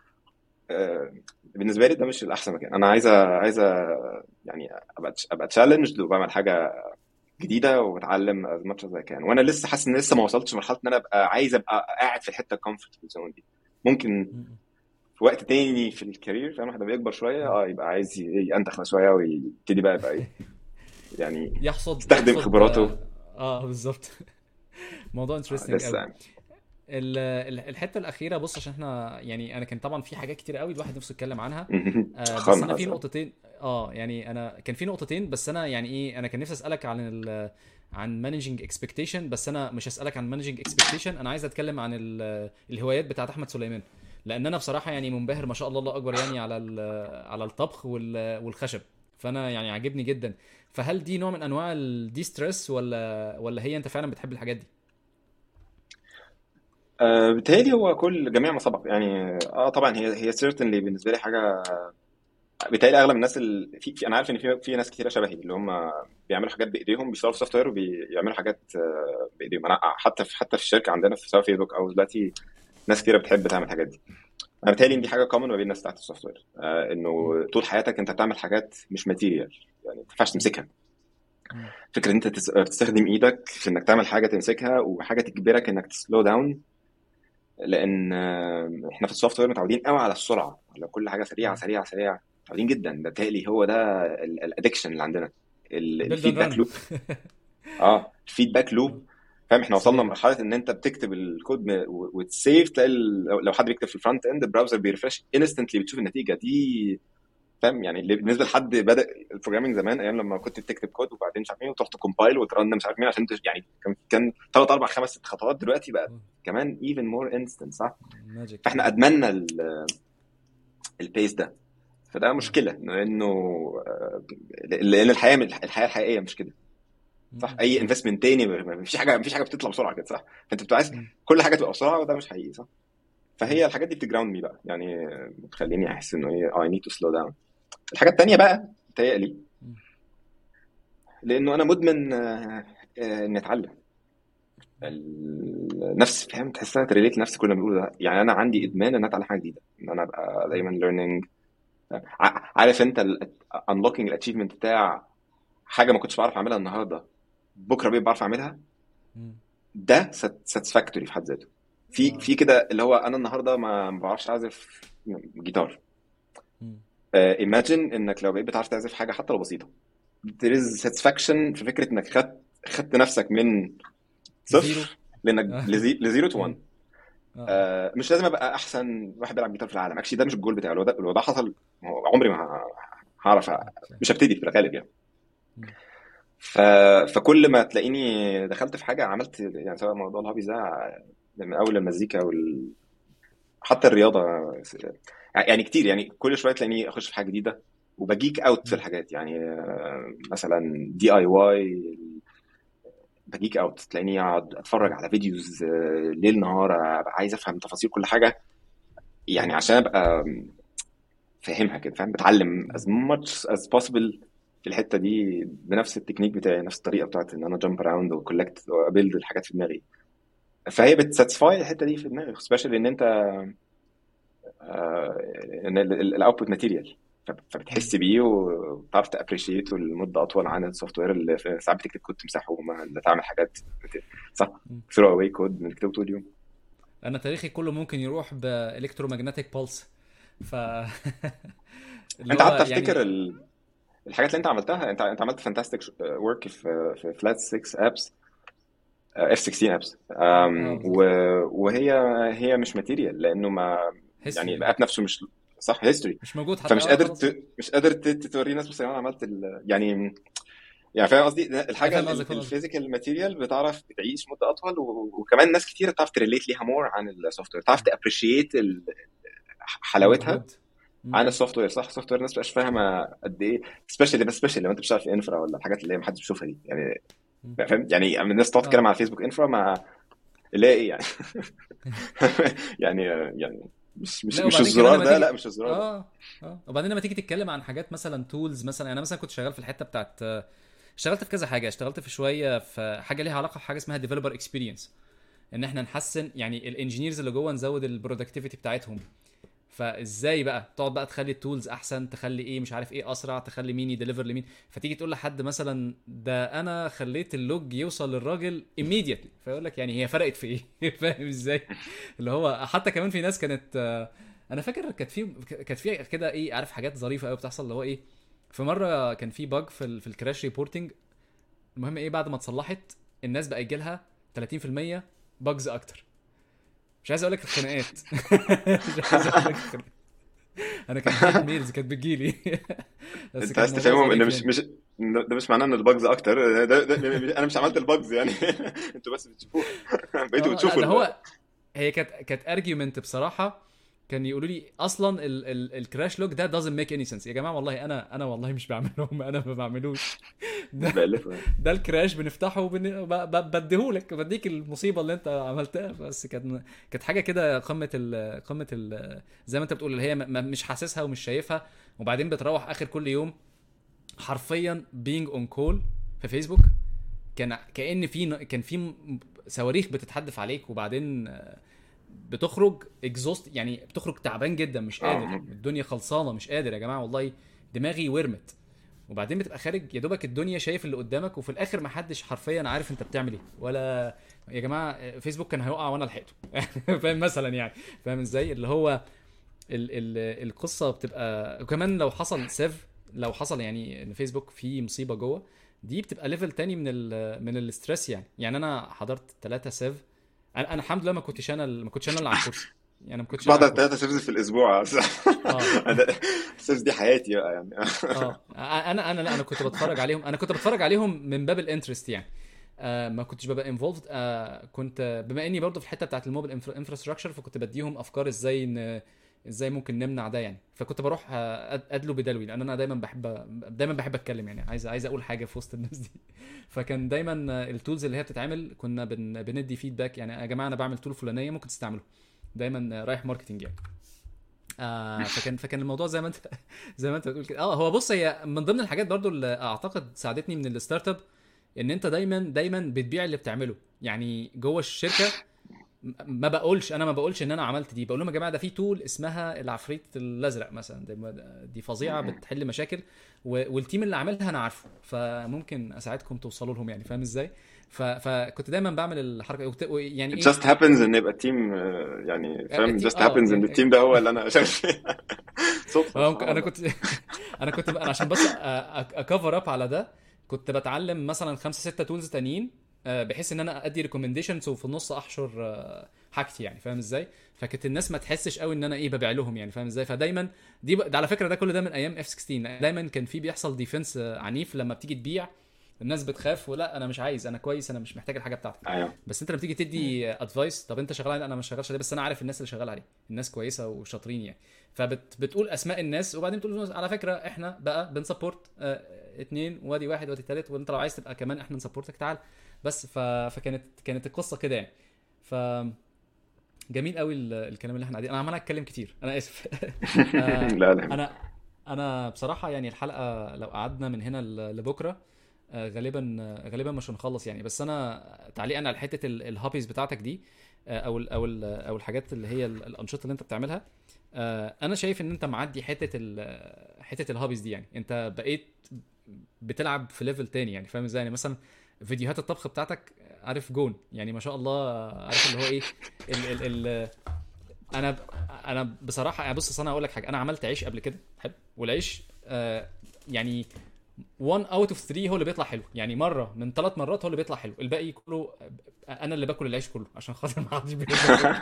آه، بالنسبه لي ده مش الاحسن مكان. انا عايزه عايزه يعني ابقى ابقى تشالنجد وبعمل حاجه جديده وبتعلم از ماتش از اي كان. وانا لسه حاسس ان لسه ما وصلتش لمرحله ان انا ابقى عايز ابقى قاعد في الحته الكومفورتبل زون دي. ممكن مم. في وقت تاني في الكارير فاهم، واحد لما يكبر شويه مم. اه يبقى عايز ي- ينتخ شويه ويبتدي بقى يبقى ايه يعني، يحصد يستخدم يحصد اه, خبراته. آه بالظبط. موضوع آه انترستنج لسه قوي. يعني. ال- ال- الحته الاخيره، بص عشان احنا يعني انا كان طبعا في حاجات كتير قوي الواحد نفسه يتكلم عنها. آه بس اخرنا انا في خلاص. نقطتين، اه يعني انا كان في نقطتين، بس انا يعني ايه، انا كان نفسي اسالك عن ال عن مانجينج اكسبكتيشن، بس انا مش هسالك عن مانجينج اكسبكتيشن، انا عايز اتكلم عن ال- الهوايات بتاعت احمد سليمان. لان انا بصراحه يعني منبهر ما شاء الله الله اكبر يعني على ال- على الطبخ وال- والخشب. فانا يعني عاجبني جدا. فهل دي نوع من انواع الدي ستريس، ولا ولا هي انت فعلا بتحب الحاجات دي؟ آه بتهيألي هو كل جميع ما سبق يعني. اه طبعا هي هي سيرتنلي بالنسبه لي حاجه. بتهيألي اغلب الناس اللي في, في انا عارف ان في في ناس كتيره شبهي اللي هم بيعملوا حاجات بايديهم، بيشتغلوا في سوفت وير وبيعملوا حاجات آه، بايديهم. انا حتى في حتى في الشركه عندنا في سواء فيسبوك او دلوقتي ناس كتيره بتحب تعمل الحاجات دي. انا بتهيألي ان مم. دي حاجه كومن ما بين الناس بتاعت السوفت وير، آه انه مم. طول حياتك انت بتعمل حاجات مش ماتيريال يعني ما ينفعش مم. تمسكها. مم. فكره ان انت تس- تستخدم ايدك في انك تعمل حاجه تمسكها، وحاجه تجبرك انك تسلو داون. لان آه، احنا في السوفت وير متعودين قوي على السرعه، على كل حاجه سريعه مم. سريعه سريعه. متعودين جدا. ده بتهيألي هو ده الادكشن اللي عندنا، بيلد اند الفيدباك ران. لوب. اه الفيدباك لوب فاهم احنا وصلنا صحيح. لمرحله ان انت بتكتب الكود م- و- وتسيف، تلاقي ال- لو لو حد بيكتب في الفرونت اند البراوزر بيرفرش انستنتلي، بتشوف النتيجه دي. فاهم يعني اللي بالنسبه لحد بدا البروجرامينج زمان، ايام لما كنت بتكتب كود وبعدين مش عارف ايه وتروح تكمبايل وترن مش عارف مين عشان تش... يعني كان كان ثلاث اربع خمس ست خطوات، دلوقتي بقى كمان even more instant، صح؟ ماجيك. فاحنا ادمنا البيس ده، فده اه. مشكله لانه آه، لان الحياه الحياه الحقيقيه مش كده، صح؟ اي بالظبط. انفستمنت تاني مفيش حاجه مفيش حاجه بتطلع بسرعه كده، صح؟ فانت بتبقى عايز مم. كل حاجه تبقى بسرعه، وده مش حقيقي، صح؟ مم. فهي الحاجات دي بتجراوند مي بقى، يعني بتخليني احس انه ايه، اي نيد تو سلو داون. الحاجه التانيه بقى بتهيألي مم. لانه انا مدمن آه، آه، اني اتعلم ال- نفس، فاهم؟ تحسها تريليت نفس كل ما بيقولوا ده، يعني انا عندي مم. ادمان ان اتعلم حاجه جديده، ان انا ابقى مم. دايما learning. ع- عارف انت unlocking الاتشيفمنت بتاع حاجه ما كنتش بعرف اعملها النهارده، بكره بقيت بعرف اعملها، مم. ده ساتسفاكتوري في حد ذاته. في اه. في كده اللي هو انا النهارده ما ما بعرفش اعزف جيتار، مم. ايماجين انك لو بقيت بتعرف تعزف حاجه حتى لو بسيطه، there is satisfaction في فكره انك خدت خدت نفسك من زيرو. صفر لانك اه. لزي- لزيرو تو مم. واحد. اه. آه، مش لازم ابقى احسن واحد بيلعب جيتار في العالم، اكشلي ده مش الجول بتاعي، لو ده لو ده حصل هو عمري ما ه- هعرف أ- صحيح. مش هبتدي في الغالب يعني. مم. ف... فكل ما تلاقيني دخلت في حاجه عملت، يعني سواء موضوع الهوبيز ده من اول المزيكا وال... حتى الرياضه، يعني كتير، يعني كل شويه تلاقيني اخش في حاجه جديده وبجيك اوت في مم. الحاجات، يعني آه، مثلا دي اي واي، بجيك اوت تلاقيني اقعد اتفرج مم. على فيديوز آه، ليل نهار، ابقى عايز افهم تفاصيل كل حاجه، يعني مم. عشان ابقى فاهمها كده، فاهم؟ بتعلم as مم. much as possible في الحته دي بنفس التكنيك بتاعي، نفس الطريقه بتاعت ان انا جامب اراوند وكولكت وابيلد الحاجات في دماغي. فهي بتساتسفاي الحته دي في دماغي، سبيشال ان انت آه، ان الاوتبوت ماتيريال، مم. فبتحس بيه وبتعرف تابريشيته لمده اطول عن السوفت وير اللي في- ساعات بتكتب كود تمسحه، وما اللي تعمل حاجات بت- صح، مم. ثرو اواي كود بنكتبه طول اليوم. انا تاريخي كله ممكن يروح بالكترومagnetic بولس. ف اللي انت هو قعدت افتكر يعني ال- الحاجات اللي انت عملتها، انت انت عملت فانتاستيك ورك في في فلات ستة ابس، اف ستاشر ابس، اه بالظبط. وهي هي مش ماتيريال لانه ما، يعني هيستوري. الاب نفسه مش صح، هيستوري. مش موجود حتى، فمش اه قادر خلاص. ت... مش قادر ت- توري الناس بس انا عملت ال... يعني يعني فاهم قصدي؟ انا الحاجه فاهم قصدك، فاهم قصدك. الفيزيكال ماتيريال بتعرف تعيش مده اطول، و... وكمان ناس كتير تعرف تريليت ليها مور عن السوفت وير، تعرف تابريشيت حلاوتها المجهود. مم. عن السوفت وير، صح؟ السوفت وير الناس مش فاهمه قد ايه، سبيشالي بس سبيشالي لو انت بتشتغل في انفرا ولا الحاجات اللي هي ما حدش بيشوفها دي، يعني مم. فاهم؟ يعني الناس تقعد تتكلم اه. على فيسبوك انفرا، ما اللي هي ايه يعني؟ يعني يعني مش مش لا مش وبعدين كمان الزرار لما ده، لا تيجي مش الزرار ده. اه اه وبعدين لما تيجي تتكلم عن حاجات مثلا تولز، مثلا انا مثلا كنت شغال في الحته بتاعت آه، اشتغلت في كذا حاجه، اشتغلت في شويه في حاجه ليها علاقه بحاجه اسمها ديفلوبر اكسبيرينس، ان احنا نحسن يعني الانجينيرز اللي جوه نزود البرودكتيفيتي بتاعتهم. فازاي بقى تقعد بقى تخلي التولز احسن، تخلي ايه مش عارف ايه اسرع، تخلي مين يديليفر لمين. فتيجي تقول لحد مثلا ده انا خليت اللوج يوصل للراجل immediately، فيقول لك يعني هي فرقت في ايه؟ فاهم ازاي؟ اللي هو حتى كمان في ناس كانت آه، انا فاكر كانت في كانت في كده ايه، عارف حاجات ظريفه قوي بتحصل، اللي هو ايه، في مره كان في باج في ال في الكراش ريبورتنج. المهم ايه، بعد ما اتصلحت الناس بقى يجي لها ثلاثين في المية باجز اكتر. مش عايز اقول لك الخناقات. مش عايز اقول لك الخناقات. انا كان هيت ميلز كانت بتجيلي. بس انت كان عايز الموضوع تفهمهم ان ظريف مش يعني. مش ده مش معناه ان الباجز اكتر، ده, ده انا مش عملت الباجز يعني. انتوا بس بتشوفوها، بقيتوا اه لا بتشوفوا ده ال... هو، هي كانت كانت ارجيومنت بصراحه. كان يقولوا لي اصلا ال ال الكراش لوك ده doesn't make any sense. يا جماعه والله انا انا والله مش بعملهم، انا ما بعملوش. ده بألفها. ده الكراش بنفتحه وبن... ب- ب- بديهولك، بديك المصيبه اللي انت عملتها. بس كانت كانت حاجه كده قمه ال... قمه ال... زي ما انت بتقول، اللي هي م... م- مش حاسسها ومش شايفها. وبعدين بتروح اخر كل يوم حرفيا being on call في فيسبوك. كان كأن في كان في م- صواريخ بتتحدف عليك، وبعدين آه، بتخرج اكزوست، يعني بتخرج تعبان جدا مش قادر، اه الدنيا خلصانه مش قادر يا جماعه والله، دماغي ورمت. وبعدين بتبقى خارج يا دوبك الدنيا شايف اللي قدامك، وفي الاخر ما حدش حرفيا عارف انت بتعمل ايه ولا. يا جماعه فيسبوك كان هيقع وانا لحقته. فاهم مثلا يعني، فاهم ازاي اللي هو ال ال القصه بتبقى. وكمان لو حصل سيف، لو حصل يعني ان فيسبوك فيه مصيبه جوه، دي بتبقى ليفل تاني من ال من الاسترس يعني. يعني انا حضرت ثلاثة سيف. انا انا الحمد لله ما كنتش انا ال- ما كنتش انا اللي على الكرسي، يعني ما كنتش انا على بحضر الكرسي. ثلاثة سيفز في الاسبوع. اه أنا- السيفز دي حياتي بقى يعني. اه انا انا لا انا كنت بتفرج عليهم، انا كنت بتفرج عليهم من باب الانترست يعني. آه ما كنتش ببقى انفولفد. آه كنت بما اني برضو في الحته بتاعت الموبل انفراستراكشر، فكنت بديهم افكار ازاي ن... ازاي ممكن نمنع ده يعني. فكنت بروح آه، أد- ادلو بدلوي، لان انا دايما بحب دايما بحب اتكلم يعني، عايز عايز اقول حاجه في وسط الناس دي. فكان دايما آه، التولز اللي هي بتتعمل كنا بن... بندي فيدباك يعني، يا جماعه انا بعمل تول فلانيه ممكن تستعملوه. دايما آه، رايح ماركتنج يعني. آه فكان فكان الموضوع زي ما انت زي ما انت بتقول كده. اه هو بص، هي من ضمن الحاجات برضو اللي اعتقد ساعدتني من الستارت اب، ان انت دايما دايما بتبيع اللي بتعمله يعني جوه الشركه. م- ما بقولش انا ما بقولش ان انا عملت دي، بقول لهم يا جماعه ده في تول اسمها العفريت الازرق مثلا، دي, دي فظيعه بتحل مشاكل، و- والتيم اللي عاملها انا عارفه، فممكن اساعدكم توصلوا لهم يعني، فاهم ازاي؟ ف... فكنت دايما بعمل الحركه وكت- يعني it ايه. just happens ان يبقى التيم آه، يعني فاهم. التيم just اه happens ان التيم ده هو اللي انا شايف فيه. صدفة اه سبحان ممكن- انا الله. كنت انا كنت انا عشان بس اكفر اب على ده، كنت بتعلم مثلا خمسة ستة تولز تانيين، آه، بحيث ان انا ادي ريكومنديشنز وفي النص احشر آه، حاجتي يعني، فاهم ازاي؟ فكانت الناس ما تحسش قوي ان انا ايه ببيع لهم يعني، فاهم ازاي؟ فدايما دي, ب... ده على فكره ده كل ده من ايام اف ستاشر، دايما كان في بيحصل ديفنس عنيف لما بتيجي تبيع. الناس بتخاف، ولا انا مش عايز، انا كويس، انا مش محتاج الحاجه بتاعتك. ايوه. بس انت لما تيجي تدي ادفايس، طب انت شغال عليه؟ انا مش شغالش عليه، بس انا عارف الناس اللي شغال عليه، الناس كويسه وشاطرين يعني. فبتقول اسماء الناس، وبعدين بتقول للناس على فكره احنا بقى بنسبورت اه اتنين، وادي واحد وادي تالت، وانت لو عايز تبقى كمان احنا نسبورتك تعال. بس ف... فكانت كانت القصه كده يعني. ف جميل قوي ال- الكلام اللي احنا قاعدين، انا عمال اتكلم كتير، انا اسف. آه، لا لا. انا انا بصراحه يعني الحلقه لو قعدنا من هنا ل- لبكره، آه، غالبا آه، غالبا مش هنخلص يعني. بس انا تعليقا على حته ال- الهوبيز بتاعتك دي، آه، او ال او ال او الحاجات اللي هي ال- الانشطه اللي انت بتعملها، آه، انا شايف ان انت معدي حته ال حته الهوبيز دي يعني. انت بقيت بتلعب في ليفل تاني يعني، فاهم ازاي؟ يعني مثلا فيديوهات الطبخ بتاعتك، عارف جون يعني ما شاء الله، عارف اللي هو ايه. ال ال ال انا ب- انا بصراحه يعني، بص أصل انا اقول لك حاجه، انا عملت عيش قبل كده حلو، والعيش آه يعني واحد اوت اوف ثلاثة هو اللي بيطلع حلو يعني، مره من ثلاث مرات هو اللي بيطلع حلو، الباقي كله انا اللي باكل العيش كله عشان خاطر ما حدش بياكل.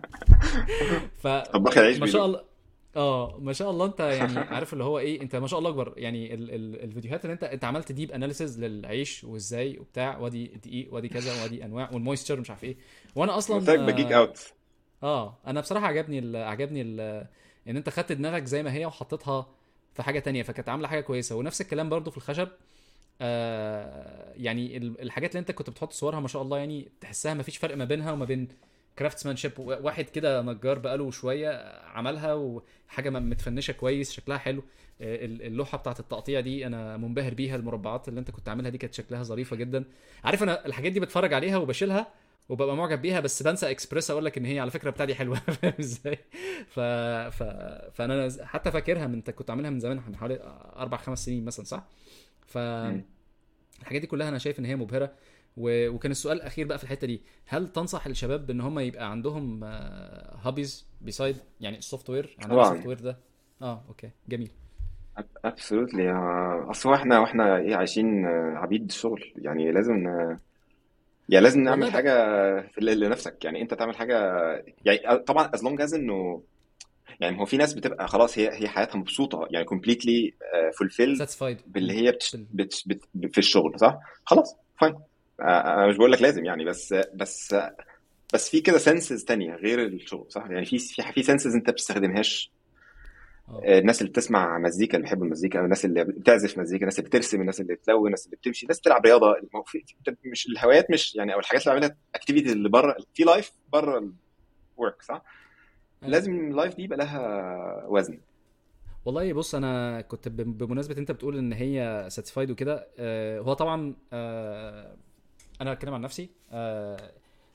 طباخ العيش فما شاء بيدوق. الله. اه ما شاء الله انت يعني عارف اللي هو ايه، انت ما شاء الله اكبر يعني. ال ال الفيديوهات اللي انت انت عملت ديب اناليسز للعيش وازاي وبتاع، وادي دقيق وادي كذا وادي انواع والمويستشر مش عارف ايه. وانا قلت اصلا لك بجيك اه اوت. آه، انا بصراحه عجبني ال عجبني ال ان انت خدت دماغك زي ما هي وحطيتها في حاجه تانية، فكانت عامله حاجه كويسه. ونفس الكلام برضو في الخشب. آه يعني ال- الحاجات اللي انت كنت بتحط صورها ما شاء الله يعني، تحسها ما فيش فرق ما بينها وما بين كرافتسمان شيب. واحد كده نجار بقاله شويه عملها، وحاجه م- متفنشه كويس شكلها حلو. آه، ال- اللوحه بتاعت التقطيع دي انا منبهر بيها، المربعات اللي انت كنت عاملها دي كانت شكلها ظريفه جدا. عارف انا الحاجات دي بتفرج عليها وبشيلها وببقى معجب بيها، بس بنسى اكسبريس اقول لك ان هي على فكره بتاعتي حلوه. فاهم ازاي؟ ف... ف... فانا حتى فاكرها من انت كنت عاملها من زمان، من حوالي اربع خمس سنين مثلا، صح؟ ف مم. الحاجات دي كلها انا شايف ان هي مبهره. و... وكان السؤال الاخير بقى في الحته دي، هل تنصح الشباب ان هم يبقى عندهم هوبيز بيسايد يعني السوفت وير، عن السوفت طبعا. وير ده؟ اه اوكي جميل. ابسولوتلي. اصل هو احنا واحنا ايه عايشين آه، عبيد الشغل يعني. لازم ن- يعني لازم نعمل والله حاجه بقى في ل- لنفسك يعني. انت تعمل حاجه يعني. طبعا as long as انه يعني هو في ناس بتبقى خلاص هي هي حياتها مبسوطه يعني completely آه، fulfilled ساتيسفايد. باللي هي بتش بتش بت في الشغل صح. خلاص فاين. انا مش بقول لك لازم يعني، بس بس بس في كده سنسز تانية غير الشغل صح يعني. في في في سنسز انت بتستخدمهاش. اه آه، الناس اللي بتسمع مزيكا، اللي بيحبوا المزيكا، الناس اللي بتعزف مزيكا، الناس اللي بترسم، الناس اللي بتلون، الناس اللي بتمشي، الناس بتلعب رياضه. ما هو في في- مش الهوايات مش يعني، او الحاجات اللي بعملها اكتيفيتي اللي بره في لايف بره الورك صح. ايوه لازم اللايف دي يبقى لها وزن. والله. بص انا كنت ب- بمناسبه انت بتقول ان هي ساتيسفايد وكده، آه هو طبعا آه انا اتكلم عن نفسي. آه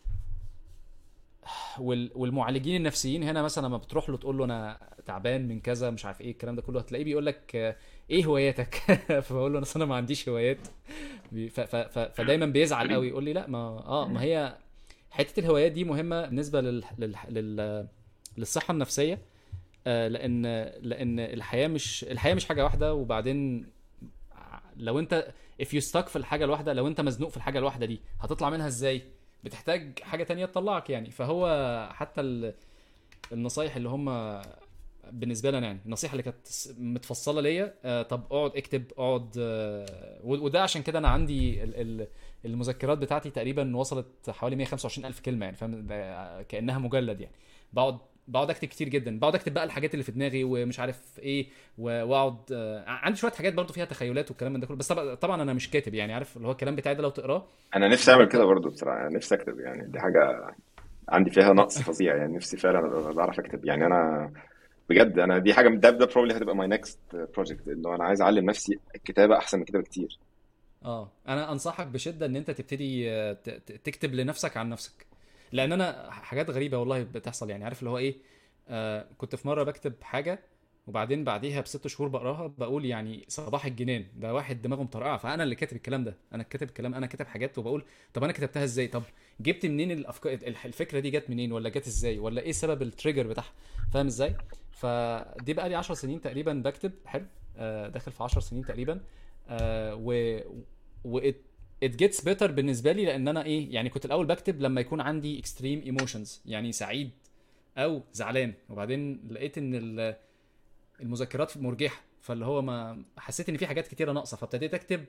وال- والمعالجين النفسيين هنا مثلا لما بتروح له تقول له انا تعبان من كذا مش عارف ايه الكلام ده كله، هتلاقيه بيقول لك آه، ايه هواياتك؟ فبقول له انا أصل انا ما عنديش هوايات. بي- ف- ف- ف- فدايما بيزعل قوي، يقول لي لا ما اه ما هي حته الهوايات دي مهمه بالنسبه لل... لل... لل... للصحه النفسيه. آه، لان لان الحياه مش الحياه مش حاجه واحده. وبعدين لو انت if you stuck في الحاجه الواحده، لو انت مزنوق في الحاجه الواحده دي هتطلع منها ازاي؟ بتحتاج حاجه تانية تطلعك يعني. فهو حتى ال- النصايح اللي هم بالنسبه لنا يعني، النصيحه اللي كانت متفصله ليا، آه طب اقعد اكتب، اقعد آه و- وده عشان كده انا عندي ال ال المذكرات بتاعتي تقريبا وصلت حوالي مية وخمسة وعشرين الف كلمه يعني، فاهم؟ ده كانها مجلد يعني. بقعد بقعد اكتب كتير جدا، بقعد اكتب بقى الحاجات اللي في دماغي ومش عارف ايه، و- واقعد آه عندي شويه حاجات برضو فيها تخيلات والكلام من ده كله. بس طبعا طبعا انا مش كاتب يعني، عارف اللي هو الكلام بتاعي ده لو تقراه انا نفسي اعمل كده هت... برضو بصراحه، يعني نفسي اكتب، يعني دي حاجه عندي فيها نقص فظيع، يعني نفسي فعلا ابقى بعرف اكتب. يعني انا بجد انا دي حاجه، ده ده probably هتبقى ماي نيكست بروجكت، انه انا عايز اعلم نفسي الكتابه احسن من كده بكتير. اه انا انصحك بشده ان انت تبتدي آه، ت- ت- تكتب لنفسك عن نفسك. لان انا حاجات غريبه والله بتحصل يعني، عارف اللي هو ايه. آه كنت في مره بكتب حاجه، وبعدين بعديها بست شهور بقراها بقول يعني صباح الجنان، ده واحد دماغه مطرقعه، فانا اللي كاتب الكلام ده، انا كاتب الكلام، انا كاتب حاجات وبقول طب انا كتبتها ازاي؟ طب جبت منين الافكار؟ الح- الفكره دي جت منين، ولا جت ازاي، ولا ايه سبب التريجر بتاعها؟ فاهم ازاي؟ فدي بقى لي عشر سنين تقريبا بكتب حلو، آه داخل في عشر سنين تقريبا. آه و و it, it gets better بالنسبه لي، لان انا ايه يعني، كنت الاول بكتب لما يكون عندي extreme emotions يعني سعيد او زعلان، وبعدين لقيت ان ال- المذكرات مرجحه، فاللي هو ما حسيت ان في حاجات كتيره ناقصه، فابتديت اكتب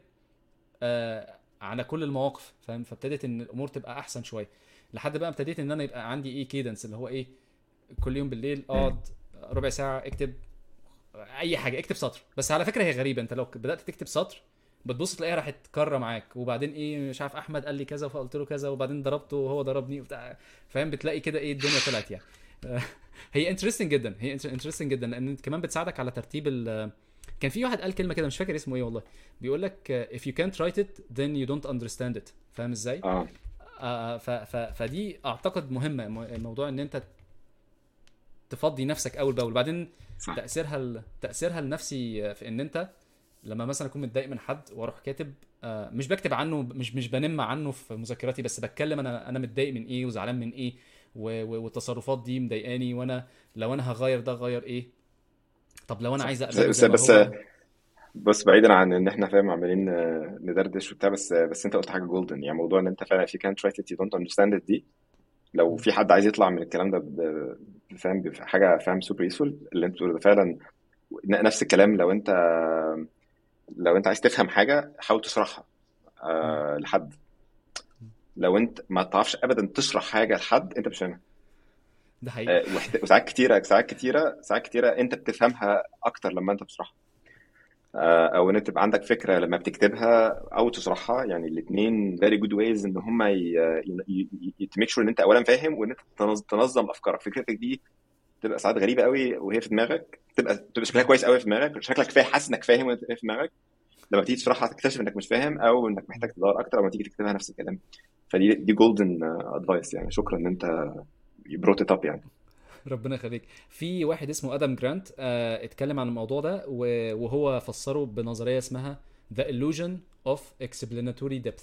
آه على كل المواقف، فاهم؟ فابتديت ان الامور تبقى احسن شويه، لحد بقى ابتديت ان انا يبقى عندي ايه كيدنس، اللي هو ايه، كل يوم بالليل مم. اقعد ربع ساعه اكتب اي حاجه، اكتب سطر بس. على فكره هي غريبه، انت لو بدات تكتب سطر بتبص تلاقيها راحت تكرر معاك، وبعدين ايه مش عارف احمد قال لي كذا فقلت له كذا، وبعدين ضربته وهو ضربني وبتاع، فاهم؟ بتلاقي كده ايه الدنيا طلعت يعني. هي انترستنج جدا، هي انترستنج جدا لان كمان بتساعدك على ترتيب ال كان في واحد قال كلمه كده مش فاكر اسمه ايه والله، بيقول لك if you can't write it then you don't understand it، فاهم ازاي؟ اه آه ف ف فدي اعتقد مهمه، موضوع ان انت تفضي نفسك اول باول. بعدين صح. تاثيرها ال... تاثيرها النفسي في ان انت لما مثلا اكون متضايق من حد واروح كاتب، آه، مش بكتب عنه، مش مش بنم عنه في مذكراتي، بس بتكلم انا انا متضايق من ايه وزعلان من ايه، و- و- والتصرفات دي مضايقاني، وانا لو انا هغير ده غير ايه، طب لو انا صح عايز بس اقبله بس زي ما بس هو. بس بعيدا عن ان احنا فاهم عمالين آه، ندردش وبتاع، بس بس انت قلت حاجه جولدن، يعني موضوع ان انت فعلا if you can't write it you don't understand it دي. لو م- في حد عايز يطلع من الكلام ده ب- فاهم بحاجه، فاهم سوبر يوسفول اللي انت بتقوله ده فعلا. نفس الكلام، لو انت لو انت عايز تفهم حاجه حاول تشرحها م- أه لحد. م. لو انت ما تعرفش ابدا تشرح حاجه لحد انت مش فاهمها. ده حقيقي. أه وحت- وساعات كتيره ساعات كتيره ساعات كتيره انت بتفهمها اكتر لما انت بتشرحها. أه او ان انت تبقى عندك فكره لما بتكتبها او تشرحها، يعني الاثنين very good ways ان هم تميك شور ان انت اولا فاهم، وان انت تنظ- تنظم افكارك. فكرتك دي تبقى ساعات غريبه قوي وهي في دماغك، تبقى تبقى شكلها م. كويس قوي في دماغك، شكلك فاهم حاسس انك فاهم وانت في دماغك، لما تيجي تشرحها تكتشف انك مش فاهم او انك م. محتاج تدور اكتر، او لما تيجي تكتبها نفس الكلام. فدي دي جولدن ادفايس، يعني شكرا ان انت بروت ات اب يعني. ربنا يخليك. في واحد اسمه ادم جرانت آه اتكلم عن الموضوع ده، و- وهو فسره بنظريه اسمها The Illusion of Explanatory Depth.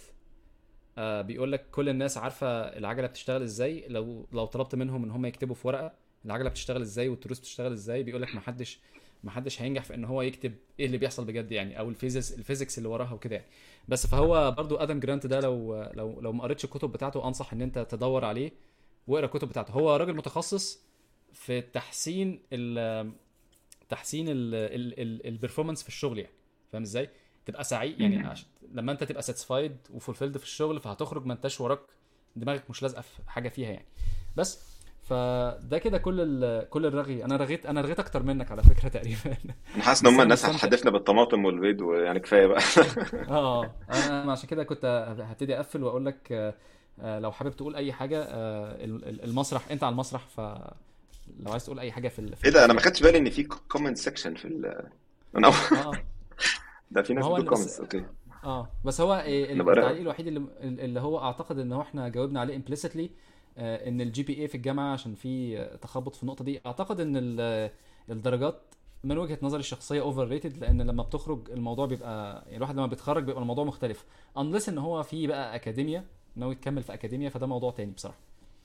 آه بيقول لك كل الناس عارفه العجله بتشتغل ازاي، لو لو طلبت منهم ان هم يكتبوا في ورقه العجله بتشتغل ازاي والتروس بتشتغل ازاي، بيقول لك ما حدش ما حدش هينجح في ان هو يكتب ايه اللي بيحصل بجد يعني، او الفيزيكس الفيزيكس اللي وراها وكده يعني. بس فهو برضو ادم جرانت ده، لو لو لو ما قريتش الكتب بتاعته انصح ان انت تدور عليه واقرا الكتب بتاعته. هو راجل متخصص في تحسين ال تحسين البرفورمانس في الشغل يعني، فاهم ازاي؟ تبقى سعيد يعني مم. عش... لما انت تبقى ساتسفايد وفولفيلد في الشغل، فهتخرج ما انتش وراك دماغك مش لازقه في حاجه فيها يعني. بس فده كده كل ال... كل الرغي. انا رغيت انا رغيت اكتر منك على فكره تقريبا. انا حاسس ان بس هم انا الناس مستمتع. هتحدفنا بالطماطم والبيض، ويعني كفايه بقى. اه انا أنا عشان كده كنت هبتدي اقفل واقول لك آه، آه، لو حابب تقول اي حاجه، آه، ال- ال- المسرح انت على المسرح، فلو عايز تقول اي حاجه في ال- في ايه ده، انا الاخر ما يعني. خدتش بالي ان في كومنت سيكشن في ال انا اه ده في ما ناس هو بتقول ال- بس كومنتس. اوكي اه بس هو إيه ال- نبقى التعليق نقرا. الوحيد اللي اللي هو اعتقد ان هو احنا جاوبنا عليه implicitly، آه، ان الجي بي اي في الجامعه عشان في آه، تخبط في النقطه دي. اعتقد ان ال- آه، الدرجات من وجهه نظري الشخصيه اوفر ريتد، لان لما بتخرج الموضوع بيبقى يعني، الواحد لما بيتخرج بيبقى الموضوع مختلف، unless ان هو في بقى اكاديميا ناوي تكمل في اكاديميا، فده موضوع تاني بصراحه.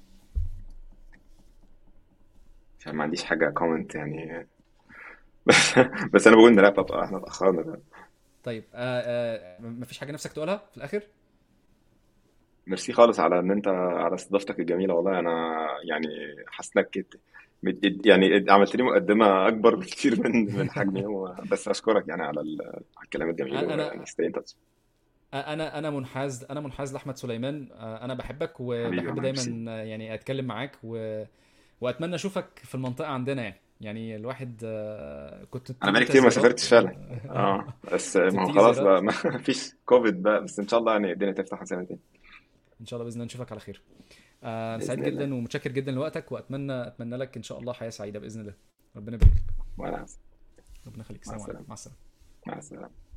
عشان ما عنديش حاجه كومنت يعني. بس بس انا بقول نراب اب، احنا اتاخرنا. طيب آه آه مفيش حاجه نفسك تقولها في الاخر؟ ميرسي خالص على ان انت على استضافتك الجميله، والله انا يعني حاسس انك كت- مد- يعني عملت لي مقدمه اكبر بكتير من من حجمي و- بس اشكرك يعني على ال- على الكلام الجميل، ويعني انا stay in touch. انا انا منحاز انا منحاز لاحمد سليمان. آه، انا بحبك حبيبي وبحب والله ميرسي. دايما آه، يعني اتكلم معاك و... واتمنى اشوفك في المنطقه عندنا يعني. يعني الواحد آه، كنت انا بتيجي بقالي انت كتير ما زيارات سافرتش فعلا. آه، اه بس كنت ما هو بتيجي خلاص بقى، زيارات. ما فيش كوفيد بقى، بس ان شاء الله يعني الدنيا تفتح سنه تاني. ان شاء الله باذن الله نشوفك على خير. آه، انا سعيد باذن الله. جدا ومتشكر جدا لوقتك، واتمنى اتمنى لك ان شاء الله حياه سعيده باذن الله. ربنا يبارك لك. وانا ربنا يخليك. مع السلام عليكم، السلامه. مع السلامه. مع السلامه.